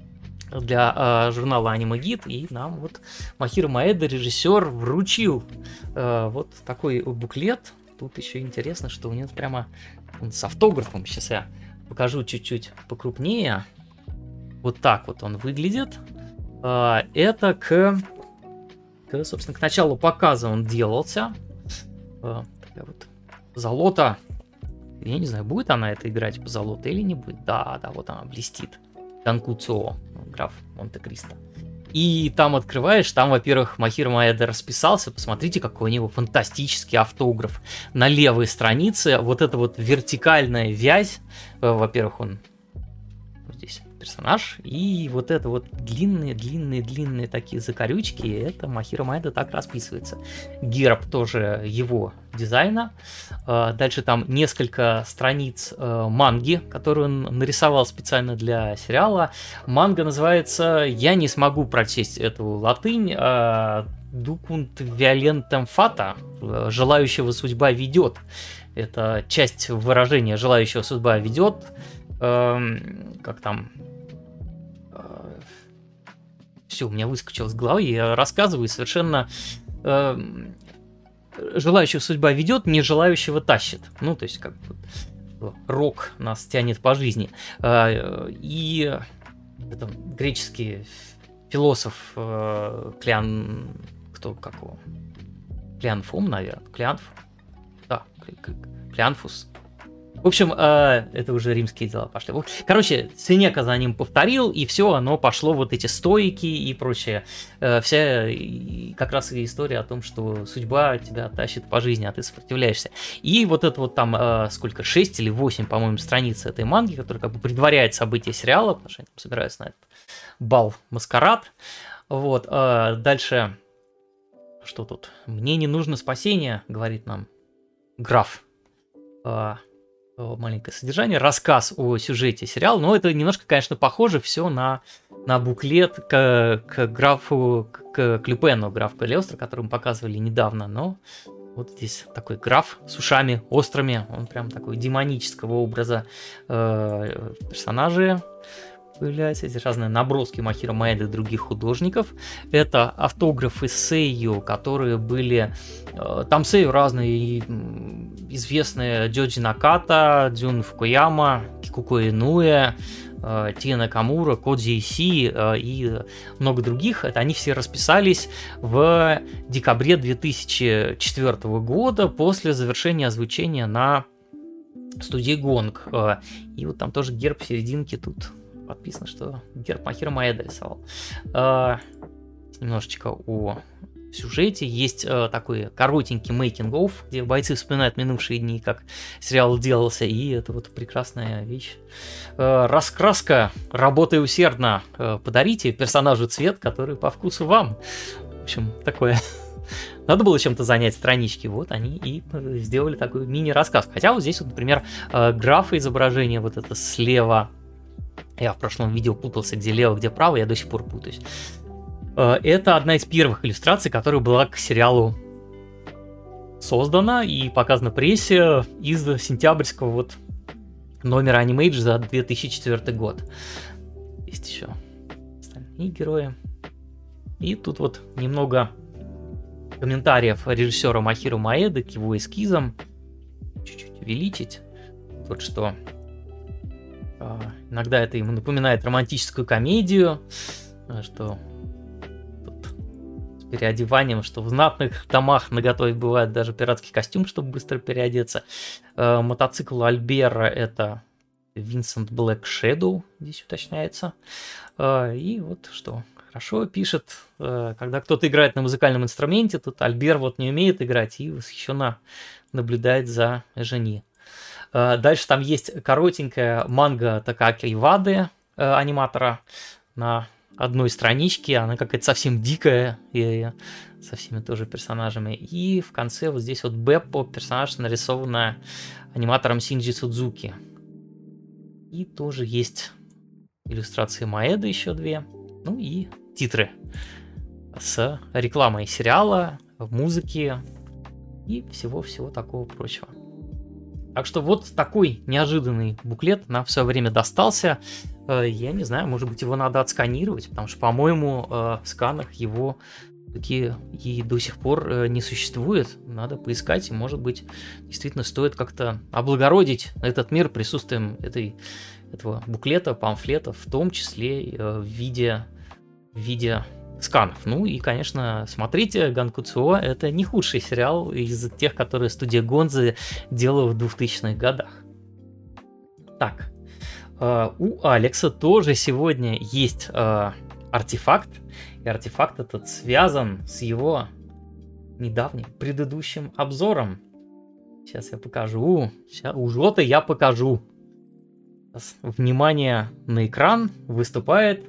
Speaker 1: для э, журнала Anime Guide, и нам вот Махиро Маэда, режиссер, вручил э, вот такой буклет. Тут еще интересно, что у него прямо он с автографом. Сейчас я покажу чуть-чуть покрупнее. Вот так вот он выглядит. Э, это к, к, собственно, к началу показа он делался. Э, такая вот золото. Я не знаю, будет она это играть по золоту или не будет. Да, да, вот она блестит. Ганкуцуо, Граф Монте-Кристо. И там открываешь, там, во-первых, Махиро Маэда расписался, посмотрите, какой у него фантастический автограф. На левой странице вот эта вот вертикальная вязь, во-первых, он вот здесь персонаж, и вот это вот длинные-длинные-длинные такие закорючки, это Махиро Маэда так расписывается. Герб тоже его дизайна. Дальше там несколько страниц манги, которую он нарисовал специально для сериала. Манга называется, я не смогу прочесть эту латынь, Дукунт Виолентем Фата, желающего судьба ведет. Это часть выражения желающего судьба ведет. Как там... Все, у меня выскочило с головы, я рассказываю совершенно... Э, желающего судьба ведет, не желающего тащит. Ну, то есть, как бы, рок нас тянет по жизни. Э, и это, греческий философ э, Клеан... Кто, как его? Клеанфом, наверное. Клеанф? Да, Клеанфус. В общем, э, это уже римские дела пошли. Короче, Сенека за ним повторил, и все, оно пошло, вот эти стоики и прочее. Э, вся и как раз и история о том, что судьба тебя тащит по жизни, а ты сопротивляешься. И вот это вот там, э, сколько, шесть или восемь, по-моему, страниц этой манги, которая как бы предваряет события сериала, потому что они собираются на этот бал маскарад. Вот, э, дальше, что тут? Мне не нужно спасение, говорит нам граф. Э, маленькое содержание, рассказ о сюжете сериала, но это немножко, конечно, похоже все на, на буклет к, к графу, к, к Люпену, граф Калиостро, который мы показывали недавно, но вот здесь такой граф с ушами острыми, он прям такой демонического образа э, персонажи появляются, здесь разные наброски Махиро Маэды и других художников. Это автографы Сэйю, которые были... Э, там Сэйю разные, известные Джоджи Наката, Дзюн Фукуяма, Кикуко Инуэ, э, Тия Накамура, Коджи Исии э, и много других. Это они все расписались в декабре две тысячи четвёртого года после завершения озвучения на студии Гонг. Э, и вот там тоже герб в серединке тут подписано, что герб Махиро Маэда рисовал. Э, немножечко о сюжете. Есть э, такой коротенький making-of, где бойцы вспоминают минувшие дни, как сериал делался, и это вот прекрасная вещь. Э, раскраска, работай усердно, э, подарите персонажу цвет, который по вкусу вам. В общем, такое. Надо было чем-то занять странички, вот они и сделали такой мини-рассказ. Хотя вот здесь, вот, например, э, графа изображение вот это слева. Я в прошлом видео путался, где лево, где право, я до сих пор путаюсь. Это одна из первых иллюстраций, которая была к сериалу создана и показана прессе из сентябрьского вот номера Animage за две тысячи четвёртый год. Есть еще остальные герои. И тут вот немного комментариев режиссера Махиро Маэды к его эскизам. Чуть-чуть увеличить. Вот что... Иногда это ему напоминает романтическую комедию, что тут с переодеванием, что в знатных домах наготове бывает даже пиратский костюм, чтобы быстро переодеться. Мотоцикл Альбера — это Винсент Блэк Шэдоу, здесь уточняется. И вот что хорошо пишет, когда кто-то играет на музыкальном инструменте, тут Альбер вот не умеет играть и восхищенно наблюдает за Жени. Дальше там есть коротенькая манга Такаки Ивады, э, аниматора, на одной страничке. Она какая-то совсем дикая, и со всеми тоже персонажами. И в конце вот здесь вот Беппо, персонаж, нарисованная аниматором Синджи Судзуки. И тоже есть иллюстрации Маэды еще две. Ну и титры с рекламой сериала, музыки и всего-всего такого прочего. Так что вот такой неожиданный буклет нам в свое время достался. Я не знаю, может быть, его надо отсканировать, потому что, по-моему, в сканах его такие и до сих пор не существует. Надо поискать, и, может быть, действительно стоит как-то облагородить этот мир присутствием этой, этого буклета, памфлета, в том числе в виде, в виде сканов. Ну и, конечно, смотрите, Ганкуцуо — это не худший сериал из тех, которые студия Гонзо делала в двухтысячных годах. Так, э, у Алекса тоже сегодня есть э, артефакт, и артефакт этот связан с его недавним предыдущим обзором. Сейчас я покажу, сейчас уже-то я покажу. Сейчас, внимание, на экран выступает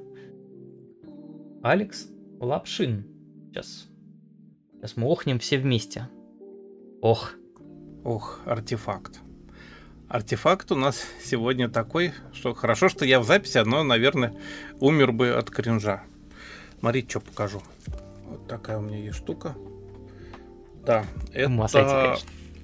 Speaker 1: Алекс Лапшин. Сейчас. Сейчас мы охнем все вместе. Ох.
Speaker 2: Ох, артефакт. Артефакт у нас сегодня такой, что хорошо, что я в записи, одно, наверное, умер бы от кринжа. Смотрите, что покажу. Вот такая у меня есть штука. Да, это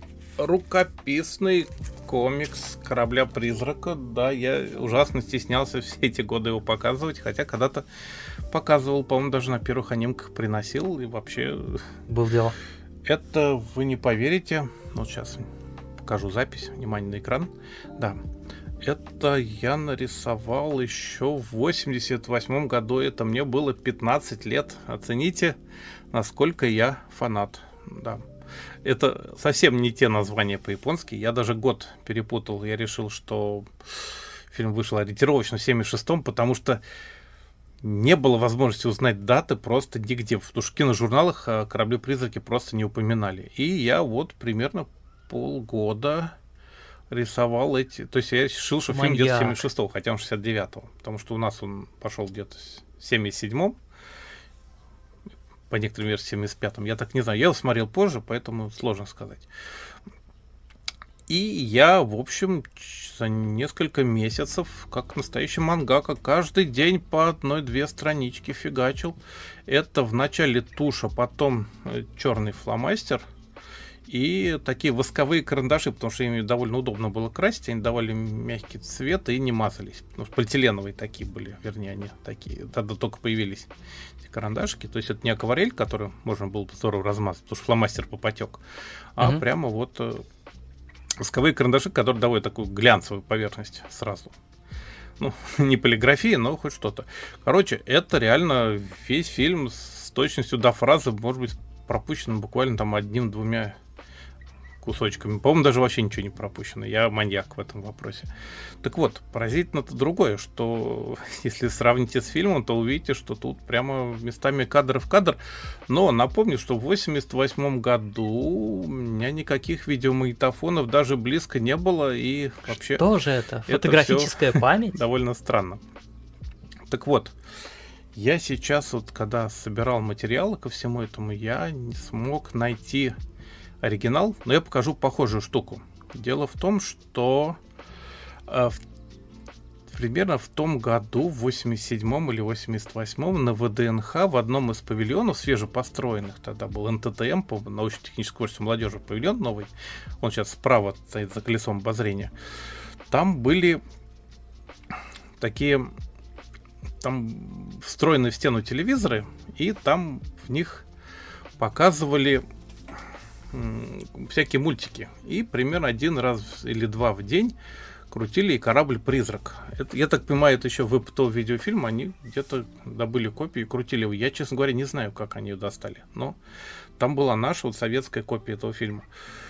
Speaker 2: рукописный комикс Корабля-призрака. Да, я ужасно стеснялся все эти годы его показывать, хотя когда-то показывал, по-моему, даже на первых анимках приносил, и вообще...
Speaker 1: Был дело.
Speaker 2: Это вы не поверите. Вот сейчас покажу запись. Внимание на экран. Да. Это я нарисовал еще в восемьдесят восьмом году. Это мне было пятнадцать лет. Оцените, насколько я фанат. Да. это совсем не те названия по-японски. Я даже год перепутал. Я решил, что фильм вышел ориентировочно в семьдесят шестом, потому что не было возможности узнать даты просто нигде. Потому что в киножурналах «Корабли-призраки» просто не упоминали. И я вот примерно полгода рисовал эти... То есть я решил, что фильм где-то семьдесят шестого, хотя он шестьдесят девятого. Потому что у нас он пошел где-то в семьдесят седьмом. По некоторым версиям, семьдесят пятом. Я так не знаю. Я его смотрел позже, поэтому сложно сказать. И я, в общем, за несколько месяцев, как настоящий мангака, каждый день по одной-две странички фигачил. Это вначале тушь, а потом черный фломастер. И такие восковые карандаши, потому что ими довольно удобно было красить. Они давали мягкий цвет и не мазались. Потому что полиэтиленовые такие были, вернее, они такие. Тогда только появились эти карандашики. То есть это не акварель, который можно было бы здорово размазать, потому что фломастер попотек. А угу. прямо вот восковые карандаши, которые давали такую глянцевую поверхность сразу. Ну, не полиграфия, но хоть что-то. Короче, это реально весь фильм с точностью до фразы, может быть, пропущенным буквально там одним-двумя кусочками. По-моему, даже вообще ничего не пропущено. Я маньяк в этом вопросе. Так вот, поразительно-то другое, что если сравните с фильмом, то увидите, что тут прямо местами кадр в кадр. Но напомню, что в восемьдесят восьмом году у меня никаких видеомагнитофонов даже близко не было. И вообще...
Speaker 1: Что же это? Фотографическая
Speaker 2: это
Speaker 1: память?
Speaker 2: Довольно странно. Так вот, я сейчас, вот когда собирал материалы ко всему этому, я не смог найти оригинал, но я покажу похожую штуку. Дело в том, что э, в, примерно в том году, в восемьдесят седьмом или восемьдесят восьмом, на ВДНХ в одном из павильонов свежепостроенных, тогда был эн тэ тэ эм, по научно-техническому обществу молодежи павильон новый, он сейчас справа стоит за колесом обозрения, там были такие... Там встроены в стену телевизоры, и там в них показывали м, всякие мультики. И примерно один раз или два в день крутили и «Корабль-призрак». Это, я так понимаю, это еще выпутал видеофильм, они где-то добыли копию и крутили его. Я, честно говоря, не знаю, как они ее достали. Но там была наша вот советская копия этого фильма.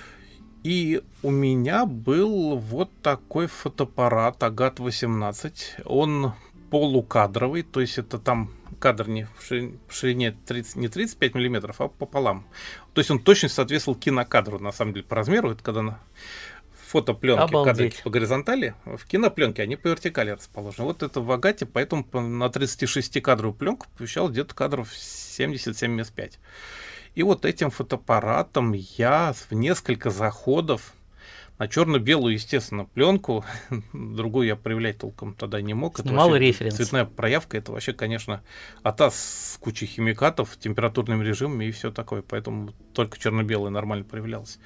Speaker 2: И у меня был вот такой фотоаппарат Агат восемнадцать. Он полукадровый, то есть это там кадр не в ширине, в ширине тридцать, не тридцать пять миллиметров, а пополам. То есть он точно соответствовал кинокадру, на самом деле, по размеру. Это когда на фотопленке кадрики по горизонтали, в кинопленке они по вертикали расположены. Вот это в Агате, поэтому на тридцатишестикадровую пленку помещал где-то кадров семьдесят - семьдесят пять. И вот этим фотоаппаратом я в несколько заходов на черно-белую, естественно, пленку, другую я проявлять толком тогда не мог.
Speaker 1: Снимал
Speaker 2: это
Speaker 1: референс.
Speaker 2: Цветная проявка, это вообще, конечно, атас с кучей химикатов, температурным режимом и все такое, поэтому только черно-белое нормально проявлялось.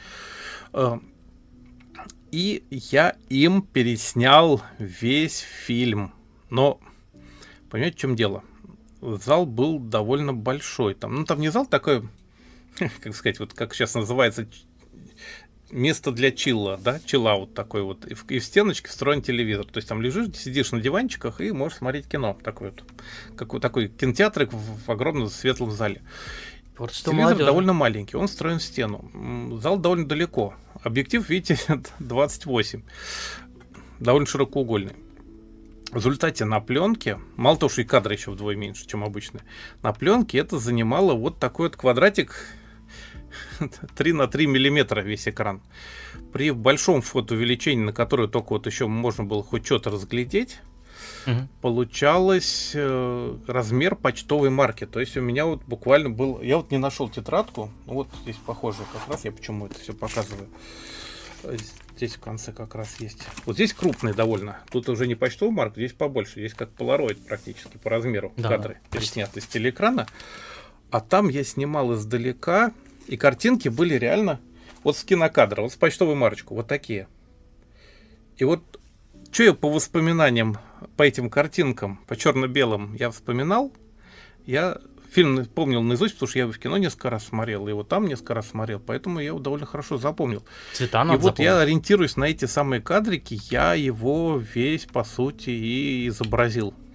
Speaker 2: И я им переснял весь фильм. Но, понимаете, в чем дело? Зал был довольно большой. Там, ну, там не зал такой, как сказать, вот как сейчас называется, место для чилла, да, чиллаут такой вот, и в, и в стеночке встроен телевизор, то есть там лежишь, сидишь на диванчиках и можешь смотреть кино, такой вот, как вот такой кинотеатрик в, в огромном светлом зале. Вот телевизор молодежь. Довольно маленький, он встроен в стену, зал довольно далеко, объектив, видите, двадцать восемь, довольно широкоугольный. В результате на пленке, мало того, что и кадры еще вдвое меньше, чем обычно, на пленке это занимало вот такой вот квадратик, три на три миллиметра весь экран. При большом фотоувеличении, на которое только вот еще можно было хоть что-то разглядеть, угу. получалось э, размер почтовой марки. То есть у меня вот буквально был... Я вот не нашел тетрадку. Вот здесь похоже как раз. Я почему это все показываю. Здесь в конце как раз есть. Вот здесь крупный довольно. Тут уже не почтовая марка, здесь побольше. Здесь как полароид практически по размеру. Да, кадры пересняты с телеэкрана. А там я снимал издалека... И картинки были реально вот с кинокадра, вот с почтовой марочку, вот такие. И вот, что я по воспоминаниям, по этим картинкам, по черно-белым я вспоминал, я фильм помнил наизусть, потому что я его в кино несколько раз смотрел, и его там несколько раз смотрел, поэтому я его довольно хорошо запомнил.
Speaker 1: Цвета
Speaker 2: и
Speaker 1: надо
Speaker 2: вот
Speaker 1: запомнить. Я
Speaker 2: ориентируюсь на эти самые кадрики, я его весь, по сути, и изобразил.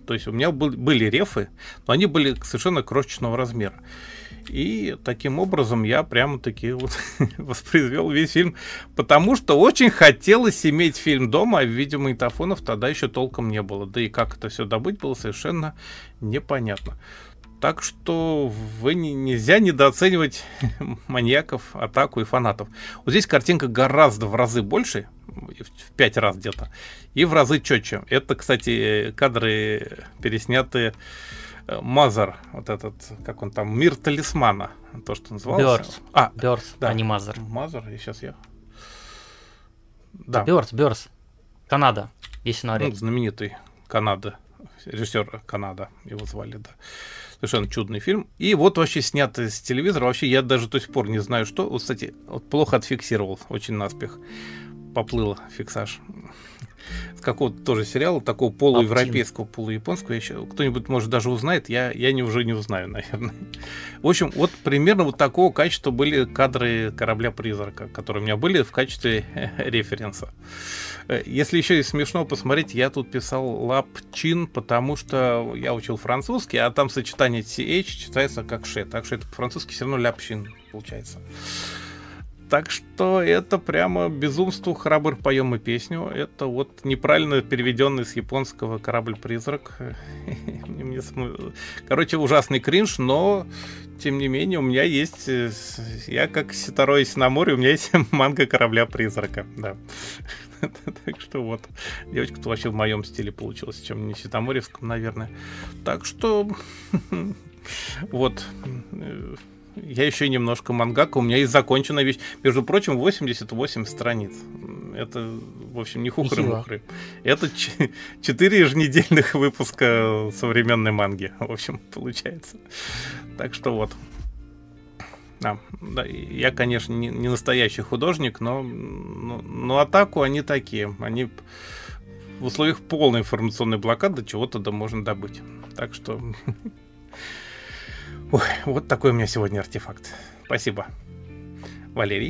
Speaker 2: То есть у меня был, были рефы, но они были совершенно крошечного размера. И таким образом я прямо-таки вот воспроизвел весь фильм, потому что очень хотелось иметь фильм дома, а в виде магнитофонов тогда еще толком не было. Да и как это все добыть, было совершенно непонятно. Так что вы не, нельзя недооценивать маньяков, атаку и фанатов. Вот здесь картинка гораздо в разы больше, в пять раз где-то, и в разы четче. Это, кстати, кадры переснятые Мазер, вот этот, как он там, Мир талисмана, то, что назывался.
Speaker 1: Бёрс.
Speaker 2: А,
Speaker 1: Бёрс,
Speaker 2: да.
Speaker 1: а не Мазер.
Speaker 2: Мазер, и сейчас я... Да.
Speaker 1: Бёрс, Бёрс. Канада, если на
Speaker 2: ну, знаменитый Канада, режиссер Канада, его звали, да. Совершенно чудный фильм. И вот вообще снятый с телевизора. Вообще я даже до сих пор не знаю, что. Вот, кстати, вот плохо отфиксировал, очень наспех. Поплыл фиксаж. С какого-то тоже сериала, такого полуевропейского, полуяпонского. Еще кто-нибудь, может, даже узнает, я, я не, уже не узнаю, наверное. В общем, вот примерно вот такого качества были кадры «Корабля-призрака», которые у меня были в качестве референса. Если еще и смешно посмотреть, я тут писал «лапчин», потому что я учил французский, а там сочетание си эйч читается как «ше», так что это по-французски все равно «ляпчин» получается. Так что это прямо безумству храбр поем и песню. Это вот неправильно переведенный с японского «Корабль-призрак». Короче, ужасный кринж, но тем не менее у меня есть... Я как Ситаро на море, у меня есть манга «Корабля-призрака». Да. Так что вот. Девочка-то вообще в моем стиле получилась, чем не ситаморевском, наверное. Так что... Вот... Я еще и немножко мангака. У меня есть законченная вещь. Между прочим, восемьдесят восемь страниц. Это, в общем, не хухры-мухры. Это ч- четыре еженедельных выпуска современной манги. В общем, получается. Так что вот. А, да, я, конечно, не, не настоящий художник, но, но, но атаку они такие. Они в условиях полной информационной блокады чего-то да можно добыть. Так что... Ой, вот такой у меня сегодня артефакт. Спасибо, Валерий.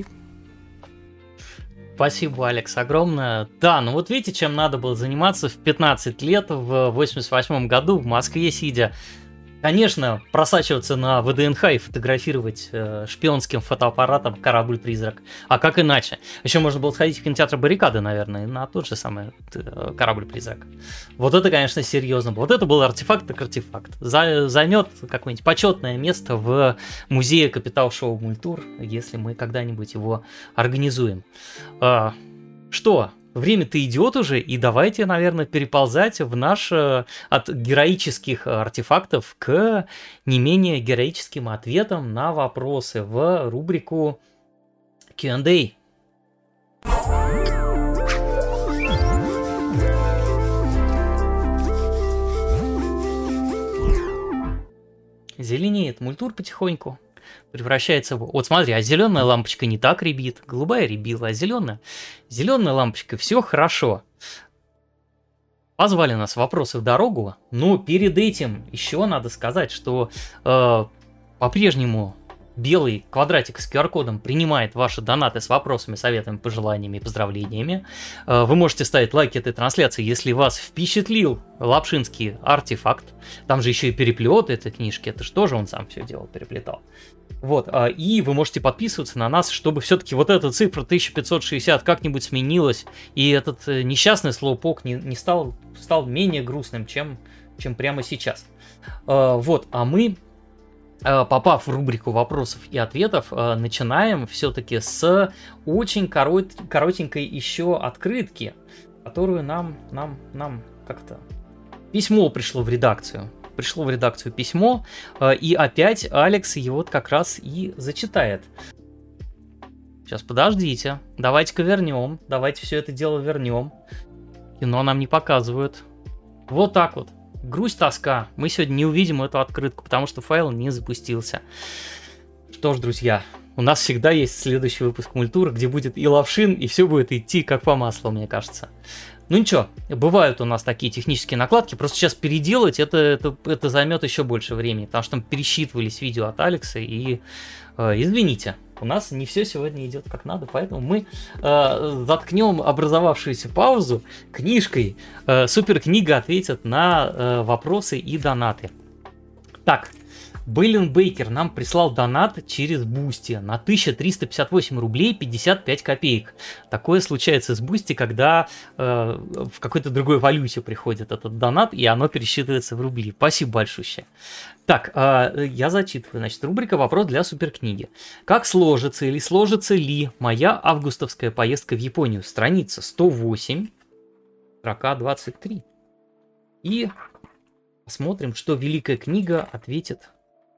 Speaker 1: Спасибо, Алекс, огромное. Да, ну вот видите, чем надо было заниматься в пятнадцать лет, в восемьдесят восьмом году в Москве сидя. Конечно, просачиваться на вэ дэ эн ха и фотографировать э, шпионским фотоаппаратом «Корабль-призрак». А как иначе? Еще можно было сходить в кинотеатр «Баррикады», наверное, на тот же самый э, «Корабль-призрак». Вот это, конечно, серьезно. Вот это был артефакт так артефакт. За, займет какое-нибудь почетное место в музее Капитал-шоу Мультур, если мы когда-нибудь его организуем. Э, что? Время-то идет уже, и давайте, наверное, переползать в наш э, от героических артефактов к не менее героическим ответам на вопросы в рубрику кью энд эй. Зеленеет Мультур потихоньку. Превращается в... Вот смотри, а зеленая лампочка не так рябит, голубая рябила, а зеленая... Зеленая лампочка, все хорошо. Позвали нас вопросы в дорогу, но перед этим еще надо сказать, что э, по-прежнему белый квадратик с ку ар-кодом принимает ваши донаты с вопросами, советами, пожеланиями и поздравлениями. Э, вы можете ставить лайки этой трансляции, если вас впечатлил лапшинский артефакт. Там же еще и переплет этой книжки, это же тоже он сам все делал, переплетал. Вот, и вы можете подписываться на нас, чтобы все-таки вот эта цифра тысяча пятьсот шестьдесят как-нибудь сменилась, и этот несчастный слоупок не, не стал, стал менее грустным, чем, чем прямо сейчас. Вот, а мы, попав в рубрику вопросов и ответов, начинаем все-таки с очень корот, коротенькой еще открытки, которую нам, нам, нам как-то... Письмо пришло в редакцию. Пришло в редакцию письмо, и опять Алекс его как раз и зачитает. Сейчас, подождите. Давайте-ка вернем. Давайте все это дело вернем. Кино нам не показывают. Вот так вот. Грусть, тоска. Мы сегодня не увидим эту открытку, потому что файл не запустился. Что ж, друзья, у нас всегда есть следующий выпуск Мультура, где будет и лапшин, и все будет идти как по маслу, мне кажется. Ну ничего, бывают у нас такие технические накладки, просто сейчас переделать это, это, это займет еще больше времени, потому что там пересчитывались видео от Алекса, и э, извините, у нас не все сегодня идет как надо, поэтому мы э, заткнем образовавшуюся паузу книжкой. Э, Суперкнига ответит на э, вопросы и донаты. Так, Бейлин Бейкер нам прислал донат через Бусти на тысяча триста пятьдесят восемь рублей пятьдесят пять копеек. Такое случается с Бусти, когда э, в какой-то другой валюте приходит этот донат, и оно пересчитывается в рубли. Спасибо большое. Так, э, я зачитываю. Значит, рубрика «Вопрос для суперкниги». Как сложится или сложится ли моя августовская поездка в Японию? Страница сто восемь, строка двадцать три. И посмотрим, что Великая книга ответит.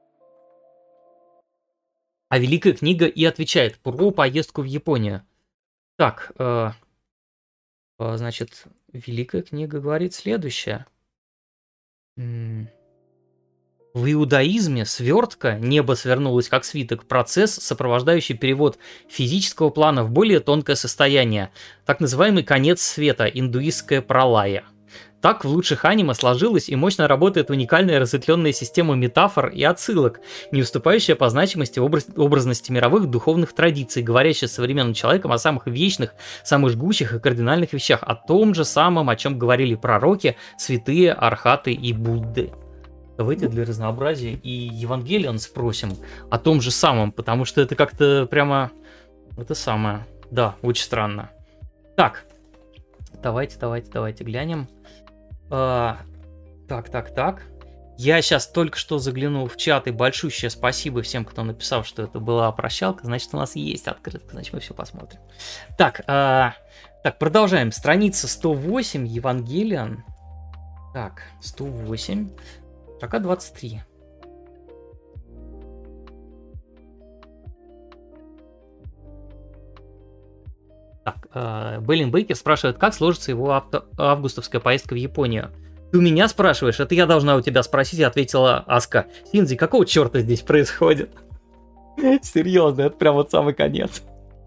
Speaker 1: А Великая книга и отвечает про поездку в Японию. Так, э, э, значит, Великая книга говорит следующее. В иудаизме свертка, небо свернулось как свиток, процесс, сопровождающий перевод физического плана в более тонкое состояние, так называемый конец света, индуистская пралая. Так в лучших аниме сложилась и мощно работает уникальная разветвленная система метафор и отсылок, не уступающая по значимости образ- образности мировых духовных традиций, говорящая с современным человеком о самых вечных, самых жгучих и кардинальных вещах, о том же самом, о чем говорили пророки, святые, архаты и Будды. Давайте для разнообразия и Евангелион спросим о том же самом, потому что это как-то прямо это самое. Да, очень странно. Так, давайте, давайте, давайте глянем. А, так, так, так. Я сейчас только что заглянул в чат, и большущее спасибо всем, кто написал, что это была прощалка. Значит, у нас есть открытка, значит, мы все посмотрим. Так, а, так, продолжаем. Страница сто восемь, Евангелион. Так, сто восемь, строка двадцать три. Так, э, Бейлин Бейкер спрашивает, как сложится его авто- августовская поездка в Японию. Ты у меня спрашиваешь? Это я должна у тебя спросить, ответила Аска. Синзи, какого черта здесь происходит? Серьезно, это прям вот самый конец.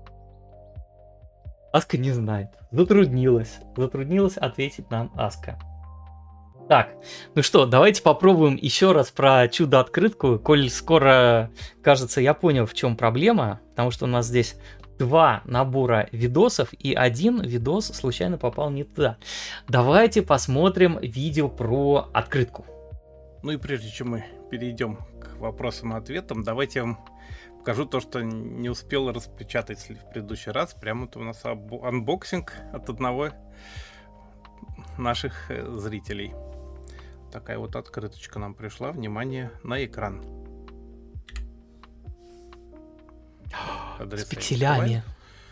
Speaker 1: Аска не знает. Затруднилась. Затруднилась ответить нам Аска. Так, ну что, давайте попробуем еще раз про чудо-открытку. Коль скоро, кажется, я понял, в чем проблема, потому что у нас здесь два набора видосов, и один видос случайно попал не туда. Давайте посмотрим видео про открытку.
Speaker 2: Ну и прежде чем мы перейдем к вопросам и ответам, давайте я вам покажу то, что не успел распечатать в предыдущий раз. Прямо вот у нас анбоксинг от одного наших зрителей. Такая вот открыточка нам пришла. Внимание на экран.
Speaker 1: С пикселями.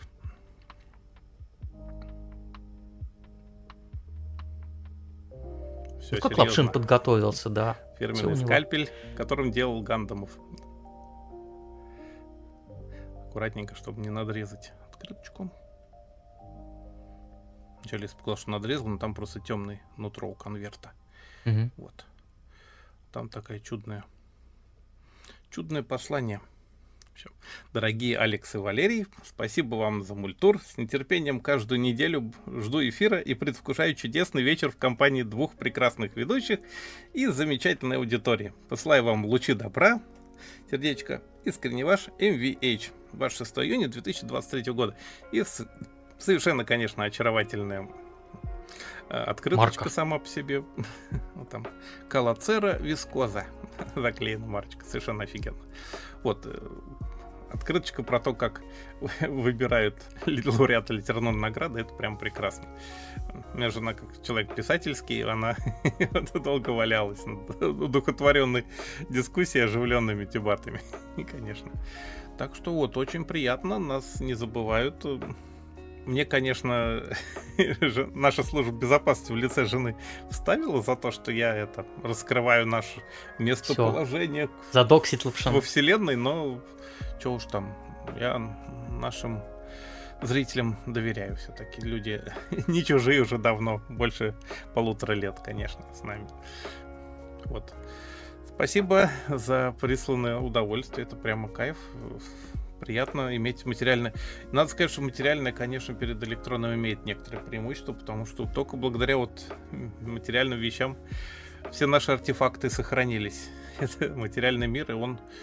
Speaker 2: Все
Speaker 1: ну, как Лапшин подготовился, да.
Speaker 2: Фирменный скальпель, которым делал Гандамов. Аккуратненько, чтобы не надрезать открыточку. Вначале испугал, что надрезал, но там просто темный нутро у конверта.
Speaker 1: Угу.
Speaker 2: Вот. Там такая чудная, чудное послание. Все. Дорогие Алекс и Валерий, спасибо вам за мультур. С нетерпением каждую неделю жду эфира и предвкушаю чудесный вечер в компании двух прекрасных ведущих и замечательной аудитории. Посылаю вам лучи добра, сердечко, искренне ваш эм ви эйч. двадцать шестого июня две тысячи двадцать третьего года. И с... совершенно, конечно, очаровательная открыточка марка сама по себе. Вот там Калацера Вискоза. Заклеена марочка. Совершенно офигенно. Вот. Открыточка про то, как выбирают лауреата литературной награды, это прям прекрасно. У меня жена, как человек писательский, она долго валялась на удухотворенной дискуссии, оживленными дебатами, конечно. Так что вот, очень приятно, нас не забывают. Мне, конечно, наша служба безопасности в лице жены вставила за то, что я это раскрываю наше местоположение во вселенной, но что уж там, я нашим зрителям доверяю все-таки. Люди не чужие уже давно, больше полутора лет, конечно, с нами. Вот. Спасибо за присланное удовольствие, это прямо кайф. Приятно иметь материальное. Надо сказать, что материальное, конечно, перед электронным имеет некоторые преимущества, потому что только благодаря вот материальным вещам все наши артефакты сохранились. Это материальный мир, и он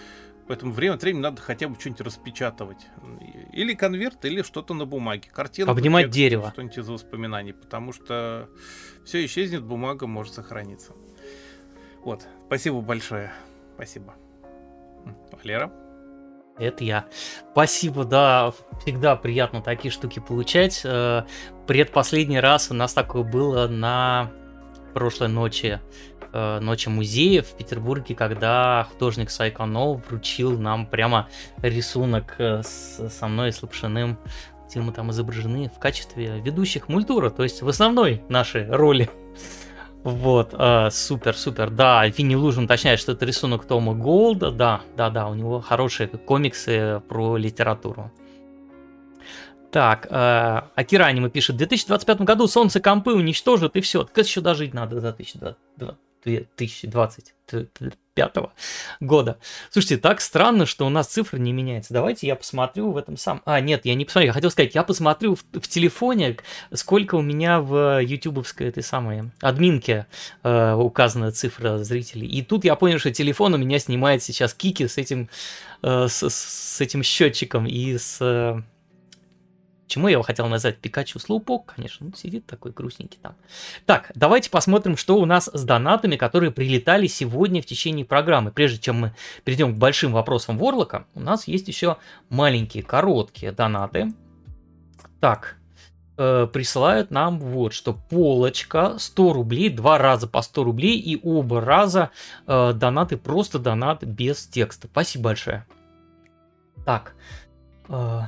Speaker 2: Поэтому время от времени надо хотя бы что-нибудь распечатывать. Или конверт, или что-то на бумаге. Картинку,
Speaker 1: Обнимать
Speaker 2: текст,
Speaker 1: дерево.
Speaker 2: Что-нибудь из воспоминаний. Потому что все исчезнет, бумага может сохраниться. Вот. Спасибо большое. Спасибо. Валера?
Speaker 1: Это я. Спасибо, да, всегда приятно такие штуки получать. Э, Предпоследний раз у нас такое было на прошлой ночи, э, ночи музея в Петербурге, когда художник Сайконов вручил нам прямо рисунок э, с, со мной и с Лапшиным, где мы там изображены в качестве ведущих мультура, то есть в основной нашей роли. Вот, э, супер, супер. Да, Винни Лужин уточняет, что это рисунок Тома Голда. Да, да, да, у него хорошие комиксы про литературу. Так, э, Акира Аниме пишет: в две тысячи двадцать пятом году солнце компы уничтожит, и все. Так еще дожить надо до две тысячи двадцать пятого года. Слушайте, так странно, что у нас цифра не меняется. Давайте я посмотрю в этом самом... А, нет, я не посмотрю. Я хотел сказать, я посмотрю в, в телефоне, сколько у меня в ютубовской этой самой админке э, указана цифра зрителей. И тут я понял, что телефон у меня снимает сейчас кики с этим, э, с, с этим счетчиком и с... Э, Чему я его хотел назвать? Пикачу Слоупок, конечно, ну, сидит такой грустненький там. Так, давайте посмотрим, что у нас с донатами, которые прилетали сегодня в течение программы. Прежде чем мы перейдем к большим вопросам Ворлока, у нас есть еще маленькие, короткие донаты. Так, э, присылают нам вот что. Полочка, сто рублей, два раза по сто рублей, и оба раза э, донаты, просто донат без текста. Спасибо большое. Так, э,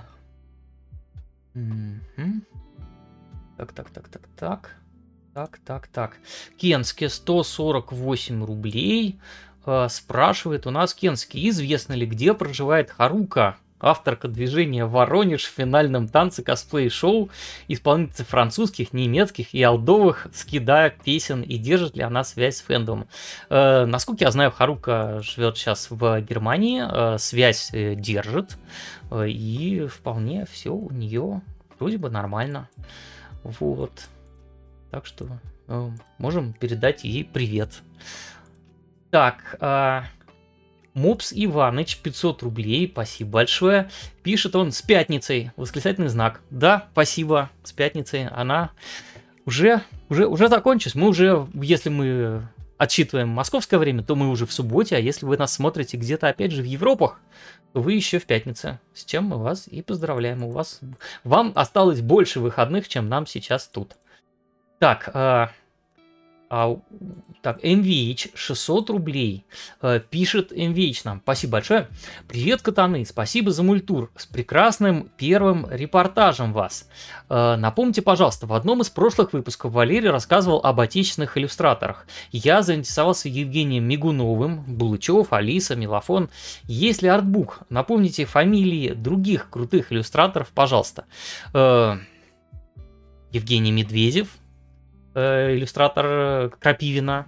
Speaker 1: Mm-hmm. Так, так, так, так, так, так, так, так. Кенске сто сорок восемь рублей. Э, спрашивает у нас Кенский: известно ли, где проживает Харука, авторка движения Воронеж в финальном танце косплей-шоу, исполнительница французских, немецких и олдовых скида песен, и держит ли она связь с фэндомом? Э, насколько я знаю, Харука живет сейчас в Германии, э, связь э, держит, э, и вполне все у нее вроде бы нормально. Вот. Так что э, можем передать ей привет. Так, э, Мопс Иваныч, пятьсот рублей, спасибо большое. Пишет он: с пятницей, восклицательный знак. Да, спасибо, с пятницей. Она уже, уже, уже закончилась. Мы уже, если мы отсчитываем московское время, то мы уже в субботе, а если вы нас смотрите где-то опять же в Европах, то вы еще в пятнице. С чем мы вас и поздравляем. У вас, вам осталось больше выходных, чем нам сейчас тут. Так, а... А, так, эм ви эйч, шестьсот рублей. Э, пишет эм ви эйч нам: спасибо большое. Привет, катаны, спасибо за мультур. С прекрасным первым репортажем вас. Э, напомните, пожалуйста, в одном из прошлых выпусков Валерий рассказывал об отечественных иллюстраторах. Я заинтересовался Евгением Мигуновым, Булычев, Алиса, Мелофон. Есть ли артбук? Напомните фамилии других крутых иллюстраторов, пожалуйста. Э, Евгений Медведев, иллюстратор Крапивина.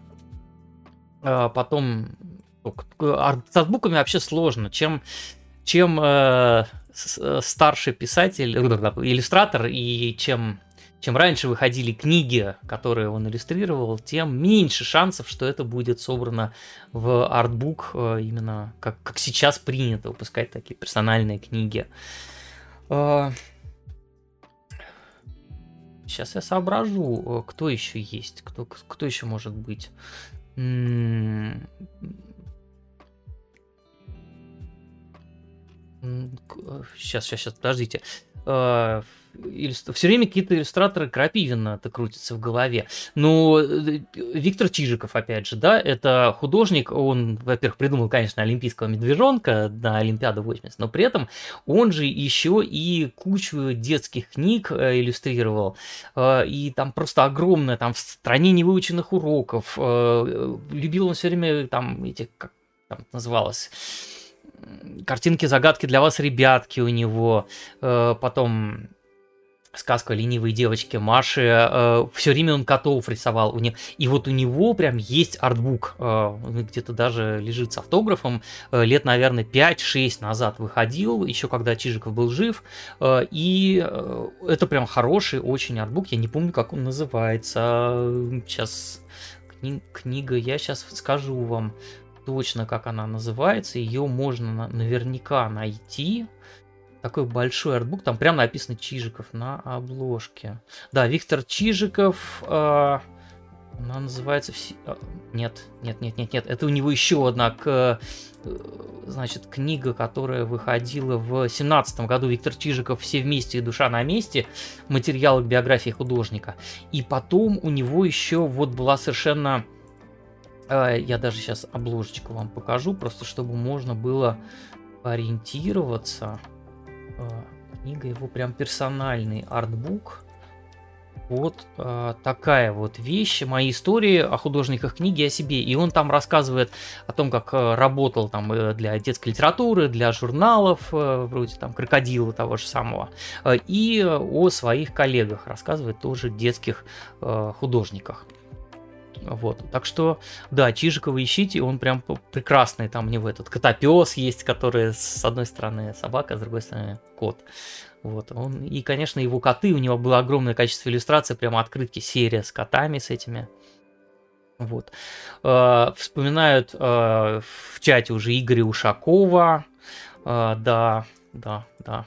Speaker 1: Потом с артбуками вообще сложно. Чем, чем э, старший писатель, иллюстратор, и чем, чем раньше выходили книги, которые он иллюстрировал, тем меньше шансов, что это будет собрано в артбук, именно как, как сейчас принято выпускать такие персональные книги. Сейчас я соображу, кто еще есть, кто, кто еще может быть. Сейчас, сейчас, сейчас, подождите. Все время какие-то иллюстраторы Крапивина-то крутятся в голове. Ну, Виктор Чижиков, опять же, да, это художник, он, во-первых, придумал, конечно, олимпийского медвежонка на Олимпиаду восемьдесят, но при этом он же еще и кучу детских книг иллюстрировал, и там просто огромное, там, в стране невыученных уроков, любил он все время, там, эти, как там называлось, картинки-загадки для вас, ребятки, у него, потом... Сказка о ленивой девочке Маши. Э, все время он котов рисовал. У него, и вот у него прям есть артбук. Э, где-то даже лежит с автографом. Э, лет, наверное, пять-шесть назад выходил, еще когда Чижиков был жив. Э, и э, это прям хороший очень артбук. Я не помню, как он называется. Сейчас кни- книга, я сейчас скажу вам. точно, как она называется. Ее можно наверняка найти. Такой большой артбук. Там прям написано Чижиков на обложке. Да, Виктор Чижиков. Э, она называется... Вс... Нет, нет, нет, нет, нет. Это у него еще одна к... значит, книга, которая выходила в семнадцатом году. Виктор Чижиков «Все вместе и душа на месте». Материалы к биографии художника. И потом у него еще вот была совершенно... Э, я даже сейчас обложечку вам покажу, просто чтобы можно было ориентироваться. Книга его прям персональный артбук. Вот э, такая вот вещь. Мои истории о художниках, книги о себе. И он там рассказывает о том, как э, работал там э, для детской литературы, для журналов, э, вроде там «Крокодила» того же самого. Э, и о своих коллегах рассказывает, тоже детских э, художниках. Вот. Так что, да, Чижикова ищите, он прям прекрасный. Там у него этот котопес есть, который с одной стороны собака, а с другой стороны кот. Вот. Он... И, конечно, его коты, у него было огромное количество иллюстраций, прямо открытки, серия с котами, с этими. Вот. Э, вспоминают э, в чате уже Игоря Ушакова. Э, да, да, да.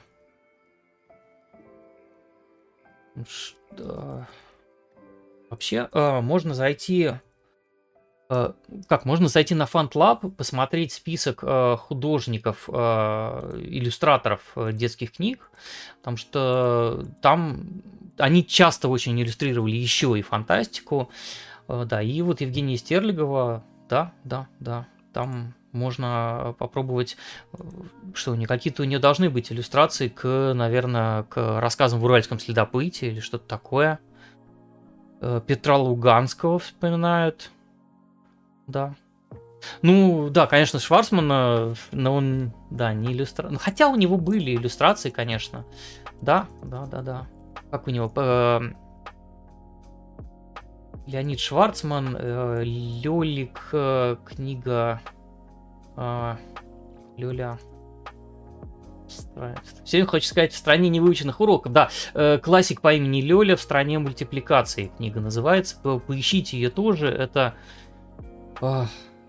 Speaker 1: Что... Вообще, э, можно зайти, э, как, можно зайти на FantLab, посмотреть список э, художников, э, иллюстраторов э, детских книг, потому что там они часто очень иллюстрировали еще и фантастику, э, да, и вот Евгения Стерлигова, да, да, да, там можно попробовать, что какие-то у нее должны быть иллюстрации к, наверное, к рассказам в Уральском следопыте или что-то такое. Петра Луганского вспоминают. Да. Ну, да, конечно, Шварцмана, но он, да, не иллюстратор. Хотя у него были иллюстрации, конечно. Да, да, да, да. Как у него? Леонид Шварцман, Лёлик, книга Лёля. Сегодня хочу сказать «В стране невыученных уроков». Да, э, классик по имени Лёля «В стране мультипликации» книга называется. По поищите ее тоже. Это э,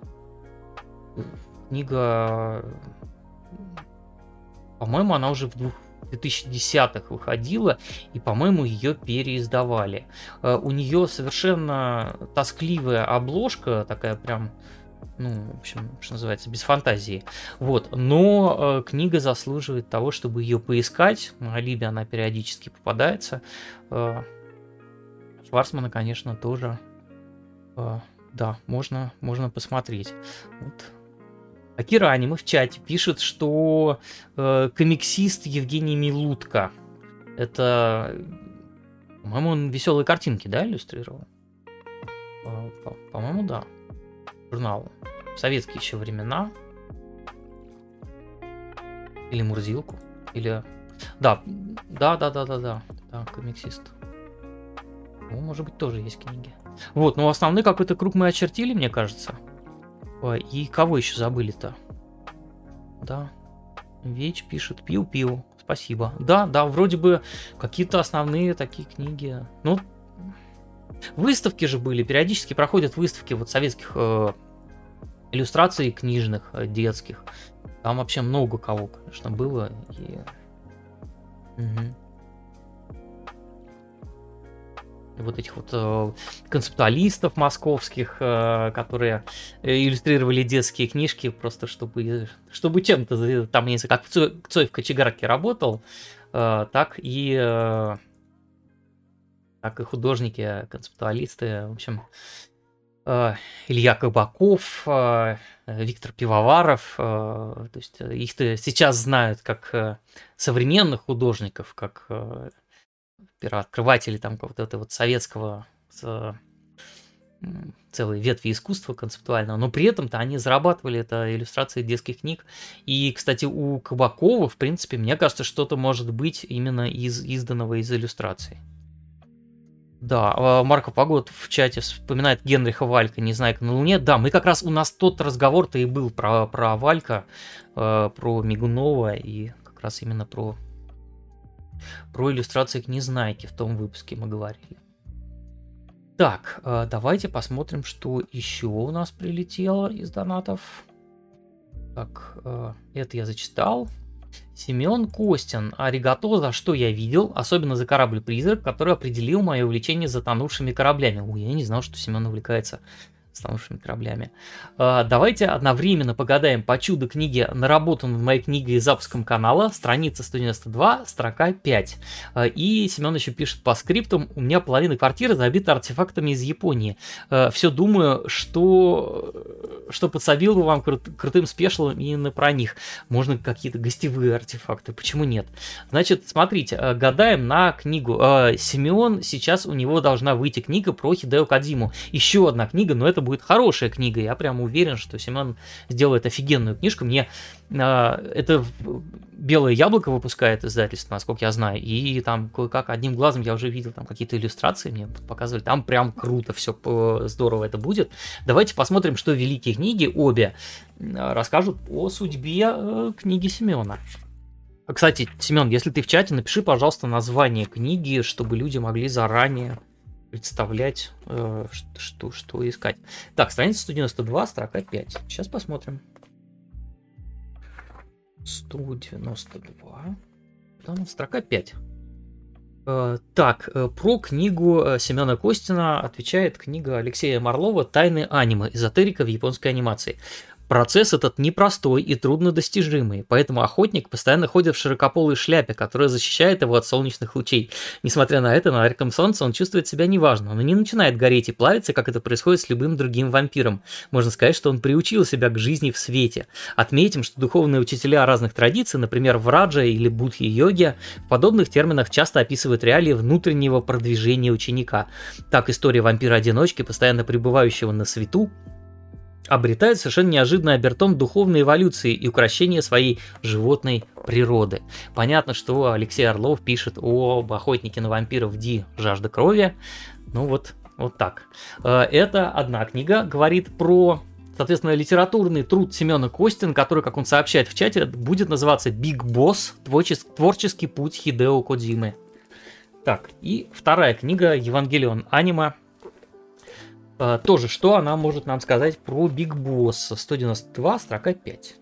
Speaker 1: книга, по-моему, она уже в две тысячи десятых выходила, и, по-моему, ее переиздавали. Э, у нее совершенно тоскливая обложка, такая прям... Ну, в общем, что называется, без фантазии. Вот. Но э, книга заслуживает того, чтобы ее поискать. На Алибе она периодически попадается. Э, Шварцмана, конечно, тоже. Э, да, можно, можно посмотреть. Вот. Акира Аниме в чате пишет, что э, комиксист Евгений Милутко. Это, по-моему, он «Веселые картинки», да, иллюстрировал? По- по-моему, да. Журнал. В советские еще времена. Или Мурзилку. Или... Да, да, да, да, да, да. Да, комиксист. Ну, может быть, тоже есть книги. Вот, но основной какой-то круг мы очертили, мне кажется. И кого еще забыли-то? Да. Веч пишет. Пиу-пиу. Спасибо. Да, да, вроде бы какие-то основные такие книги. Ну, выставки же были, периодически проходят выставки вот советских э, иллюстраций книжных, э, детских. Там вообще много кого, конечно, было. И... Угу. И вот этих вот э, концептуалистов московских, э, которые иллюстрировали детские книжки, просто чтобы, чтобы чем-то, там, если как Цой, Цой в кочегарке работал, э, так и... Э, так и художники, концептуалисты, в общем, э, Илья Кабаков, э, Виктор Пивоваров, э, то есть их-то сейчас знают как э, современных художников, как э, первооткрывателей там вот этого вот советского э, целой ветви искусства концептуального, но при этом-то они зарабатывали это иллюстрации детских книг. И, кстати, у Кабакова, в принципе, мне кажется, что-то может быть именно из изданного из иллюстраций. Да, Марко Погод в чате вспоминает Генриха Валька «Незнайка на Луне». Да, мы как раз, у нас тот разговор-то и был про, про Валька, э, про Мигунова и как раз именно про, про иллюстрации к Незнайке в том выпуске мы говорили. Так, э, давайте посмотрим, что еще у нас прилетело из донатов. Так, э, это я зачитал. Семен Костин. Аригато, за что я видел, особенно за корабль-призрак, который определил мое увлечение затонувшими кораблями. Ой, я не знал, что Семен увлекается затонувшими кораблями. А, давайте одновременно погадаем по чудо-книге, наработанной в моей книге и запуском канала, страница сто девяносто два, строка пять. А, и Семен еще пишет по скриптам: у меня половина квартиры забита артефактами из Японии. А, все думаю, что, что подсобил бы вам крут, крутым спешлом именно про них. Можно какие-то гостевые артефакты, почему нет? Значит, смотрите, гадаем на книгу. А, Семен, сейчас у него должна выйти книга про Хидео Кодзиму. Еще одна книга, но это будет хорошая книга. Я прям уверен, что Семен сделает офигенную книжку. Мне э, это Белое яблоко выпускает издательство, насколько я знаю. И там кое-как одним глазом я уже видел там какие-то иллюстрации, мне показывали. Там прям круто, все здорово это будет. Давайте посмотрим, что великие книги обе расскажут о судьбе э, книги Семена. Кстати, Семен, если ты в чате, напиши, пожалуйста, название книги, чтобы люди могли заранее представлять, э, что, что, что искать. Так, страница сто девяносто два, строка пять. Сейчас посмотрим. сто девяносто два. Там строка пять. Э, так, э, про книгу э, Семена Костина отвечает книга Алексея Марлова «Тайны аниме. Эзотерика в японской анимации». Процесс этот непростой и труднодостижимый, поэтому охотник постоянно ходит в широкополой шляпе, которая защищает его от солнечных лучей. Несмотря на это, на ярком солнце он чувствует себя неважно, но не начинает гореть и плавиться, как это происходит с любым другим вампиром. Можно сказать, что он приучил себя к жизни в свете. Отметим, что духовные учителя разных традиций, например, в раджа или будхи-йоге, в подобных терминах часто описывают реалии внутреннего продвижения ученика. Так, история вампира-одиночки, постоянно пребывающего на свету, обретает совершенно неожиданный обертон духовной эволюции и укрощения своей животной природы. Понятно, что Алексей Орлов пишет об охотнике на вампиров Ди «Жажда крови». Ну вот, вот так. Это одна книга, говорит про, соответственно, литературный труд Семена Костина, который, как он сообщает в чате, будет называться «Big Boss. Творческий путь Хидео Кодзимы». Так, и вторая книга «Евангелион аниме». Uh, тоже, что она может нам сказать про Big Boss. сто девяносто два, строка пять.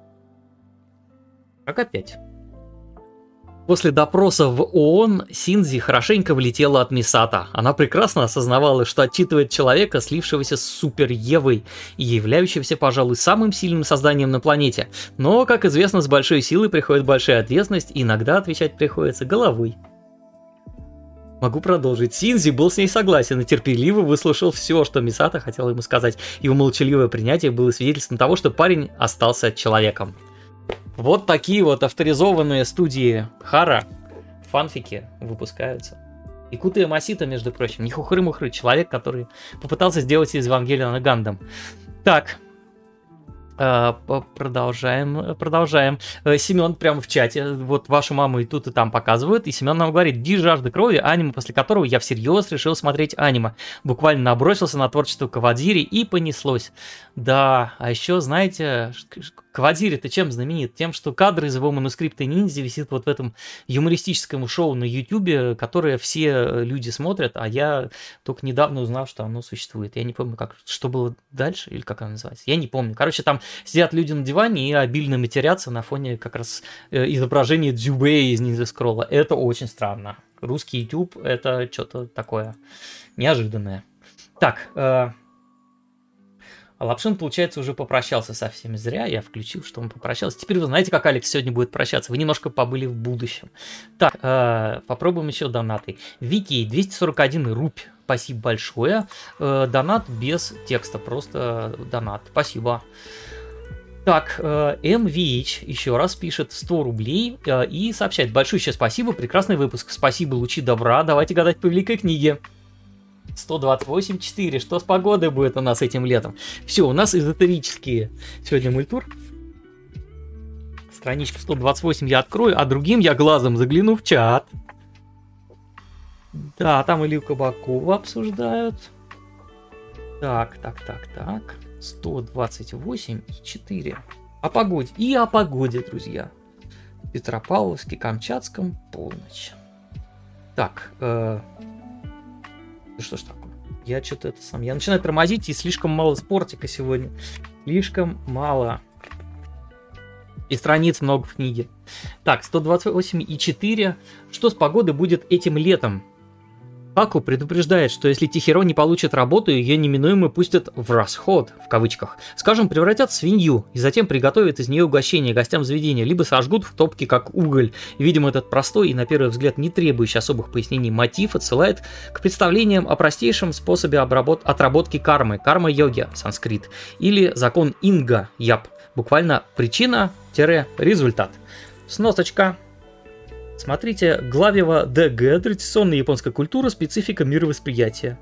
Speaker 1: Строка пять. После допроса в ООН Синдзи хорошенько влетела от Мисато. Она прекрасно осознавала, что отчитывает человека, слившегося с Супер-Евой и являющегося, пожалуй, самым сильным созданием на планете. Но, как известно, с большой силой приходит большая ответственность, и иногда отвечать приходится головой. Могу продолжить. Синдзи был с ней согласен и терпеливо выслушал все, что Мисато хотела ему сказать. Его молчаливое принятие было свидетельством того, что парень остался человеком. Вот такие вот авторизованные студии Хара фанфики выпускаются. И Кута Ямасита, между прочим, не хухры-мухры, человек, который попытался сделать из Евангелиона Гандам. Так. Продолжаем, продолжаем. Семен прямо в чате, вот вашу маму и тут и там показывают, и Семен нам говорит: «Ди «Жажда крови», аниме, после которого я всерьез решил смотреть аниме. Буквально набросился на творчество Кавадзири и понеслось». Да, а еще, знаете, Кавадзири-то чем знаменит? Тем, что кадры из его манускрипта ниндзя висит вот в этом юмористическом шоу на ютубе, которое все люди смотрят, а я только недавно узнал, что оно существует. Я не помню, как, что было дальше, или как оно называется. Я не помню. Короче, там сидят люди на диване и обильно матерятся на фоне как раз изображения Дзюбэй из Ниндзя Скролла. Это очень странно. Русский YouTube — это что-то такое неожиданное. Так, э, а Лапшин, получается, уже попрощался со всеми. Зря я включил, что он попрощался. Теперь вы знаете, как Алекс сегодня будет прощаться. Вы немножко побыли в будущем. Так, э, попробуем еще донаты. Вики, двести сорок один рубь. Спасибо большое. Э, донат без текста, просто донат. Спасибо. Так, эм ви эйч еще раз пишет сто рублей э, и сообщает: большое спасибо, прекрасный выпуск. Спасибо, лучи добра. Давайте гадать по великой книге. сто двадцать восемь четыре. Что с погодой будет у нас этим летом? Все, у нас эзотерические сегодня мультур. Страничку сто двадцать восемь я открою, а другим я глазом загляну в чат. Да, там Илью Кабакова обсуждают. Так, так, так, так. сто двадцать восемь и четыре. О погоде. И о погоде, друзья. В Петропавловске, Камчатском, полночь. Так, э... что ж такое? Я что-то это сам... Я начинаю тормозить, и слишком мало спортика сегодня. Слишком мало. И страниц много в книге. Так, сто двадцать восемь и четыре. Что с погодой будет этим летом? Паку предупреждает, что если Тихиро не получит работу, ее неминуемо пустят в расход, в кавычках. Скажем, превратят в свинью, и затем приготовят из нее угощение гостям заведения, либо сожгут в топке как уголь. И, видимо, этот простой и, на первый взгляд, не требующий особых пояснений мотив отсылает к представлениям о простейшем способе обработ... отработки кармы, карма-йоги, санскрит, или закон инга, яб, буквально причина-результат. Сносочка. Смотрите, Главева ДГ, традиционная японская культура, специфика мировосприятия.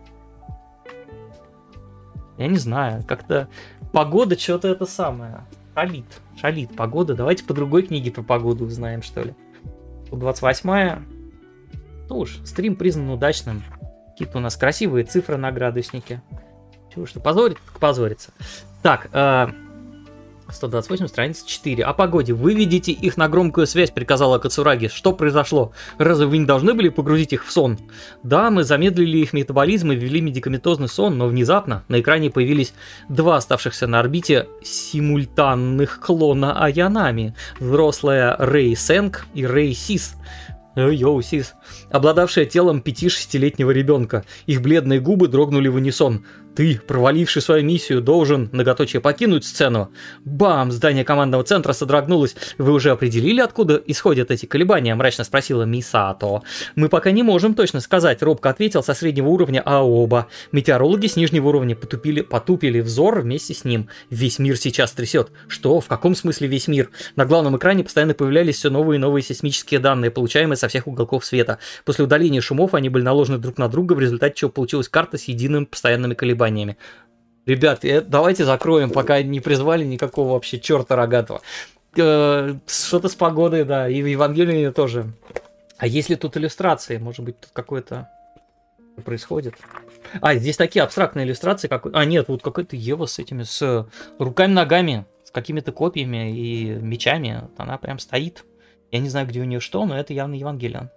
Speaker 1: Я не знаю, как-то погода что-то это самое. Шалит, шалит погода. Давайте по другой книге про погоду узнаем, что ли. двадцать восьмая. Ну уж, стрим признан удачным. Какие-то у нас красивые цифры на градуснике. Чего что, позорит? Позорится. Так, э... сто двадцать восемь, страница четыре. О погоде. Выведите их на громкую связь, приказала Кацураги. Что произошло? Разве вы не должны были погрузить их в сон? Да, мы замедлили их метаболизм и ввели медикаментозный сон, но внезапно на экране появились два оставшихся на орбите симультанных клона Аянами. Взрослая Рэй Сэнг и Рэй Сис. Йоу, Сис. Обладавшая телом пяти-шестилетнего ребенка. Их бледные губы дрогнули в унисон. Ты, проваливший свою миссию, должен, многоточие, покинуть сцену. Бам! Здание командного центра содрогнулось. Вы уже определили, откуда исходят эти колебания? Мрачно спросила Мисато. Мы пока не можем точно сказать, робко ответил со среднего уровня Аоба. Метеорологи с нижнего уровня потупили, потупили взор вместе с ним. Весь мир сейчас трясет. Что? В каком смысле весь мир? На главном экране постоянно появлялись все новые и новые сейсмические данные, получаемые со всех уголков света. После удаления шумов они были наложены друг на друга, в результате чего получилась карта с едиными постоянными колебаниями. Ребят, давайте закроем, пока не призвали никакого вообще черта рогатого. Что-то с погодой, да, и в Евангелии тоже. А есть ли тут иллюстрации? Может быть, тут какое-то происходит? А, здесь такие абстрактные иллюстрации. Как... А, нет, вот какой-то Ева с этими, с руками-ногами, с какими-то копьями и мечами. Она прям стоит. Я не знаю, где у нее что, но это явно Евангелион.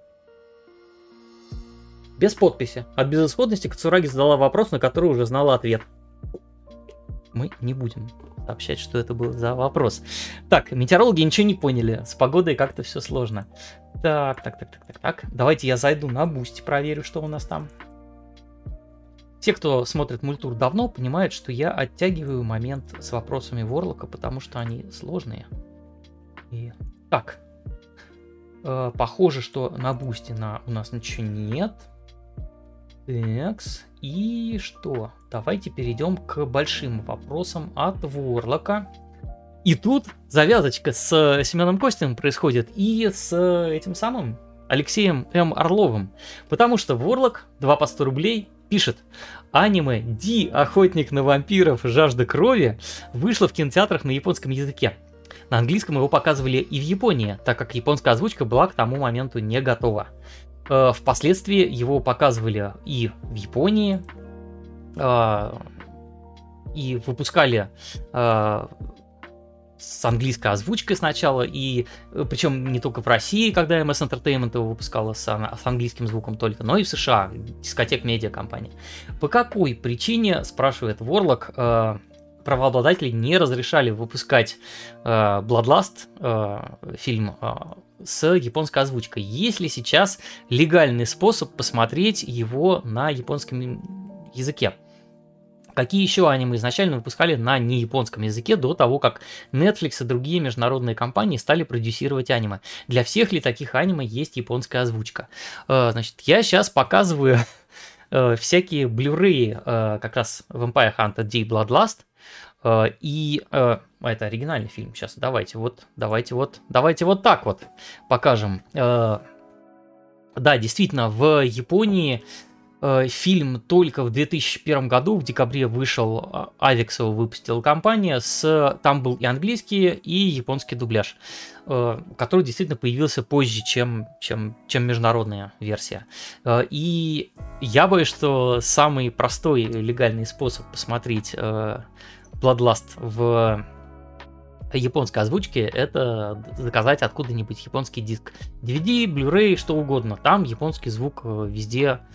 Speaker 1: Без подписи. От безысходности Кацураги задала вопрос, на который уже знала ответ. Мы не будем сообщать, что это был за вопрос. Так, метеорологи ничего не поняли. С погодой как-то все сложно. Так, так, так, так, так, так. Давайте я зайду на Бусти, проверю, что у нас там. Те, кто смотрит мультур давно, понимают, что я оттягиваю момент с вопросами Ворлока, потому что они сложные. И... Так. Э, похоже, что на Бусти на... у нас ничего нет. Такс. И что? Давайте перейдем к большим вопросам от Ворлока. И тут завязочка с Семеном Костиным происходит и с этим самым Алексеем М. Орловым. Потому что Ворлок, два по сто рублей, пишет: аниме Ди, охотник на вампиров, жажда крови вышло в кинотеатрах на японском языке. На английском его показывали и в Японии, так как японская озвучка была к тому моменту не готова. Впоследствии его показывали и в Японии, и выпускали с английской озвучкой сначала, и причем не только в России, когда эм эс Entertainment его выпускала с, с английским звуком только, но и в США, дискотек медиакомпания. По какой причине, спрашивает Ворлок, правообладатели не разрешали выпускать Bloodlust, фильм, с японской озвучкой? Есть ли сейчас легальный способ посмотреть его на японском языке? Какие еще аниме изначально выпускали на неяпонском языке до того, как Netflix и другие международные компании стали продюсировать аниме? Для всех ли таких аниме есть японская озвучка? Значит, я сейчас показываю всякие Blu-ray как раз Vampire Hunter D Bloodlust. И э, это оригинальный фильм. Сейчас давайте вот, давайте вот, давайте вот так вот покажем. Э, да, действительно, в Японии э, фильм только в две тысячи первом году, в декабре вышел, Авикс его выпустила компания, с, там был и английский, и японский дубляж, э, который действительно появился позже, чем, чем, чем международная версия. Э, и я боюсь, что самый простой легальный способ посмотреть э, Bloodlust в японской озвучке — это заказать откуда-нибудь японский диск. ди ви ди, Blu-ray, что угодно. Там японский звук везде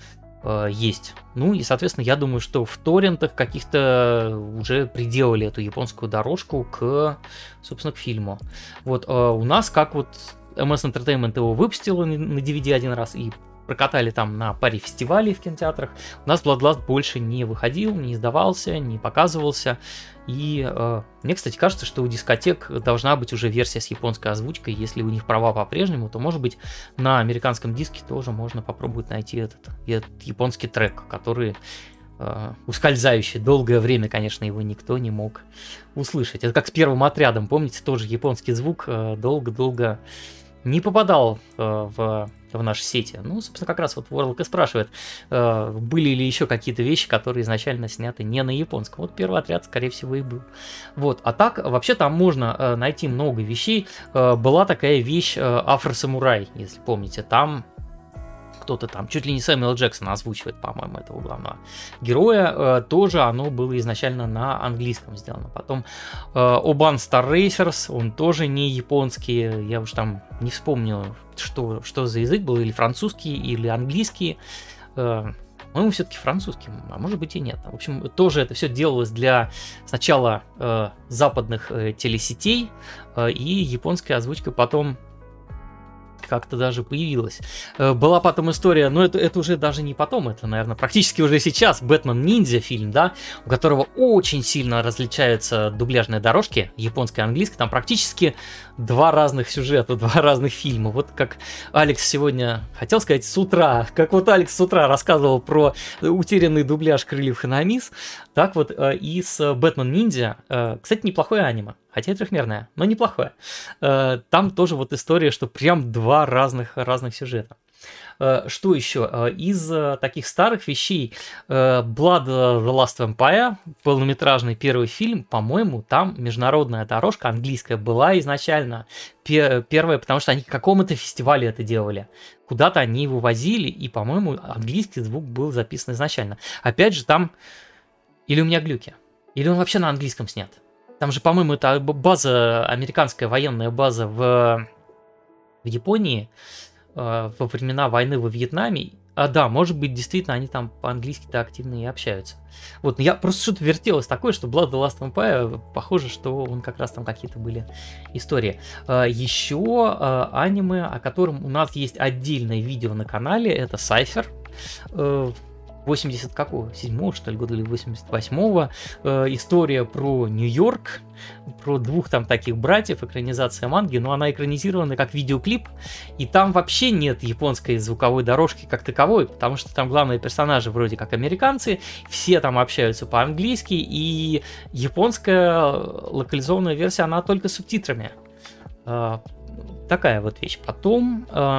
Speaker 1: э, есть. Ну и, соответственно, я думаю, что в торрентах каких-то уже приделали эту японскую дорожку к, собственно, к фильму. Вот э, у нас, как вот эм эс Entertainment его выпустила на ди ви ди один раз и прокатали там на паре фестивалей в кинотеатрах, у нас Bloodlust больше не выходил, не издавался, не показывался. И э, мне, кстати, кажется, что у дискотек должна быть уже версия с японской озвучкой. Если у них права по-прежнему, то, может быть, на американском диске тоже можно попробовать найти этот, этот японский трек, который э, ускользающий. Долгое время, конечно, его никто не мог услышать. Это как с первым отрядом, помните, тоже японский звук э, долго-долго не попадал э, в, в наши сети. Ну, собственно, как раз вот Ворлок и спрашивает, э, были ли еще какие-то вещи, которые изначально сняты не на японском. Вот первый отряд, скорее всего, и был. Вот. А так, вообще там можно э, найти много вещей. Э, была такая вещь э, Афросамурай, если помните. Там кто-то там, чуть ли не Сэмюэл Джексон озвучивает, по-моему, этого главного героя. Э, тоже оно было изначально на английском сделано. Потом э, Oban Star Racers, он тоже не японский. Я уж там не вспомню, что, что за язык был, или французский, или английский. Э, по-моему, все-таки французский, а может быть и нет. В общем, тоже это все делалось для сначала э, западных э, телесетей, э, и японская озвучка потом как-то даже появилась. Была потом история, но это, это уже даже не потом, это, наверное, практически уже сейчас, Бэтмен Ниндзя фильм, да, у которого очень сильно различаются дубляжные дорожки, японская и английская, там практически два разных сюжета, два разных фильма. Вот как Алекс сегодня, хотел сказать, с утра, как вот Алекс с утра рассказывал про утерянный дубляж «Крыльев Ханамис», так вот и с Бэтмен Ниндзя, кстати, неплохое аниме. Хотя и трехмерная, но неплохое. Там тоже вот история, что прям два разных, разных сюжета. Что еще? Из таких старых вещей Blood the Last Vampire, полнометражный первый фильм, по-моему, там международная дорожка английская была изначально первая, потому что они к какому-то фестивалю это делали. Куда-то они его возили, и, по-моему, английский звук был записан изначально. Опять же, там или у меня глюки, или он вообще на английском снят. Там же, по-моему, это база, американская военная база в, в Японии э, во времена войны во Вьетнаме. А да, может быть, действительно, они там по-английски-то активно и общаются. Вот, но я просто что-то вертелось такое, что Blood the Last Vampire, похоже, что он как раз там какие-то были истории. Э, еще э, аниме, о котором у нас есть отдельное видео на канале, это Cypher. Э, восемьдесят какого? седьмого, что ли, года, или восемьдесят восьмого. Э, история про Нью-Йорк, про двух там таких братьев, экранизация манги, но она экранизирована как видеоклип, и там вообще нет японской звуковой дорожки как таковой, потому что там главные персонажи вроде как американцы, все там общаются по-английски, и японская локализованная версия, она только с субтитрами. Э, такая вот вещь. Потом... Э,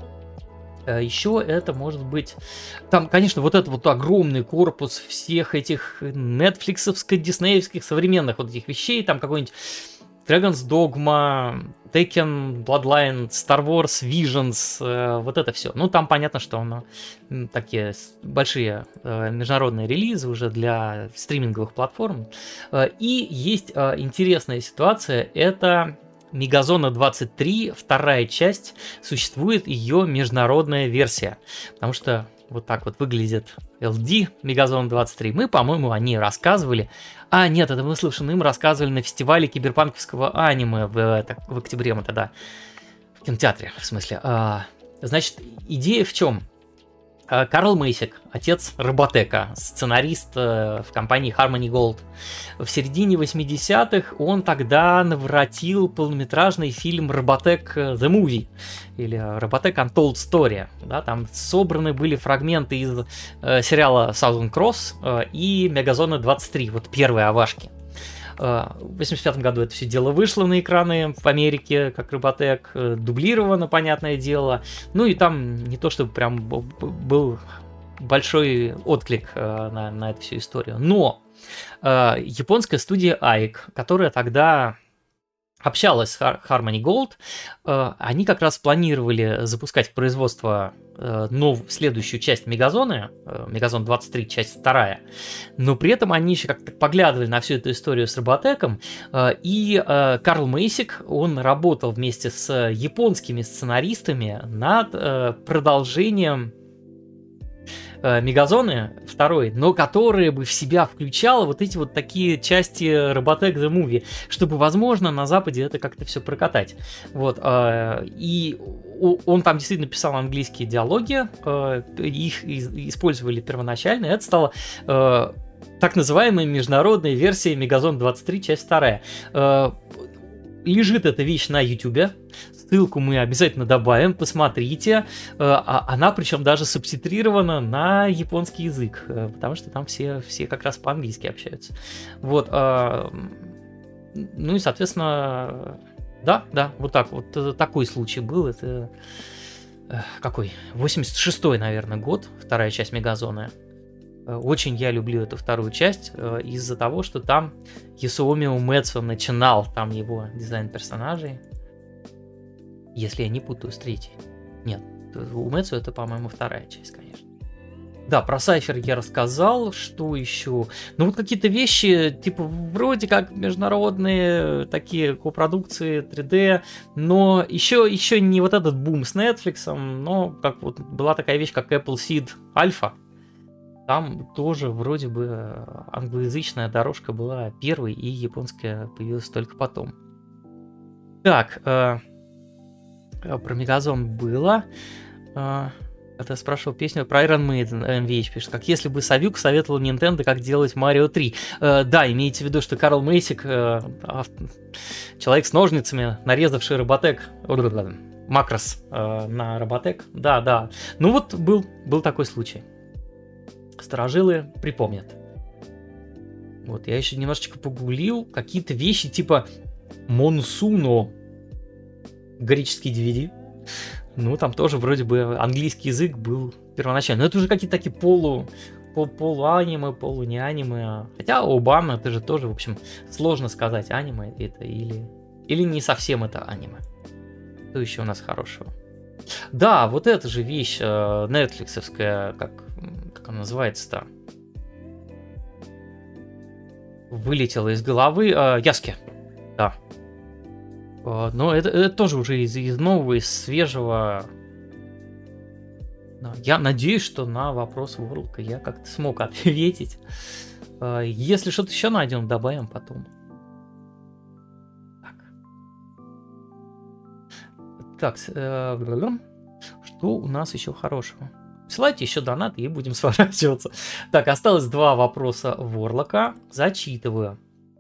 Speaker 1: Еще это может быть... Там, конечно, вот этот вот огромный корпус всех этих нетфликсовских, диснеевских современных вот этих вещей, там какой-нибудь Dragon's Dogma, Tekken, Bloodline, Star Wars, Visions, э, вот это все. Ну, там понятно, что оно такие большие э, международные релизы уже для стриминговых платформ. Э, и есть э, интересная ситуация, это... Мегазона двадцать три, вторая часть, существует ее международная версия, потому что вот так вот выглядит эл ди Мегазон двадцать три. Мы, по-моему, о ней рассказывали. А, нет, это мы с Лушиным рассказывали на фестивале киберпанковского аниме в, так, в октябре мы тогда в кинотеатре, в смысле. А, значит, идея в чем? Карл Мейсик, отец Роботека, сценарист в компании Harmony Gold. В середине восьмидесятых он тогда наворотил полнометражный фильм Роботек The Movie, или Роботек Untold Story. Да, там собраны были фрагменты из э, сериала Southern Cross э, и Мегазона двадцать три, вот первые овашки. В восемьдесят пятом году это все дело вышло на экраны в Америке, как Роботек, дублировано, понятное дело. Ну и там не то, чтобы прям был большой отклик на, на эту всю историю. Но э, японская студия эй ай си, которая тогда общалась с Harmony Gold, э, они как раз планировали запускать в производство э, нов, следующую часть Мегазона, э, Мегазон двадцать три, часть вторая, но при этом они еще как-то поглядывали на всю эту историю с Роботеком, э, и э, Карл Мейсик, он работал вместе с японскими сценаристами над э, продолжением э, Мегазоны второй, но которая бы в себя включала вот эти вот такие части Robotech The Movie, чтобы, возможно, на Западе это как-то все прокатать. Вот, э, и он там действительно писал английские диалоги, э, их из- использовали первоначально, и это стало э, так называемой международной версией Мегазон двадцать три, часть вторая. Э, лежит эта вещь на YouTube. Ссылку мы обязательно добавим, посмотрите. Она причем даже субтитрирована на японский язык, потому что там все, все как раз по-английски общаются. Вот. Ну и, соответственно, да, да, вот так вот такой случай был. Это какой? восемьдесят шестой, наверное, год, вторая часть Мегазона. Очень я люблю эту вторую часть из-за того, что там Ясуоми Умэцу начинал, там его дизайн персонажей. Если я не путаю с третьей. Нет, Умэцу это, по-моему, вторая часть, конечно. Да, про Сайфер я рассказал. Что еще? Ну, вот какие-то вещи, типа, вроде как международные такие копродукции три дэ, но еще, еще не вот этот бум с Netflix, но как вот была такая вещь, как Appleseed Alpha. Там тоже вроде бы англоязычная дорожка была первой, и японская появилась только потом. Так, э, про Мегазон было. Э, это я спрашивал песню про Iron Maiden, эм ви эйч пишет, как если бы Савюк советовал Nintendo, как делать Марио три. Э, да, имейте в виду, что Карл Мейсик, э, человек с ножницами, нарезавший Robotech, макрос э, на Robotech. Да, да. Ну вот был, был такой случай. Старожилы припомнят. Вот, я еще немножечко погуглил. Какие-то вещи типа Монсуно. Греческий ди ви ди. Ну, там тоже вроде бы английский язык был первоначально. Но это уже какие-то такие полу... полу-аниме, полу-не-аниме. Хотя Обама это же тоже, в общем, сложно сказать, аниме это или... Или не совсем это аниме. Что еще у нас хорошего? Да, вот эта же вещь нетфликсовская, как... как она называется-то? Вылетела из головы. Э, Яски. Да. Э, но это, это тоже уже из, из нового, из свежего. Да, я надеюсь, что на вопрос Ворлка я как-то смог ответить. Э, если что-то еще найдем, добавим потом. Так. Так. Э, что у нас еще хорошего? Присылайте еще донаты и будем сворачиваться. Так, осталось два вопроса Ворлока. Зачитываю.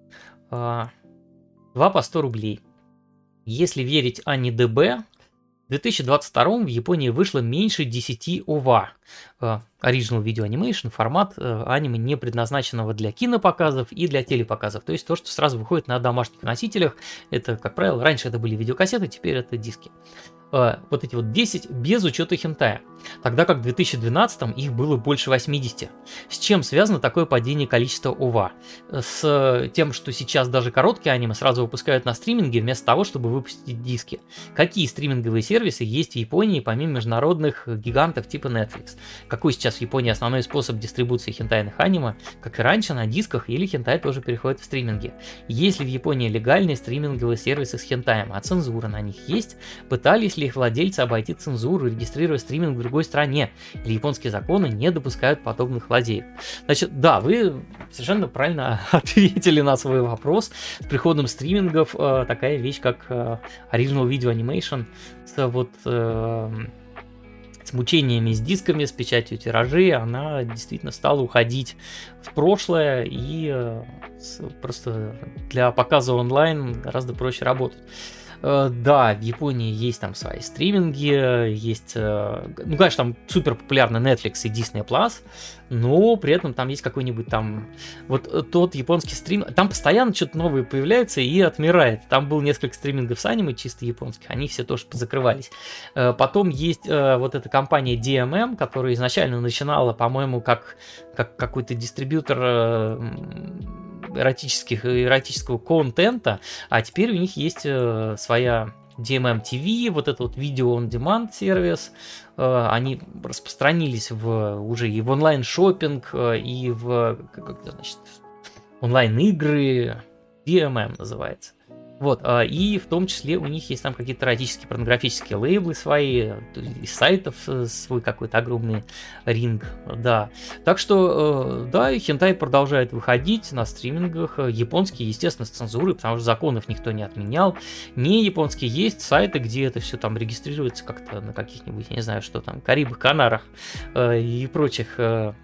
Speaker 1: Два по сто рублей. Если верить Ани ди би, в две тысячи двадцать втором в Японии вышло меньше десяти о ви эй. Original Video Animation, формат аниме, не предназначенного для кинопоказов и для телепоказов. То есть то, что сразу выходит на домашних носителях. Это, как правило, раньше это были видеокассеты, теперь это диски. Вот эти вот десять без учета хентая, тогда как в две тысячи двенадцатом их было больше восьмидесяти. С чем связано такое падение количества о ви эй? С тем, что сейчас даже короткие аниме сразу выпускают на стриминге вместо того, чтобы выпустить диски. Какие стриминговые сервисы есть в Японии помимо международных гигантов типа Netflix? Какой сейчас в Японии основной способ дистрибуции хентайных аниме? Как и раньше, на дисках, или хентай тоже переходит в стриминги? Есть ли в Японии легальные стриминговые сервисы с хентаем? А цензура на них есть? Пытались ли их владельцы обойти цензуру, регистрируя стриминг в другой стране? Или японские законы не допускают подобных лазеек? Значит, да, вы совершенно правильно ответили на свой вопрос. С приходом стримингов э, такая вещь, как э, Original Video Animation, с вот... Э, с мучениями с дисками, с печатью тиражей, она действительно стала уходить в прошлое, и э, с, просто для показа онлайн гораздо проще работать. Э, да, в Японии есть там свои стриминги, есть, э, ну, конечно, там супер популярны Netflix и Disney Plus, но при этом там есть какой-нибудь там, вот тот японский стрим, там постоянно что-то новое появляется и отмирает. Там было несколько стримингов с аниме чисто японских, они все тоже позакрывались. Э, потом есть э, вот эта компания ди эм эм, которая изначально начинала, по-моему, как, как какой-то дистрибьютор э, эротических, эротического контента, а теперь у них есть э, своя ди эм эм ти ви, вот этот вот Video on Demand сервис. Э, они распространились в, уже и в онлайн-шоппинг, э, и в как, значит, онлайн-игры. ди эм эм называется. Вот, и в том числе у них есть там какие-то эротические, порнографические лейблы свои, из сайтов свой какой-то огромный ринг, да. Так что, да, и хентай продолжает выходить на стримингах, японские, естественно, с цензурой, потому что законов никто не отменял. Не японские есть сайты, где это все там регистрируется как-то на каких-нибудь, я не знаю, что там, Карибах, Канарах и прочих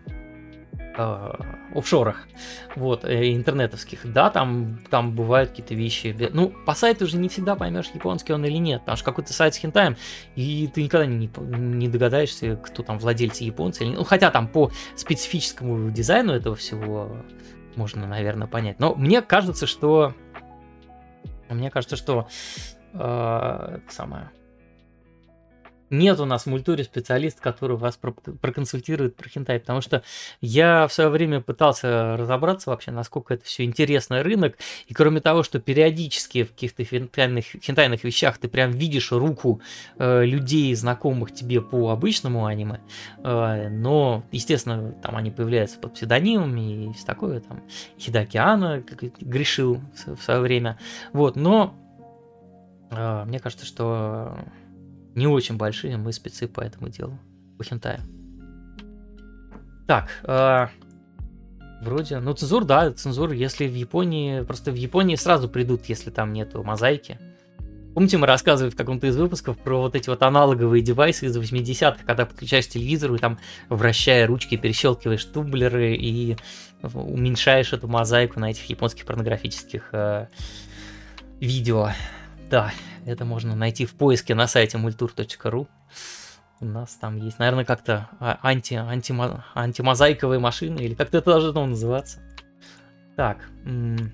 Speaker 1: офшорах, вот, интернетовских, да, там, там бывают какие-то вещи, ну, по сайту уже не всегда поймешь, японский он или нет, потому что какой-то сайт с хентаем, и ты никогда не, не догадаешься, кто там владельцы японцы, или, ну, хотя там по специфическому дизайну этого всего можно, наверное, понять, но мне кажется, что, мне кажется, что, э, самое... Нет у нас в Мультуре специалиста, который вас про- проконсультирует про хентай, потому что я в свое время пытался разобраться вообще, насколько это все интересный рынок, и кроме того, что периодически в каких-то хентайных, хентайных вещах ты прям видишь руку э, людей, знакомых тебе по обычному аниме, э, но, естественно, там они появляются под псевдонимами и все такое, там, Хидаки Анно грешил в, в свое время, вот, но э, мне кажется, что не очень большие мы спецы по этому делу, по хентаю. Так, э, вроде, ну цензур, да, цензур, если в Японии, просто в Японии сразу придут, если там нету мозаики. Помните, мы рассказывали в каком-то из выпусков про вот эти вот аналоговые девайсы из восьмидесятых, когда подключаешь к телевизору и там, вращая ручки, перещелкиваешь тумблеры и уменьшаешь эту мозаику на этих японских порнографических э, видео. Да, это можно найти в поиске на сайте мультур точка ру. У нас там есть, наверное, как-то анти, анти, антимозаиковые машины, или как-то это должно называться. Так. М-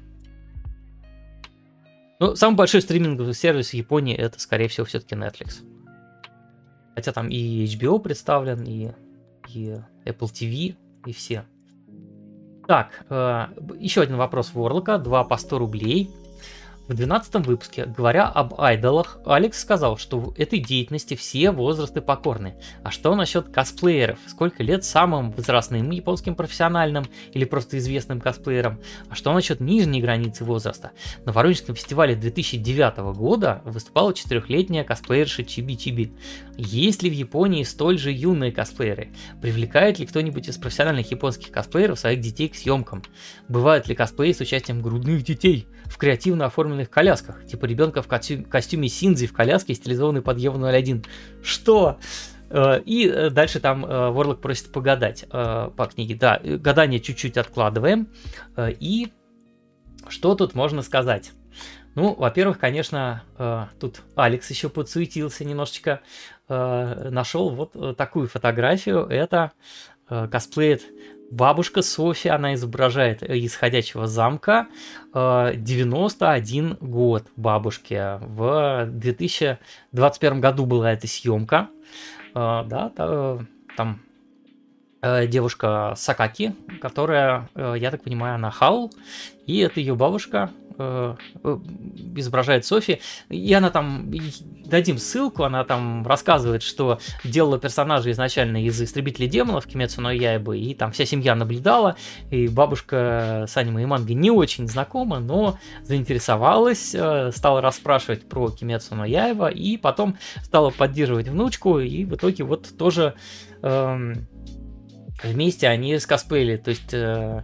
Speaker 1: ну, самый большой стриминговый сервис в Японии это, скорее всего, все-таки Netflix. Хотя там и эйч би о представлен, и, и Apple ти ви, и все. Так, э, еще один вопрос Ворлока, два по сто рублей. В двенадцатом выпуске, говоря об айдолах, Алекс сказал, что в этой деятельности все возрасты покорны. А что насчет косплееров? Сколько лет самым возрастным японским профессиональным или просто известным косплеерам? А что насчет нижней границы возраста? На Воронежском фестивале две тысячи девятого года выступала четырехлетняя косплеерша Чиби Чиби. Есть ли в Японии столь же юные косплееры? Привлекает ли кто-нибудь из профессиональных японских косплееров своих детей к съемкам? Бывают ли косплеи с участием грудных детей в креативно оформленных колясках, типа ребенка в костюме, костюме Синдзи в коляске, стилизованной под Еву ноль один? Что? И дальше там Ворлок просит погадать по книге. Да, гадание чуть-чуть откладываем. И что тут можно сказать? Ну, во-первых, конечно, тут Алекс еще подсуетился немножечко, нашел вот такую фотографию. Это косплеит бабушка Софья, она изображает из «Ходячего замка», девяносто один год бабушке. В две тысячи двадцать первом году была эта съемка. Да, там девушка Сакаки, которая, я так понимаю, она Хал, и это ее бабушка изображает Софи, и она там, дадим ссылку, она там рассказывает, что делала персонажа изначально из «Истребителей демонов» Кимецу но Яйбы, и там вся семья наблюдала, и бабушка с аниме и мангой не очень знакома, но заинтересовалась, стала расспрашивать про Кимецу но Яйба, и потом стала поддерживать внучку, и в итоге вот тоже эм, вместе они скосплеили, то есть э,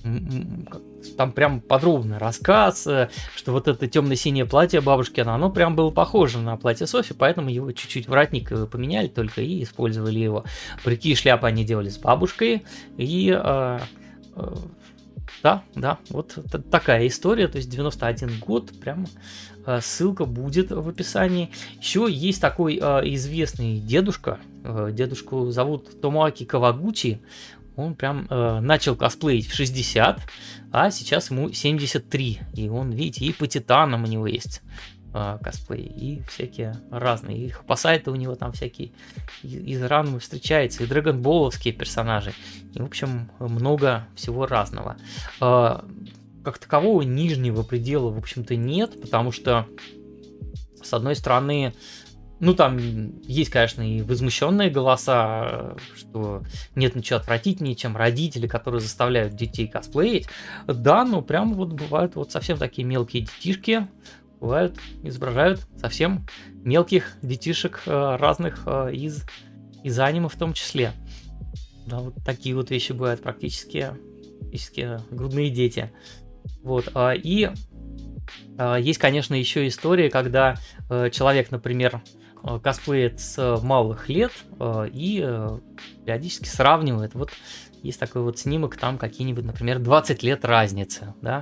Speaker 1: там прям подробный рассказ, что вот это темно-синее платье бабушки, оно, оно прям было похоже на платье Софи, поэтому его чуть-чуть воротник поменяли только и использовали его. Парики и шляпы они делали с бабушкой, и э, э, да, да, вот такая история, то есть девяносто один год, прям э, ссылка будет в описании. Еще есть такой э, известный дедушка, э, дедушку зовут Томоаки Кавагучи. Он прям э, начал косплеить в шестьдесят, а сейчас ему семьдесят три. И он, видите, и по Титанам у него есть э, косплей, и всякие разные. И по сайту у него там всякие из ранов встречаются, и драгонболовские персонажи. И, в общем, много всего разного. Э, как такового нижнего предела, в общем-то, нет, потому что, с одной стороны, ну, там есть, конечно, и возмущенные голоса, что нет ничего отвратительнее, чем родители, которые заставляют детей косплеить. Да, но прям вот бывают вот совсем такие мелкие детишки, бывают, изображают совсем мелких детишек э, разных э, из, из аниме в том числе. Да, вот такие вот вещи бывают практически, практически грудные дети. Вот, э, и э, есть, конечно, еще история, когда э, человек, например, э, косплеит с малых лет э, и э, периодически сравнивает. Вот есть такой вот снимок, там какие-нибудь, например, двадцать лет разницы, да,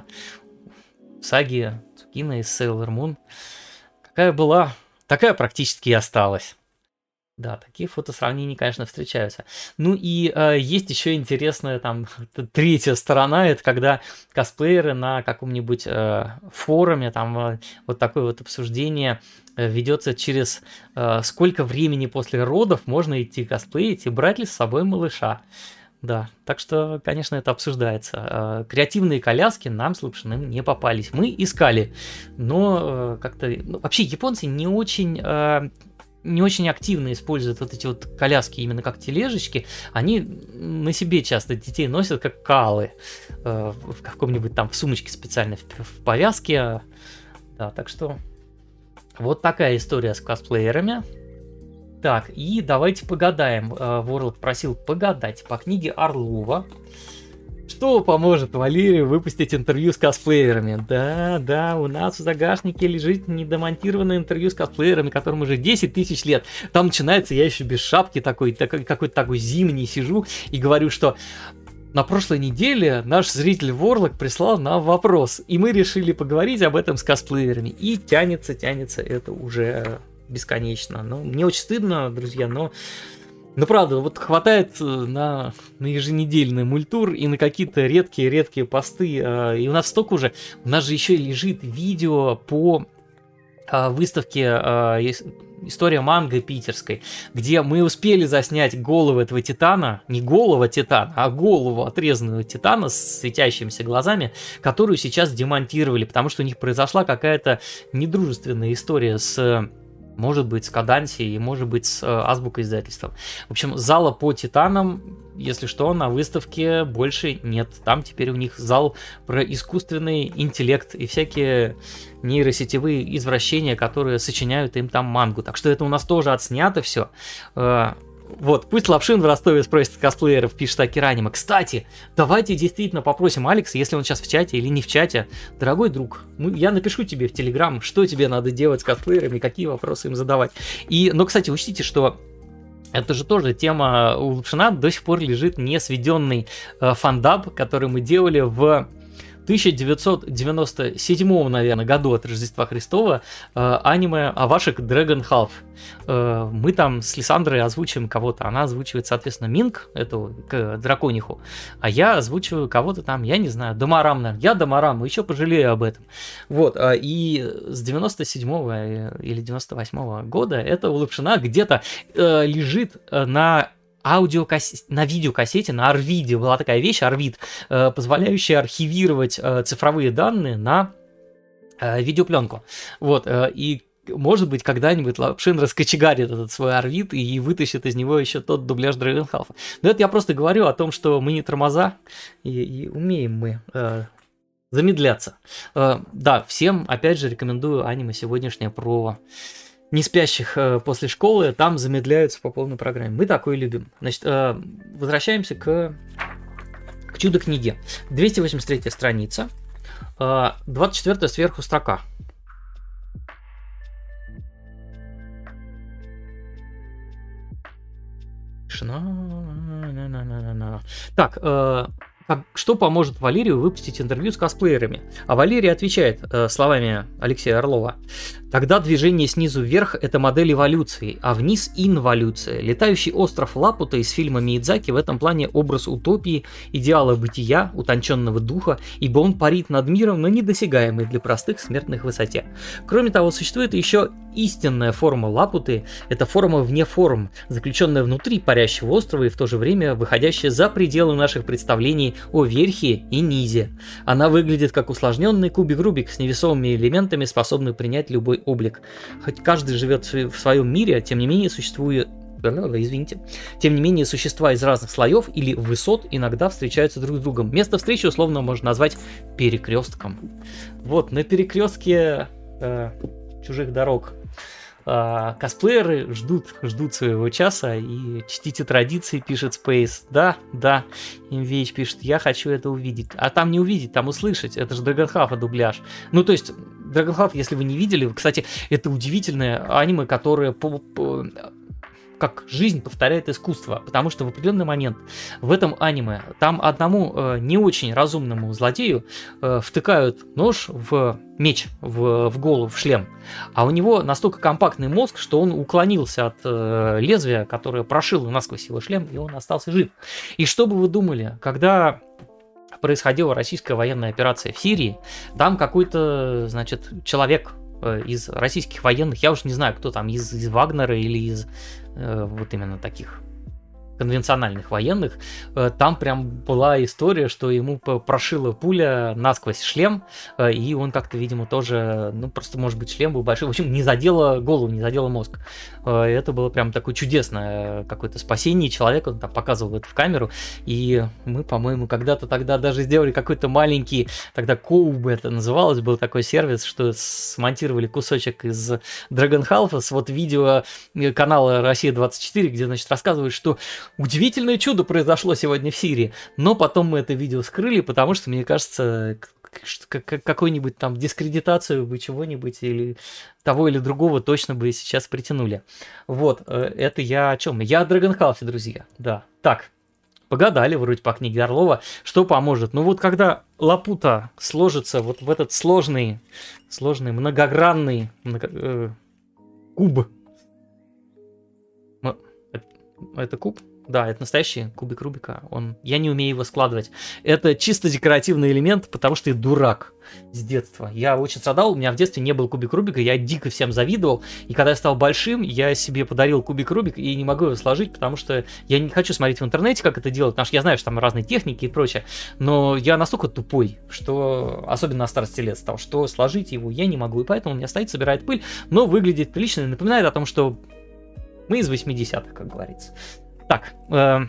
Speaker 1: Саги Цукина из Sailor Moon. Какая была, такая практически и осталась. Да, такие фотосравнения, конечно, встречаются. Ну и э, есть еще интересная там третья сторона, это когда косплееры на каком-нибудь э, форуме, там э, вот такое вот обсуждение э, ведется через э, сколько времени после родов можно идти косплеить и брать ли с собой малыша. Да, так что, конечно, это обсуждается. Креативные коляски нам с Лапшиным не попались. Мы искали, но как-то... Ну, вообще, японцы не очень, не очень активно используют вот эти вот коляски именно как тележечки. Они на себе часто детей носят как калы. В каком-нибудь там в сумочке специально, в повязке. Да, так что вот такая история с косплеерами. Так, и давайте погадаем. Ворлд просил погадать по книге Орлова. Что поможет Валерию выпустить интервью с косплеерами? Да, да, у нас в загашнике лежит недомонтированное интервью с косплеерами, которым уже десять тысяч лет. Там начинается, я еще без шапки такой, такой какой-то такой зимний сижу и говорю, что на прошлой неделе наш зритель Ворлок прислал нам вопрос, и мы решили поговорить об этом с косплеерами. И тянется, тянется это уже... бесконечно. Ну, мне очень стыдно, друзья, но, но правда, вот хватает на, на еженедельный мультур и на какие-то редкие-редкие посты. И у нас столько уже, у нас же еще лежит видео по выставке «История манго» питерской, где мы успели заснять голову этого титана, не голова титана, а голову отрезанного титана с светящимися глазами, которую сейчас демонтировали, потому что у них произошла какая-то недружественная история с... может быть, с Кадансией, может быть, с э, Азбукой издательством. В общем, зала по Титанам, если что, на выставке больше нет. Там теперь у них зал про искусственный интеллект и всякие нейросетевые извращения, которые сочиняют им там мангу. Так что это у нас тоже отснято все. Э, Вот, пусть Лапшин в Ростове спросит косплееров, пишет Акиранима. Кстати, давайте действительно попросим Алекса, если он сейчас в чате или не в чате. Дорогой друг, я напишу тебе в Телеграм, что тебе надо делать с косплеерами, какие вопросы им задавать. И, но, кстати, учтите, что это же тоже тема у Лапшина, до сих пор лежит несведенный э, фандаб, который мы делали в тысяча девятьсот девяносто седьмом, наверное, году от Рождества Христова э, аниме Авашек Dragon Half. Э, мы там с Лиссандрой озвучиваем кого-то. Она озвучивает, соответственно, Минг, эту к дракониху, а я озвучиваю кого-то там, я не знаю, Дамарам, наверное. Я Дамарам, еще пожалею об этом. Вот, э, и с девяносто седьмого или девяносто восьмого года это у Лапшина где-то э, лежит э, на аудиокассете, на видеокассете, на Арвиде была такая вещь, Арвид, э, позволяющая архивировать э, цифровые данные на э, видеопленку. Вот, э, и может быть, когда-нибудь Лапшин раскочегарит этот свой Арвид и вытащит из него еще тот дубляж Драгонхалфа. Но это я просто говорю о том, что мы не тормоза, и, и умеем мы э, замедляться. Э, да, всем, опять же, рекомендую аниме сегодняшнее про... не спящих э, после школы, там замедляются по полной программе. Мы такое любим. Значит, э, возвращаемся к, к чудо-книге. двести восемьдесят третья страница, э, двадцать четвёртая сверху строка. Так, э, что поможет Валерию выпустить интервью с косплеерами? А Валерий отвечает э, словами Алексея Орлова. Тогда движение снизу вверх – это модель эволюции, а вниз – инволюция. Летающий остров Лапута из фильма Миядзаки в этом плане образ утопии, идеала бытия, утонченного духа, ибо он парит над миром на недосягаемой для простых смертных высоте. Кроме того, существует еще истинная форма Лапуты – это форма вне форм, заключенная внутри парящего острова и в то же время выходящая за пределы наших представлений о верхе и низе. Она выглядит как усложненный кубик Рубик с невесомыми элементами, способный принять любой облик. Хоть каждый живет в своем мире, тем не менее существует... Извините. Тем не менее, существа из разных слоев или высот иногда встречаются друг с другом. Место встречи условно можно назвать перекрестком. Вот, на перекрестке э, «Чужих дорог». Э, косплееры ждут, ждут своего часа, и чтите традиции, пишет Space. Да, да, эм ви эйч пишет, я хочу это увидеть. А там не увидеть, там услышать. Это же Драгонхафа дубляж. Ну, то есть, Драгонхаф, если вы не видели, кстати, это удивительное аниме, которое по, по, как жизнь повторяет искусство, потому что в определенный момент в этом аниме там одному э, не очень разумному злодею э, втыкают нож в меч, в, в голову, в шлем, а у него настолько компактный мозг, что он уклонился от э, лезвия, которое прошило насквозь его шлем, и он остался жив. И что бы вы думали, когда происходила российская военная операция в Сирии, там какой-то, значит, человек из российских военных, я уж не знаю, кто там, из, из Вагнера или из э, вот именно таких конвенциональных военных, э, там прям была история, что ему прошила пуля насквозь шлем, э, и он как-то, видимо, тоже, ну, просто, может быть, шлем был большой, в общем, не задело голову, не задело мозг. Э, это было прям такое чудесное какое-то спасение человека, он там показывал это в камеру, и мы, по-моему, когда-то тогда даже сделали какой-то маленький, тогда Коуб это называлось, был такой сервис, что смонтировали кусочек из Dragon Half с вот видео канала Россия двадцать четыре, где, значит, рассказывают, что удивительное чудо произошло сегодня в Сирии, но потом мы это видео скрыли, потому что, мне кажется, какую-нибудь там дискредитацию бы чего-нибудь или того или другого точно бы сейчас притянули. Вот, это я о чем? Я о Dragon Half, друзья, да. Так, погадали вроде по книге Орлова, что поможет. Ну вот когда Лапута сложится вот в этот сложный, сложный, многогранный много, э, куб. Это куб? Да, это настоящий кубик Рубика. Он... Я не умею его складывать. Это чисто декоративный элемент, потому что я дурак с детства. Я очень страдал, у меня в детстве не был кубик Рубика, я дико всем завидовал. И когда я стал большим, я себе подарил кубик Рубик и не могу его сложить, потому что я не хочу смотреть в интернете, как это делать, потому что я знаю, что там разные техники и прочее. Но я настолько тупой, что, особенно на старости лет стал, что сложить его я не могу. И поэтому у меня стоит, собирает пыль, но выглядит прилично и напоминает о том, что мы из восьмидесятых, как говорится. Так, э...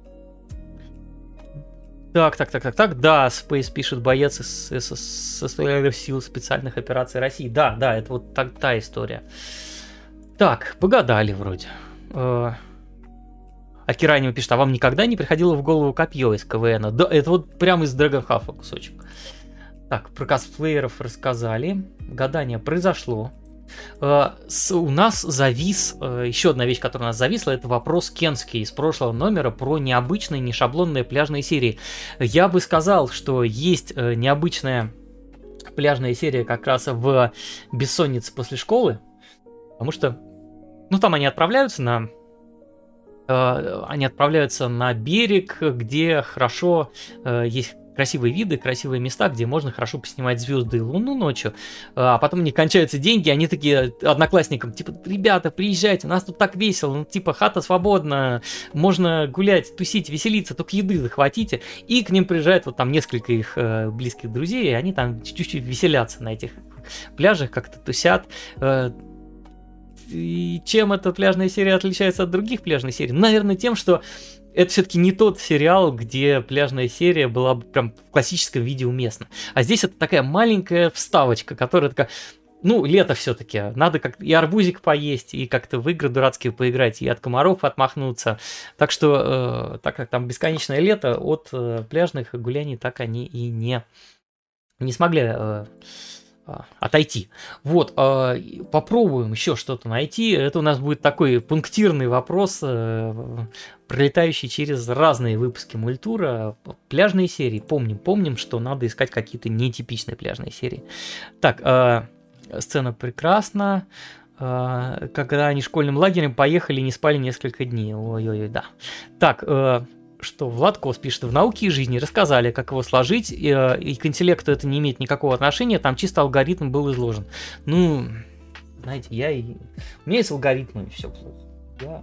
Speaker 1: так, так, так, так, так, да, Space пишет, боец из СССР сил специальных операций России. Да, да, это вот та, та история. Так, погадали вроде. Э... Акиранева пишет, а вам никогда не приходило в голову копье из КВН? Да, это вот прямо из Dragon Half кусочек. Так, про косплееров рассказали. Гадание произошло. Uh, с, у нас завис, uh, еще одна вещь, которая у нас зависла, это вопрос Кенский из прошлого номера про необычные, нешаблонные пляжные серии. Я бы сказал, что есть uh, необычная пляжная серия как раз в «Бессоннице после школы», потому что, ну, там они отправляются на... Uh, они отправляются на берег, где хорошо uh, есть красивые виды, красивые места, где можно хорошо поснимать звезды и луну ночью, а потом у них кончаются деньги, они такие одноклассникам, типа, ребята, приезжайте, у нас тут так весело, ну, типа, хата свободна, можно гулять, тусить, веселиться, только еды захватите, и к ним приезжает вот там несколько их э, близких друзей, и они там чуть-чуть веселятся на этих пляжах, как-то тусят. Э, и чем эта пляжная серия отличается от других пляжных серий? Наверное, тем, что это все-таки не тот сериал, где пляжная серия была бы прям в классическом виде уместна. А здесь это такая маленькая вставочка, которая такая, ну, лето все-таки, надо как и арбузик поесть, и как-то в игры дурацкие поиграть, и от комаров отмахнуться. Так что, э, так как там бесконечное лето, от э, пляжных гуляний так они и не, не смогли... Э, отойти. Вот, э, попробуем еще что-то найти. Это у нас будет такой пунктирный вопрос, э, пролетающий через разные выпуски Мультура. Пляжные серии. Помним, помним, что надо искать какие-то нетипичные пляжные серии. Так, э, сцена прекрасна. Э, когда они школьным лагерем поехали и не спали несколько дней. Ой-ой-ой, да. Так, э, что Влад Кос пишет, в «Науке и жизни» рассказали, как его сложить, и, и к интеллекту это не имеет никакого отношения, там чисто алгоритм был изложен. Ну, знаете, я и... У меня есть алгоритмы, и все плохо. Я...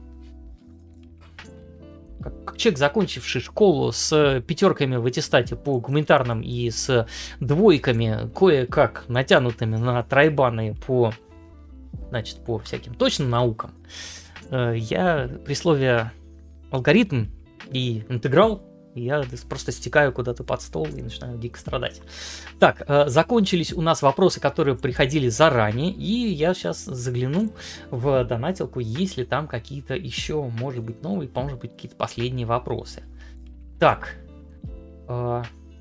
Speaker 1: Как, как человек, закончивший школу с пятерками в аттестате по гуманитарным и с двойками, кое-как натянутыми на тройбаны по, значит, по всяким точным наукам, я при слове алгоритм и интеграл я просто стекаю куда-то под стол и начинаю дико страдать. Так, э, закончились у нас вопросы, которые приходили заранее, и я сейчас загляну в донатилку, есть ли там какие-то еще, может быть, новые, может быть, какие-то последние вопросы. Так, э,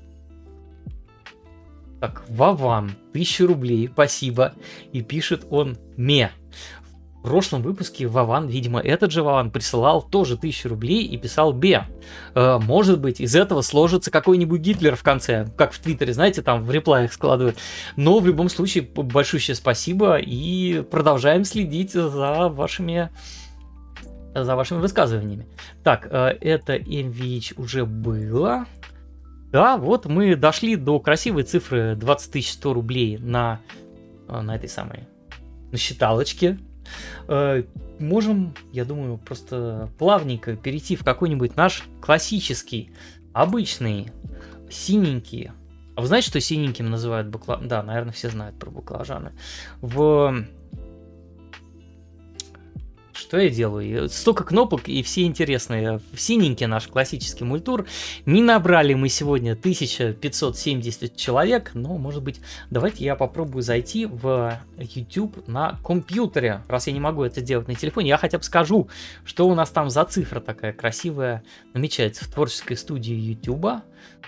Speaker 1: так, Вован, тысяча рублей, спасибо, и пишет он «ме». В прошлом выпуске Вован, видимо, этот же Вован, присылал тоже тысячу рублей и писал «бе». Э, может быть, из этого сложится какой-нибудь Гитлер в конце, как в Твиттере, знаете, там в реплаях складывают. Но в любом случае, большущее спасибо, и продолжаем следить за вашими, за вашими высказываниями. Так, э, это эм ви эйч уже было. Да, вот мы дошли до красивой цифры двадцать тысяч сто рублей на, на этой самой, на считалочке. Можем, я думаю, просто плавненько перейти в какой-нибудь наш классический, обычный, синенький. А вы знаете, что синеньким называют баклажаны? Да, наверное, все знают про баклажаны. В... Что я делаю? Столько кнопок и все интересные. Синенький наш классический мультур. Не набрали мы сегодня тысяча пятьсот семьдесят человек, но, может быть, давайте я попробую зайти в YouTube на компьютере. Раз я не могу это делать на телефоне, я хотя бы скажу, что у нас там за цифра такая красивая намечается в творческой студии YouTube.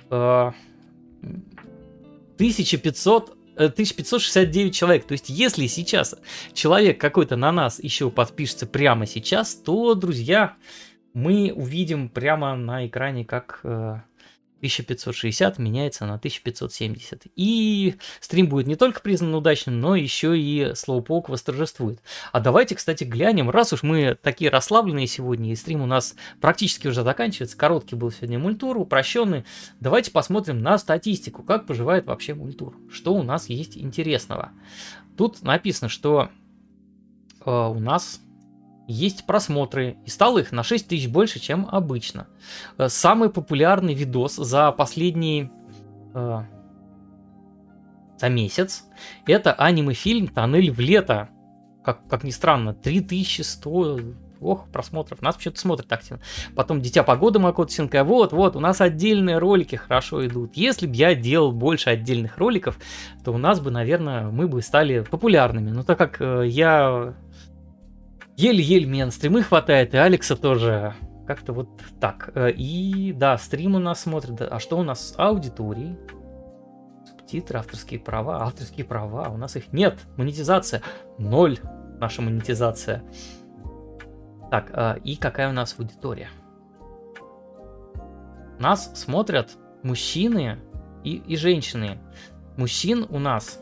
Speaker 1: тысяча пятьсот тысяча пятьсот шестьдесят девять человек. То есть, если сейчас человек какой-то на нас еще подпишется прямо сейчас, то, друзья, мы увидим прямо на экране, как э, тысяча пятьсот шестьдесят меняется на тысяча пятьсот семьдесят. И стрим будет не только признан удачным, но еще и Slowpoke восторжествует. А давайте, кстати, глянем, раз уж мы такие расслабленные сегодня, и стрим у нас практически уже заканчивается, короткий был сегодня мультур, упрощенный, давайте посмотрим на статистику, как поживает вообще мультур, что у нас есть интересного. Тут написано, что э, у нас есть просмотры, и стало их на шесть тысяч больше, чем обычно. Самый популярный видос за последний... Э, за месяц — это аниме-фильм «Тоннель в лето». Как, как ни странно, три тысячи сто... Ох, просмотров. Нас почему-то смотрят активно. Потом «Дитя погоды» Макото Синкай. Вот, вот, у нас отдельные ролики хорошо идут. Если бы я делал больше отдельных роликов, то у нас бы, наверное, мы бы стали популярными. Но так как э, я... Еле-еле меня на стримы хватает, и Алекса тоже. Как-то вот так. И да, стрим у нас смотрят. А что у нас с аудиторией? Субтитры, авторские права. Авторские права. У нас их нет. Монетизация. Ноль. Наша монетизация. Так, и какая у нас аудитория? Нас смотрят мужчины и, и женщины. Мужчин у нас...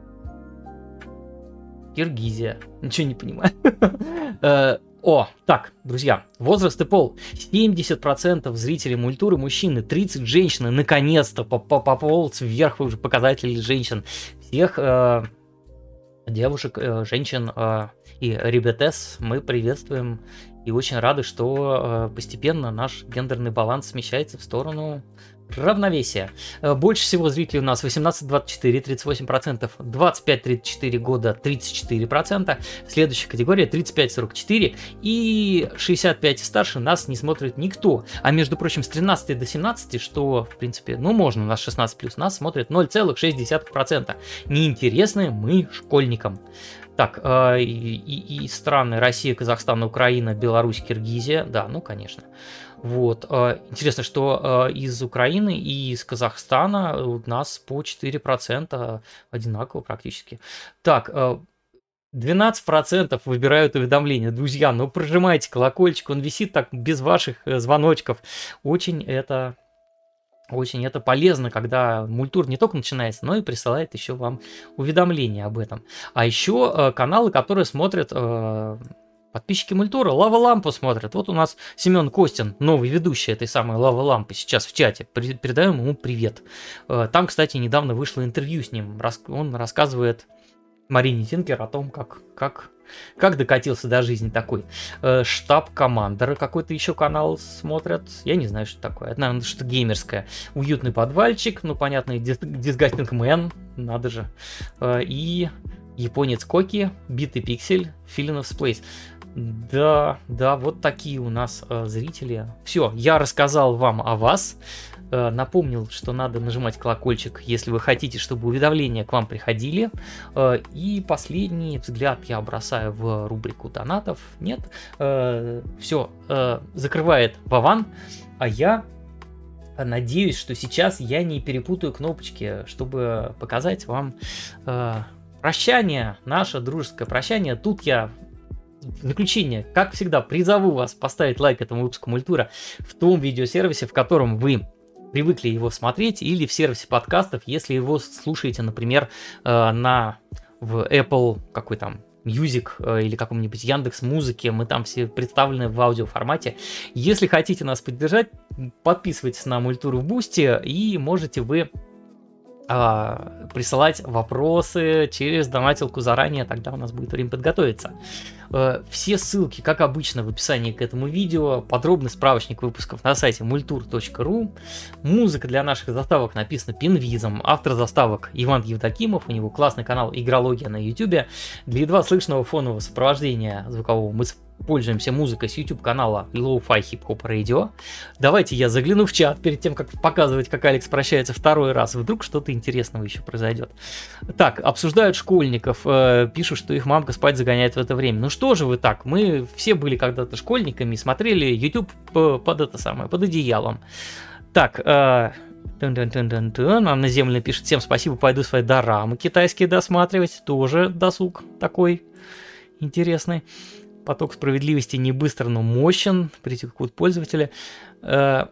Speaker 1: Киргизия. Ничего не понимаю. О, так, друзья, возраст и пол. семьдесят процентов зрителей мультуры мужчины, тридцать процентов женщины. Наконец-то пополз вверх уже показатели женщин. Всех э, девушек, э, женщин э, и ребятес мы приветствуем. И очень рады, что э, постепенно наш гендерный баланс смещается в сторону... равновесие. Больше всего зрителей у нас восемнадцать двадцать четыре, тридцать восемь процентов, двадцать пять тридцать четыре года, тридцать четыре процента. Следующая категория тридцать пять сорок четыре и шестьдесят пять и старше нас не смотрит никто. А между прочим, с тринадцати до семнадцати, что в принципе, ну можно, у нас шестнадцать плюс, нас смотрит ноль целых шесть десятых процента. Неинтересны мы школьникам. Так, э, и, и, и страны Россия, Казахстан, Украина, Беларусь, Киргизия. Да, ну конечно. Вот. Интересно, что из Украины и из Казахстана у нас по четыре процента одинаково практически. Так, двенадцать процентов выбирают уведомления. Друзья, ну прожимайте колокольчик, он висит так без ваших звоночков. Очень это... Очень это полезно, когда мультур не только начинается, но и присылает еще вам уведомления об этом. А еще каналы, которые смотрят... Подписчики мультура Лава Лампу смотрят. Вот у нас Семен Костин, новый ведущий этой самой Лавы Лампы, сейчас в чате. Передаем ему привет. Там, кстати, недавно вышло интервью с ним. Он рассказывает Марине Тинкер о том, как, как, как докатился до жизни такой. Штаб-командеры какой-то еще канал смотрят. Я не знаю, что такое. Это, наверное, что-то геймерское. Уютный подвальчик. Ну, понятно, Disgusting Man. Надо же. И... Японец Коки, Битый Пиксель, Филинов Сплейс. Да, да, вот такие у нас э, зрители. Все, я рассказал вам о вас. Э, напомнил, что надо нажимать колокольчик, если вы хотите, чтобы уведомления к вам приходили. Э, и последний взгляд я бросаю в рубрику донатов. Нет, э, все, э, закрывает Вован, а я надеюсь, что сейчас я не перепутаю кнопочки, чтобы показать вам э, прощание, наше дружеское прощание. Тут я в заключение, как всегда, призову вас поставить лайк этому выпуску Мультура в том видеосервисе, в котором вы привыкли его смотреть, или в сервисе подкастов, если его слушаете, например, э, на в Apple, какой там, Music э, или каком-нибудь Яндекс.Музыке, мы там все представлены в аудиоформате. Если хотите нас поддержать, подписывайтесь на Мультуру в Бусти, и можете вы э, присылать вопросы через донатилку заранее, тогда у нас будет время подготовиться. Э, все ссылки, как обычно, в описании к этому видео, подробный справочник выпусков на сайте мультур точка ру. Музыка для наших заставок написана Пинвизом, автор заставок Иван Евдокимов, у него классный канал Игрология на YouTube. Для едва слышного фонового сопровождения звукового мы пользуемся музыкой с YouTube-канала Lo-Fi Hip Hop Radio. Давайте я загляну в чат перед тем, как показывать, как Алекс прощается второй раз. Вдруг что-то интересного еще произойдет. Так, обсуждают школьников, э, пишут, что их мамка спать загоняет в это время. Ну что же вы так? Мы все были когда-то школьниками и смотрели YouTube под это самое, под одеялом. Так, э, Анна Земля пишет: всем спасибо, пойду свои дорамы китайские досматривать. Тоже досуг такой интересный. Поток справедливости не быстро, но мощен. Притекут пользователи. Э,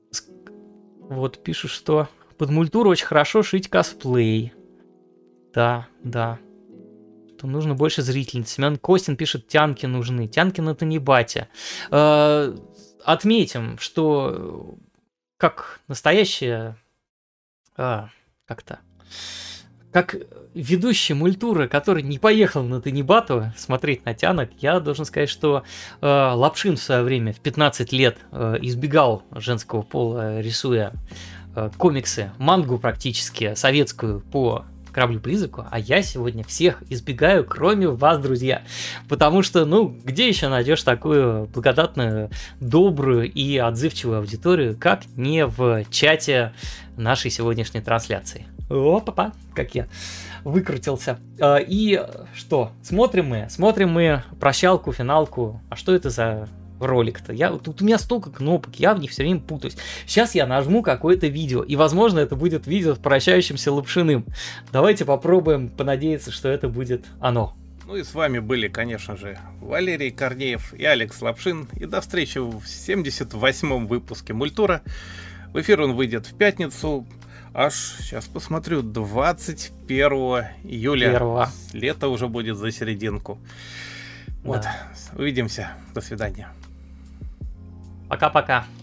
Speaker 1: вот пишут, что под Мультуру очень хорошо шить косплей. Да, да. Что нужно больше зрительниц. Семен Костин пишет: тянки нужны. Тянкин это не батя. Э, отметим, что как настоящая... А, как-то... Как ведущий Мультуры, который не поехал на Танибату смотреть на тянок, я должен сказать, что э, Лапшин в свое время в пятнадцать лет э, избегал женского пола, рисуя э, комиксы, мангу практически, советскую по Кораблю-призраку, а я сегодня всех избегаю, кроме вас, друзья. Потому что, ну, где еще найдешь такую благодатную, добрую и отзывчивую аудиторию, как не в чате нашей сегодняшней трансляции. Опа-па, как я выкрутился. И что? Смотрим мы, смотрим мы прощалку, финалку. А что это за ролик-то? Я, тут у меня столько кнопок, я в них все время путаюсь. Сейчас я нажму какое-то видео, и, возможно, это будет видео с прощающимся Лапшиным. Давайте попробуем понадеяться, что это будет оно.
Speaker 2: Ну и с вами были, конечно же, Валерий Корнеев и Алекс Лапшин. И до встречи в семьдесят восьмом выпуске Мультура. В эфир он выйдет в пятницу. Аж, сейчас посмотрю, двадцать первого июля. Первого. Лето уже будет за серединку. Вот, да. Увидимся. До свидания.
Speaker 1: Пока-пока.